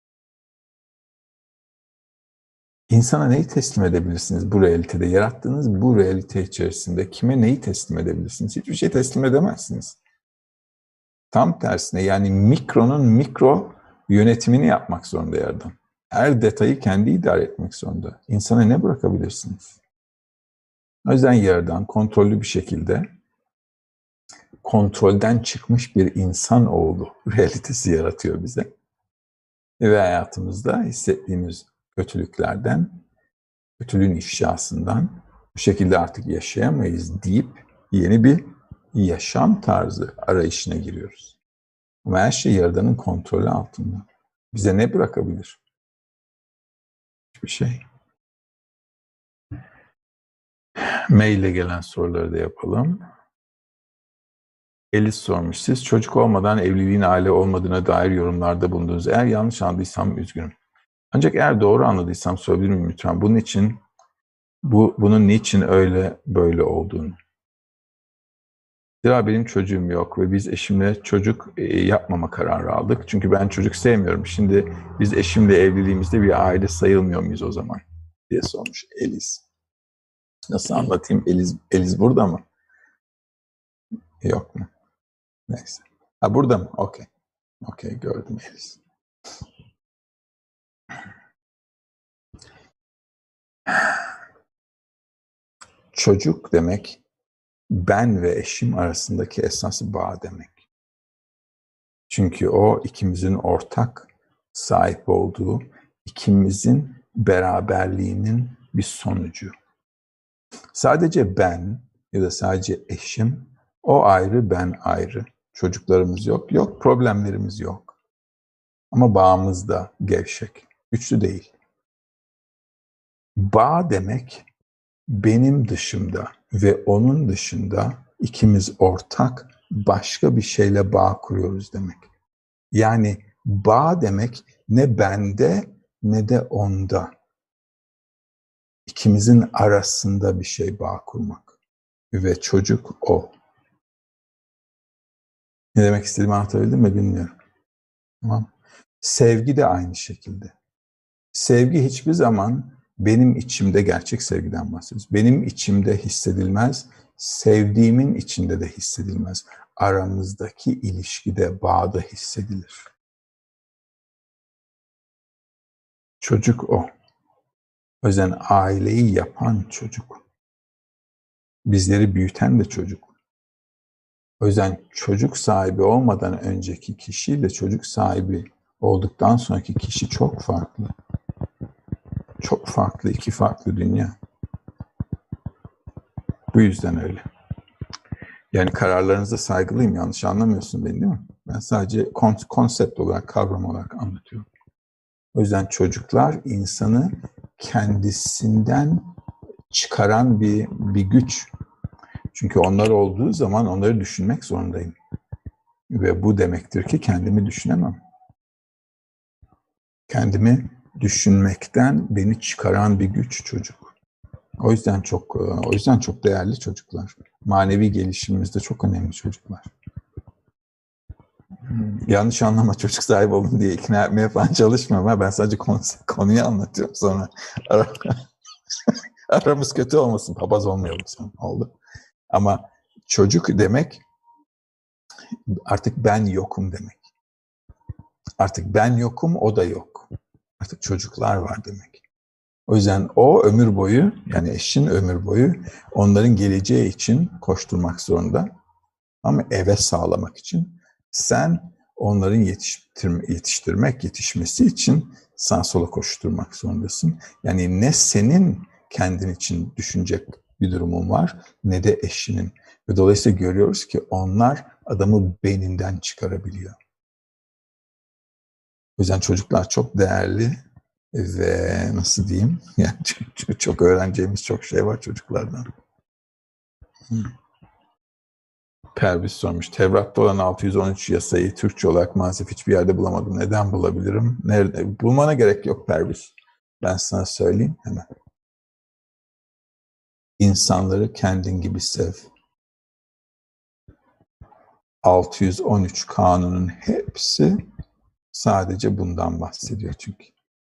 İnsana neyi teslim edebilirsiniz bu realitede? Yarattığınız bu realite içerisinde kime neyi teslim edebilirsiniz? Hiçbir şey teslim edemezsiniz. Tam tersine, yani mikronun mikro yönetimini yapmak zorunda yerden. Her detayı kendi idare etmek zorunda. İnsana ne bırakabilirsiniz? O yüzden yerden kontrollü bir şekilde kontrolden çıkmış bir insanoğlu realitesi yaratıyor bize. Ve hayatımızda hissettiğimiz kötülüklerden, kötülüğün ifşasından bu şekilde artık yaşayamayız deyip yeni bir yaşam tarzı arayışına giriyoruz. Ama her şey Yaradan'ın kontrolü altında. Bize ne bırakabilir? Hiçbir şey. Maille gelen soruları da yapalım. Elis sormuş, siz çocuk olmadan evliliğin aile olmadığına dair yorumlarda bulundunuz. Eğer yanlış anladıysam üzgünüm. Ancak eğer doğru anladıysam sorabilir miyim lütfen? Bunun için, bu, bunun niçin öyle böyle olduğunu. Zira benim çocuğum yok ve biz eşimle çocuk yapmama kararı aldık. Çünkü ben çocuk sevmiyorum. Şimdi biz eşimle evliliğimizde bir aile sayılmıyor muyuz o zaman? Diye sormuş Elis. Nasıl anlatayım? Elis, Elis burada mı? Yok mu? Neyse. Ha burada mı? Okey. Okey, gördüm Elis. Çocuk demek, ben ve eşim arasındaki esas bağ demek. Çünkü o ikimizin ortak sahip olduğu, ikimizin beraberliğinin bir sonucu. Sadece ben ya da sadece eşim, o ayrı, ben ayrı. Çocuklarımız yok, yok problemlerimiz yok. Ama bağımız da gevşek, güçlü değil. Bağ demek, benim dışımda ve onun dışında ikimiz ortak başka bir şeyle bağ kuruyoruz demek. Yani bağ demek ne bende ne de onda. İkimizin arasında bir şey bağ kurmak. Ve çocuk o. Ne demek istediğimi anlatabildim mi bilmiyorum. Tamam. Sevgi de aynı şekilde. Sevgi hiçbir zaman benim içimde, gerçek sevgiden bahsediyoruz. Benim içimde hissedilmez, sevdiğimin içinde de hissedilmez. Aramızdaki ilişkide, bağda hissedilir. Çocuk o. O yüzden aileyi yapan çocuk. Bizleri büyüten de çocuk. O yüzden çocuk sahibi olmadan önceki kişiyle çocuk sahibi olduktan sonraki kişi çok farklı. Çok farklı, iki farklı dünya. Bu yüzden öyle. Yani kararlarınıza saygılıyım, yanlış anlamıyorsun beni değil mi? Ben sadece konsept olarak, kavram olarak anlatıyorum. O yüzden çocuklar insanı kendisinden çıkaran bir, bir güç. Çünkü onlar olduğu zaman onları düşünmek zorundayım. Ve bu demektir ki kendimi düşünemem. Kendimi düşünmekten beni çıkaran bir güç çocuk. O yüzden çok, o yüzden çok değerli çocuklar. Manevi gelişimimizde çok önemli çocuklar. Yanlış anlama, çocuk sahibi olun diye ikna etmeye falan çalışmıyorum. Ha. Ben sadece konu, konuyu anlatıyorum sonra. Aramız kötü olmasın, papaz olmayalım sonra. Oldu. Ama çocuk demek artık ben yokum demek. Artık ben yokum, o da yok. Artık çocuklar var demek. O yüzden o ömür boyu, yani eşin ömür boyu onların geleceği için koşturmak zorunda. Ama eve sağlamak için sen onların yetiştirme, yetiştirmek, yetişmesi için sağa sola koşturmak zorundasın. Yani ne senin kendin için düşünecek bir durumun var, ne de eşinin. Ve dolayısıyla görüyoruz ki onlar adamı beyninden çıkarabiliyor. O yüzden çocuklar çok değerli ve nasıl diyeyim, yani çok, çok öğreneceğimiz çok şey var çocuklardan. Hmm. Pervis sormuş. Tevrat'ta olan altı yüz on üç yasayı Türkçe olarak maalesef hiçbir yerde bulamadım. Neden bulabilirim? Nerede? Bulmana gerek yok Pervis. Ben sana söyleyeyim hemen. İnsanları kendin gibi sev. altı yüz on üç kanunun hepsi sadece bundan bahsediyor çünkü.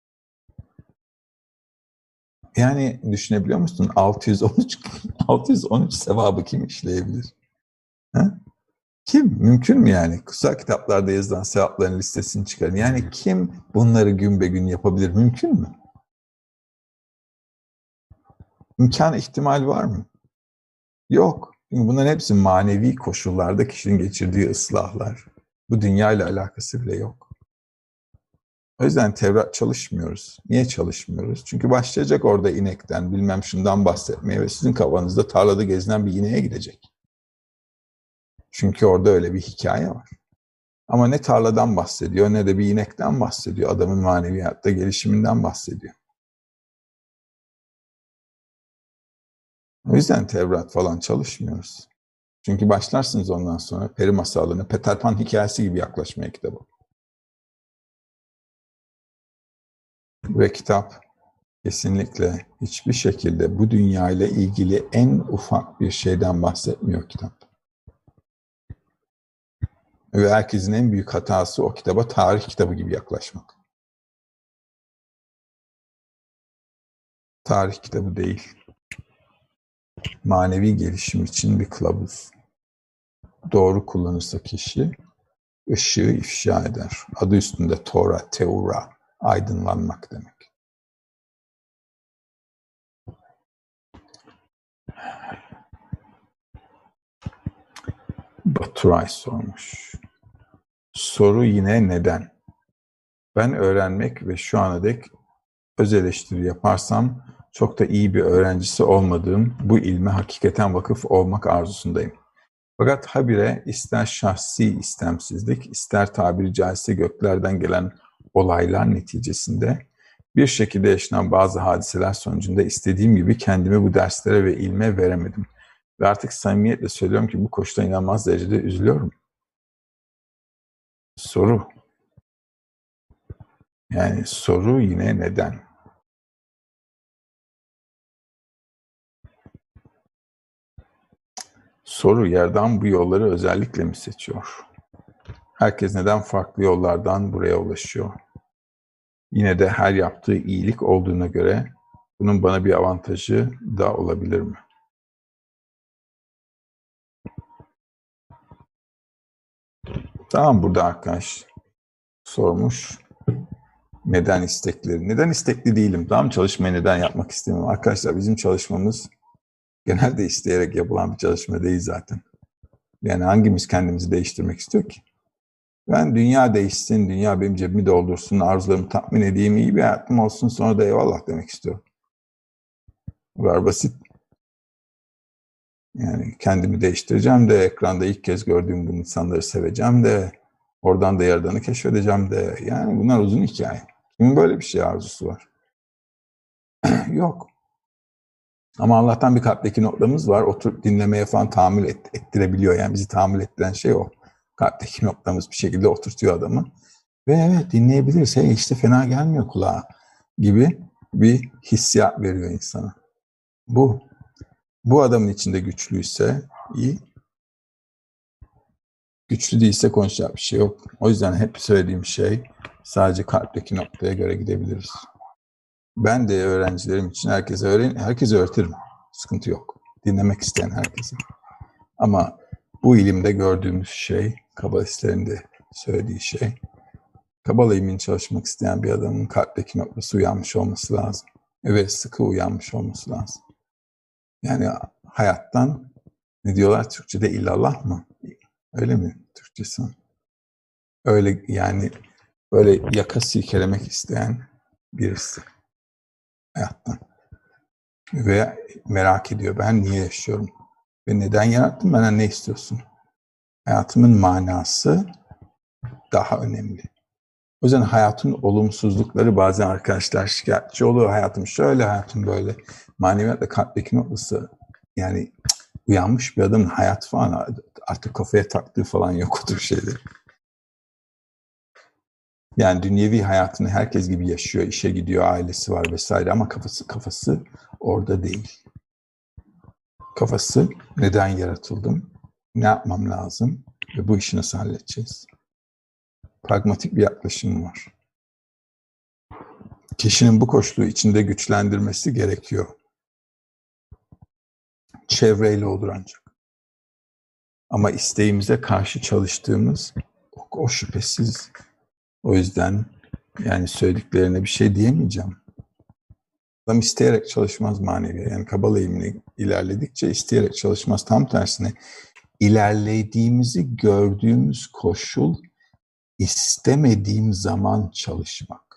Yani düşünebiliyor musun? altı yüz on üç altı yüz on üç sevabı kim işleyebilir? Ha? Kim? Mümkün mü yani? Kutsal kitaplarda yazılan sevapların listesini çıkarın. Yani kim bunları gün be gün yapabilir? Mümkün mü? İmkan, ihtimal var mı? Yok. Çünkü bunların hepsi manevi koşullarda kişinin geçirdiği ıslahlar. Bu dünya ile alakası bile yok. O yüzden Tevrat çalışmıyoruz. Niye çalışmıyoruz? Çünkü başlayacak orada inekten, bilmem şundan bahsetmeye ve sizin kafanızda tarlada gezinen bir ineğe gidecek. Çünkü orada öyle bir hikaye var. Ama ne tarladan bahsediyor ne de bir inekten bahsediyor. Adamın maneviyatta gelişiminden bahsediyor. O yüzden Tevrat falan çalışmıyoruz. Çünkü başlarsınız ondan sonra peri masallarına, Peter Pan hikayesi gibi yaklaşmaya kitaba. Ve kitap kesinlikle hiçbir şekilde bu dünya ile ilgili en ufak bir şeyden bahsetmiyor kitap. Ve herkesin en büyük hatası o kitaba tarih kitabı gibi yaklaşmak. Tarih kitabı değil. Manevi gelişim için bir kılavuz. Doğru kullanırsa kişi ışığı ifşa eder. Adı üstünde Tora, Teura, aydınlanmak demek. Baturay sormuş. Soru yine neden? Ben öğrenmek ve şu ana dek öz eleştiri yaparsam çok da iyi bir öğrencisi olmadığım bu ilme hakikaten vakıf olmak arzusundayım. Fakat habire ister şahsi istemsizlik, ister tabiri caizse göklerden gelen olaylar neticesinde bir şekilde yaşanan bazı hadiseler sonucunda istediğim gibi kendimi bu derslere ve ilme veremedim. Ve artık samimiyetle söylüyorum ki bu koşulda inanılmaz derecede üzülüyorum. Soru. Yani soru yine neden? Soru yerden bu yolları özellikle mi seçiyor? Herkes neden farklı yollardan buraya ulaşıyor? Yine de her yaptığı iyilik olduğuna göre bunun bana bir avantajı da olabilir mi? Tamam, burada arkadaş sormuş. Neden istekli? Neden istekli değilim? Tamam, çalışmayı neden yapmak istemiyorum? Arkadaşlar bizim çalışmamız genelde isteyerek yapılan bir çalışma değil zaten. Yani hangimiz kendimizi değiştirmek istiyor ki? Ben dünya değişsin, dünya benim cebimi doldursun, arzularımı tatmin edeyim, iyi bir hayatım olsun, sonra da eyvallah demek istiyorum. Bu kadar basit. Yani kendimi değiştireceğim de, ekranda ilk kez gördüğüm bu insanları seveceğim de, oradan da yaradanı keşfedeceğim de. Yani bunlar uzun hikaye. Kimin böyle bir şey arzusu var? Yok. Ama Allah'tan bir kalpteki noktamız var. Oturup dinlemeye falan tahammül et, ettirebiliyor. Yani bizi tahammül ettiren şey o. Kalpteki noktamız bir şekilde oturtuyor adamı. Ve evet, dinleyebiliriz. Hey, işte fena gelmiyor kulağa gibi bir hissiyat veriyor insana. Bu. Bu adamın içinde güçlüyse iyi. Güçlü değilse konuşacak bir şey yok. O yüzden hep söylediğim şey sadece kalpteki noktaya göre gidebiliriz. Ben de öğrencilerim için herkese öğren herkese öğretirim. Sıkıntı yok. Dinlemek isteyen herkese. Ama bu ilimde gördüğümüz şey, kabalistlerin de söylediği şey, Kabala ilmini çalışmak isteyen bir adamın kalpteki noktası uyanmış olması lazım. Ve sıkı uyanmış olması lazım. Yani hayattan, ne diyorlar Türkçe'de, illallah mı? Öyle mi Türkçesi? Öyle yani böyle yaka silkelemek isteyen birisi hayattan. Ve merak ediyor, ben niye yaşıyorum? Ve neden yarattım? Benden ne istiyorsun? Hayatımın manası daha önemli. O yüzden hayatın olumsuzlukları bazen arkadaşlar şikayetçi oluyor. Hayatım şöyle, hayatım böyle. Maneviyatla kalpteki noktası, yani uyanmış bir adamın hayat falan artık kafaya taktığı falan yok o tür şeyler. Yani dünyevi hayatını herkes gibi yaşıyor, işe gidiyor, ailesi var vesaire ama kafası kafası orada değil. Kafası neden yaratıldım, ne yapmam lazım ve bu işi nasıl halledeceğiz? Pragmatik bir yaklaşım var. Kişinin bu koşulu içinde güçlendirmesi gerekiyor. Çevreyle olur ancak. Ama isteğimize karşı çalıştığımız o, o şüphesiz. O yüzden yani söylediklerine bir şey diyemeyeceğim. Adam isteyerek çalışmaz manevi. Yani Kabala ilmini ilerledikçe isteyerek çalışmaz. Tam tersine ilerlediğimizi gördüğümüz koşul istemediğim zaman çalışmak.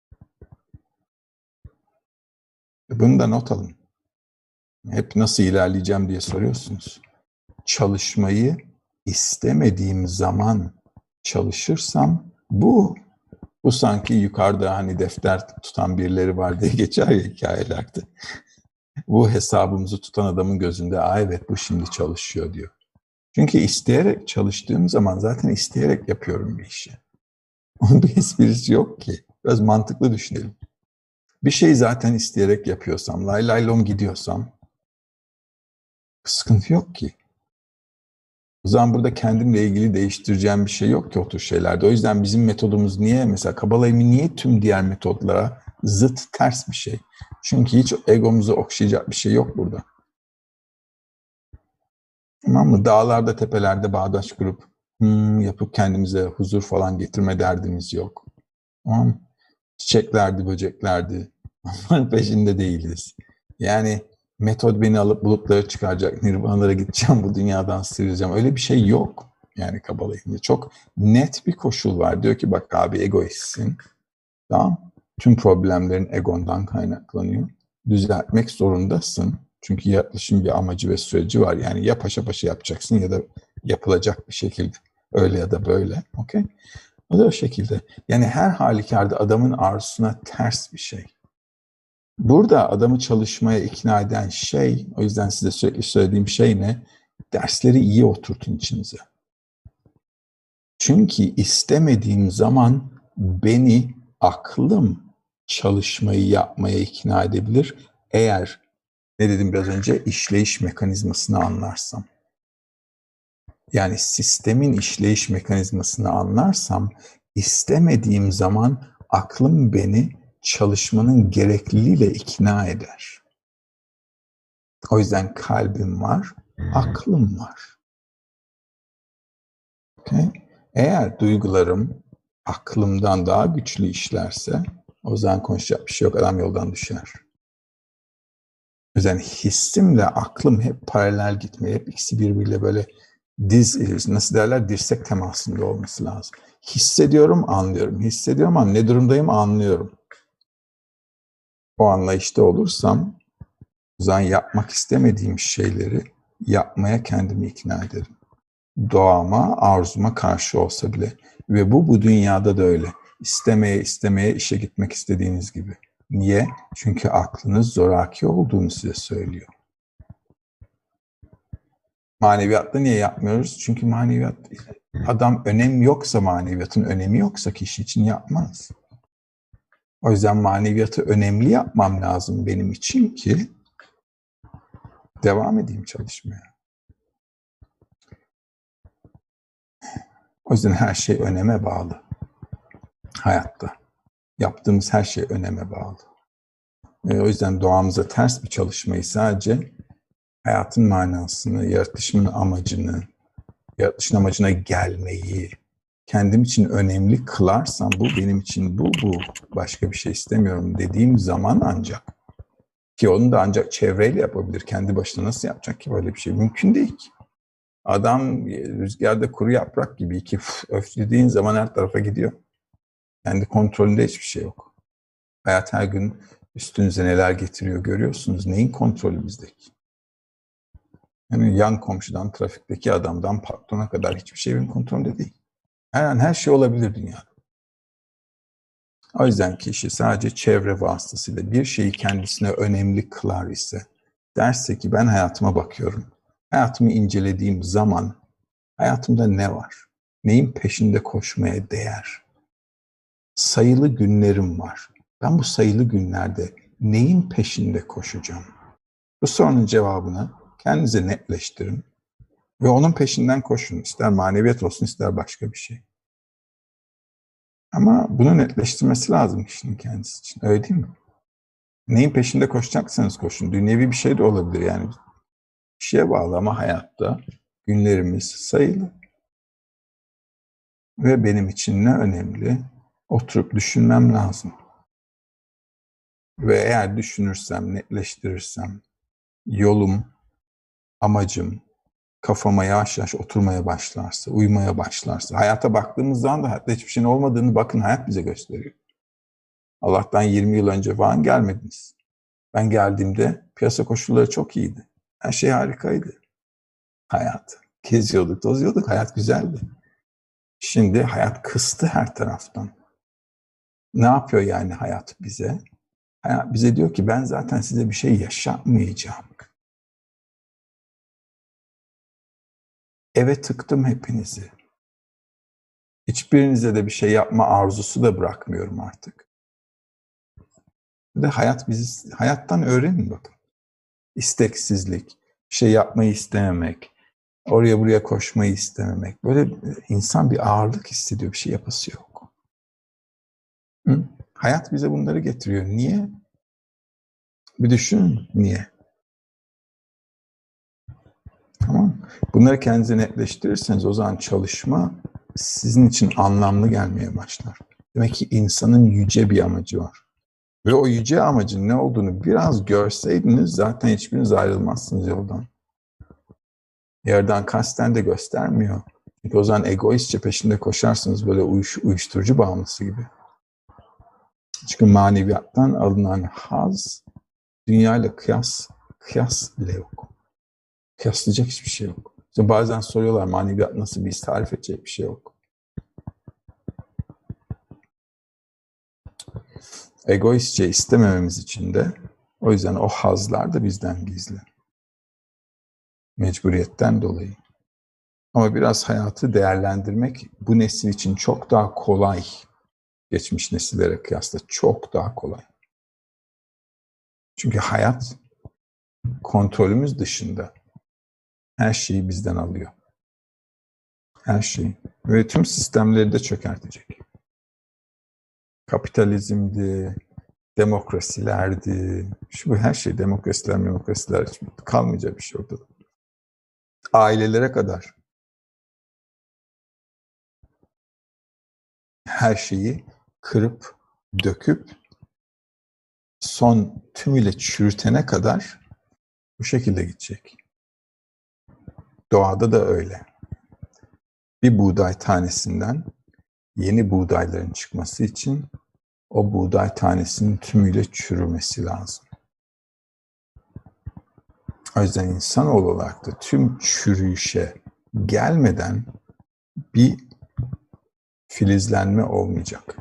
Bunu da not alın. Hep nasıl ilerleyeceğim diye soruyorsunuz. Çalışmayı istemediğim zaman çalışırsam bu bu sanki yukarıda hani defter tutan birileri var diye geçer ya hikayelerde. Bu hesabımızı tutan adamın gözünde aa evet bu şimdi çalışıyor diyor. Çünkü isteyerek çalıştığım zaman zaten isteyerek yapıyorum bir işi. Onun bir esprisi yok ki. Biraz mantıklı düşünelim. Bir şeyi zaten isteyerek yapıyorsam, lay lay lom gidiyorsam sıkıntı yok ki. O zaman burada kendimle ilgili değiştireceğim bir şey yok ki o tür şeylerde. O yüzden bizim metodumuz niye? Mesela Kabala ilmi niye tüm diğer metodlara zıt, ters bir şey? Çünkü hiç egomuzu okşayacak bir şey yok burada. Tamam mı? Dağlarda, tepelerde bağdaş kurup hmm, yapıp kendimize huzur falan getirme derdimiz yok. Tamam mı? Çiçeklerdi, böceklerdi. Onların peşinde değiliz. Yani metot beni alıp bulutlara çıkaracak, nirvanalara gideceğim, bu dünyadan sıyrılacağım. Öyle bir şey yok. Yani Kabala ilminde çok net bir koşul var. Diyor ki bak abi egoistsin. Tamam. Tüm problemlerin egondan kaynaklanıyor. Düzeltmek zorundasın. Çünkü yaklaşım bir amacı ve süreci var. Yani ya paşa paşa yapacaksın ya da yapılacak bir şekilde. Öyle ya da böyle. Okay? O da o şekilde. Yani her halükarda adamın arzusuna ters bir şey. Burada adamı çalışmaya ikna eden şey, o yüzden size sürekli söylediğim şey ne? Dersleri iyi oturtun içinize. Çünkü istemediğim zaman beni aklım çalışmayı yapmaya ikna edebilir. Eğer, ne dedim biraz önce, işleyiş mekanizmasını anlarsam. Yani sistemin işleyiş mekanizmasını anlarsam, istemediğim zaman aklım beni çalışmanın gerekliliğiyle ikna eder. O yüzden kalbim var, aklım var. Okay? Eğer duygularım aklımdan daha güçlü işlerse, o zaman konuşacak bir şey yok, adam yoldan düşer. O yüzden hissimle aklım hep paralel gitmeli, hep ikisi birbiriyle böyle diz, nasıl derler, dirsek temasında olması lazım. Hissediyorum, anlıyorum. Hissediyorum ama ne durumdayım anlıyorum. O anlayışta olursam, o zaman yapmak istemediğim şeyleri yapmaya kendimi ikna ederim. Doğama, arzuma karşı olsa bile. Ve bu bu dünyada da öyle. İstemeye istemeye işe gitmek istediğiniz gibi. Niye? Çünkü aklınız zoraki olduğunu size söylüyor. Maneviyatta niye yapmıyoruz? Çünkü maneviyat, adam önem yoksa, maneviyatın önemi yoksa kişi için yapmaz. O yüzden maneviyatı önemli yapmam lazım benim için ki devam edeyim çalışmaya. O yüzden her şey öneme bağlı. Hayatta. Yaptığımız her şey öneme bağlı. Ve o yüzden doğamıza ters bir çalışmayı sadece hayatın manasını, yaratışımın amacını, yaratışın amacına gelmeyi kendim için önemli kılarsam, bu benim için bu, bu başka bir şey istemiyorum dediğim zaman ancak, ki onu da ancak çevreyle yapabilir. Kendi başına nasıl yapacak ki böyle bir şey? Mümkün değil ki. Adam rüzgarda kuru yaprak gibi iki öflediğin zaman her tarafa gidiyor. Kendi kontrolünde hiçbir şey yok. Hayat her gün üstünüze neler getiriyor görüyorsunuz. Neyin kontrolümüzdeki? Yani yan komşudan, trafikteki adamdan, patrona kadar hiçbir şey benim kontrolümde değil. Her an her şey olabilir dünyada. O yüzden kişi sadece çevre vasıtasıyla bir şeyi kendisine önemli kılar ise, derse ki ben hayatıma bakıyorum. Hayatımı incelediğim zaman hayatımda ne var? Neyin peşinde koşmaya değer? Sayılı günlerim var. Ben bu sayılı günlerde neyin peşinde koşacağım? Bu sorunun cevabını kendinize netleştirin ve onun peşinden koşun. İster maneviyat olsun, ister başka bir şey. Ama bunu netleştirmesi lazım kişinin kendisi için. Öyle değil mi? Neyin peşinde koşacaksanız koşun. Dünyevi bir şey de olabilir yani. Bir şeye bağlı ama hayatta günlerimiz sayılı. Ve benim için ne önemli? Oturup düşünmem lazım. Ve eğer düşünürsem, netleştirirsem, yolum, amacım, kafama yavaş yavaş oturmaya başlarsa, uymaya başlarsa, hayata baktığımız zaman da hayatta hiçbir şeyin olmadığını bakın hayat bize gösteriyor. Allah'tan yirmi yıl önce falan gelmediniz. Ben geldiğimde piyasa koşulları çok iyiydi. Her şey harikaydı. Hayat. Geziyorduk, tozuyorduk. Hayat güzeldi. Şimdi hayat kıstı her taraftan. Ne yapıyor yani hayat bize? Hayat bize diyor ki ben zaten size bir şey yaşatmayacağım. Eve tıktım hepinizi. Hiçbirinize de bir şey yapma arzusu da bırakmıyorum artık. Ve hayat bizi, hayattan öğrenin bakın. İsteksizlik, bir şey yapmayı istememek, oraya buraya koşmayı istememek. Böyle insan bir ağırlık hissediyor, bir şey yapası yok. Hı? Hayat bize bunları getiriyor. Niye? Bir düşünün niye? Tamam. Bunları kendinize netleştirirseniz o zaman çalışma sizin için anlamlı gelmeye başlar. Demek ki insanın yüce bir amacı var. Ve o yüce amacın ne olduğunu biraz görseydiniz zaten hiçbiriniz ayrılmazsınız yoldan. Yerden kasten de göstermiyor. Çünkü o zaman egoistçe peşinde koşarsınız böyle uyuş, uyuşturucu bağımlısı gibi. Çünkü maneviyattan alınan haz dünyayla kıyas, kıyas bile yok. Kıyaslayacak hiçbir şey yok. İşte bazen soruyorlar maneviyat nasıl bir his, tarif edecek bir şey yok. Egoistçe istemememiz için de o yüzden o hazlar da bizden gizli. Mecburiyetten dolayı. Ama biraz hayatı değerlendirmek bu nesil için çok daha kolay. Geçmiş nesillere kıyasla çok daha kolay. Çünkü hayat kontrolümüz dışında her şeyi bizden alıyor. Her şeyi. Ve tüm sistemleri de çökertecek. Kapitalizmdi, demokrasilerdi. Şu her şey demokrasiler, demokrasiler hiç kalmayacak bir şey ortada. Ailelere kadar her şeyi kırıp, döküp son tümüyle çürütene kadar bu şekilde gidecek. Doğada da öyle. Bir buğday tanesinden yeni buğdayların çıkması için o buğday tanesinin tümüyle çürümesi lazım. O yüzden insanoğlu olarak da tüm çürüyüşe gelmeden bir filizlenme olmayacak.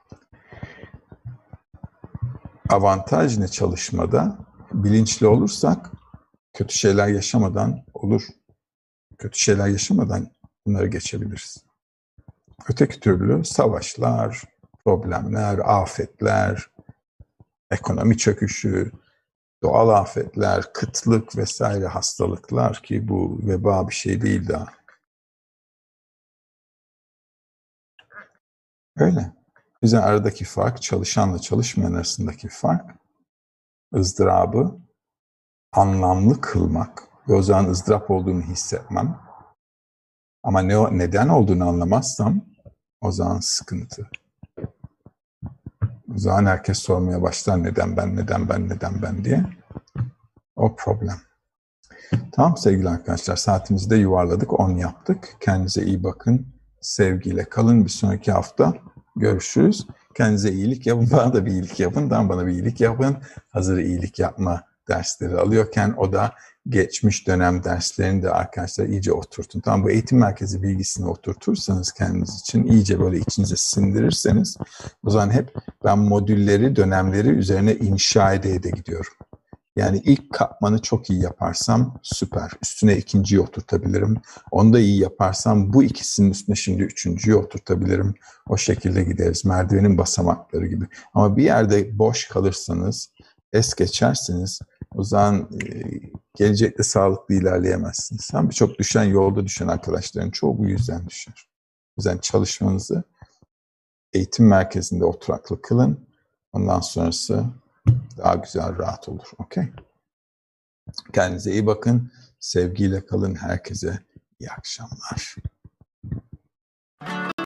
Avantaj ne çalışmada? Bilinçli olursak kötü şeyler yaşamadan olur. Kötü şeyler yaşamadan bunları geçebiliriz. Öteki türlü savaşlar, problemler, afetler, ekonomi çöküşü, doğal afetler, kıtlık vesaire hastalıklar ki bu veba bir şey değil daha. Öyle. O yüzden aradaki fark, çalışanla çalışmayan arasındaki fark, ızdırabı anlamlı kılmak ve o zaman ızdırap olduğunu hissetmem. Ama ne, neden olduğunu anlamazsam o zaman sıkıntı. O zaman herkes sormaya başlar neden ben, neden ben, neden ben diye. O problem. Tamam sevgili arkadaşlar, saatimizi de yuvarladık, on yaptık. Kendinize iyi bakın, sevgiyle kalın. Bir sonraki hafta görüşürüz. Kendinize iyilik yapın, bana da bir iyilik yapın, tamam bana bir iyilik yapın. Hazır iyilik yapma dersleri alıyorken o da geçmiş dönem derslerini de arkadaşlar iyice oturtun. Tamam, bu eğitim merkezi bilgisini oturtursanız kendiniz için, iyice böyle içinize sindirirseniz, o zaman hep ben modülleri, dönemleri üzerine inşa ede ede gidiyorum. Yani ilk katmanı çok iyi yaparsam süper. Üstüne ikinciyi oturtabilirim. Onu da iyi yaparsam bu ikisinin üstüne şimdi üçüncüyü oturtabilirim. O şekilde gideriz. Merdivenin basamakları gibi. Ama bir yerde boş kalırsanız, es geçersiniz, o zaman e, gelecekte sağlıklı ilerleyemezsiniz. Ama birçok düşen, yolda düşen arkadaşların çoğu bu yüzden düşer. O yüzden çalışmanızı eğitim merkezinde oturaklı kılın. Ondan sonrası daha güzel, rahat olur. Okey. Kendinize iyi bakın. Sevgiyle kalın. Herkese iyi akşamlar.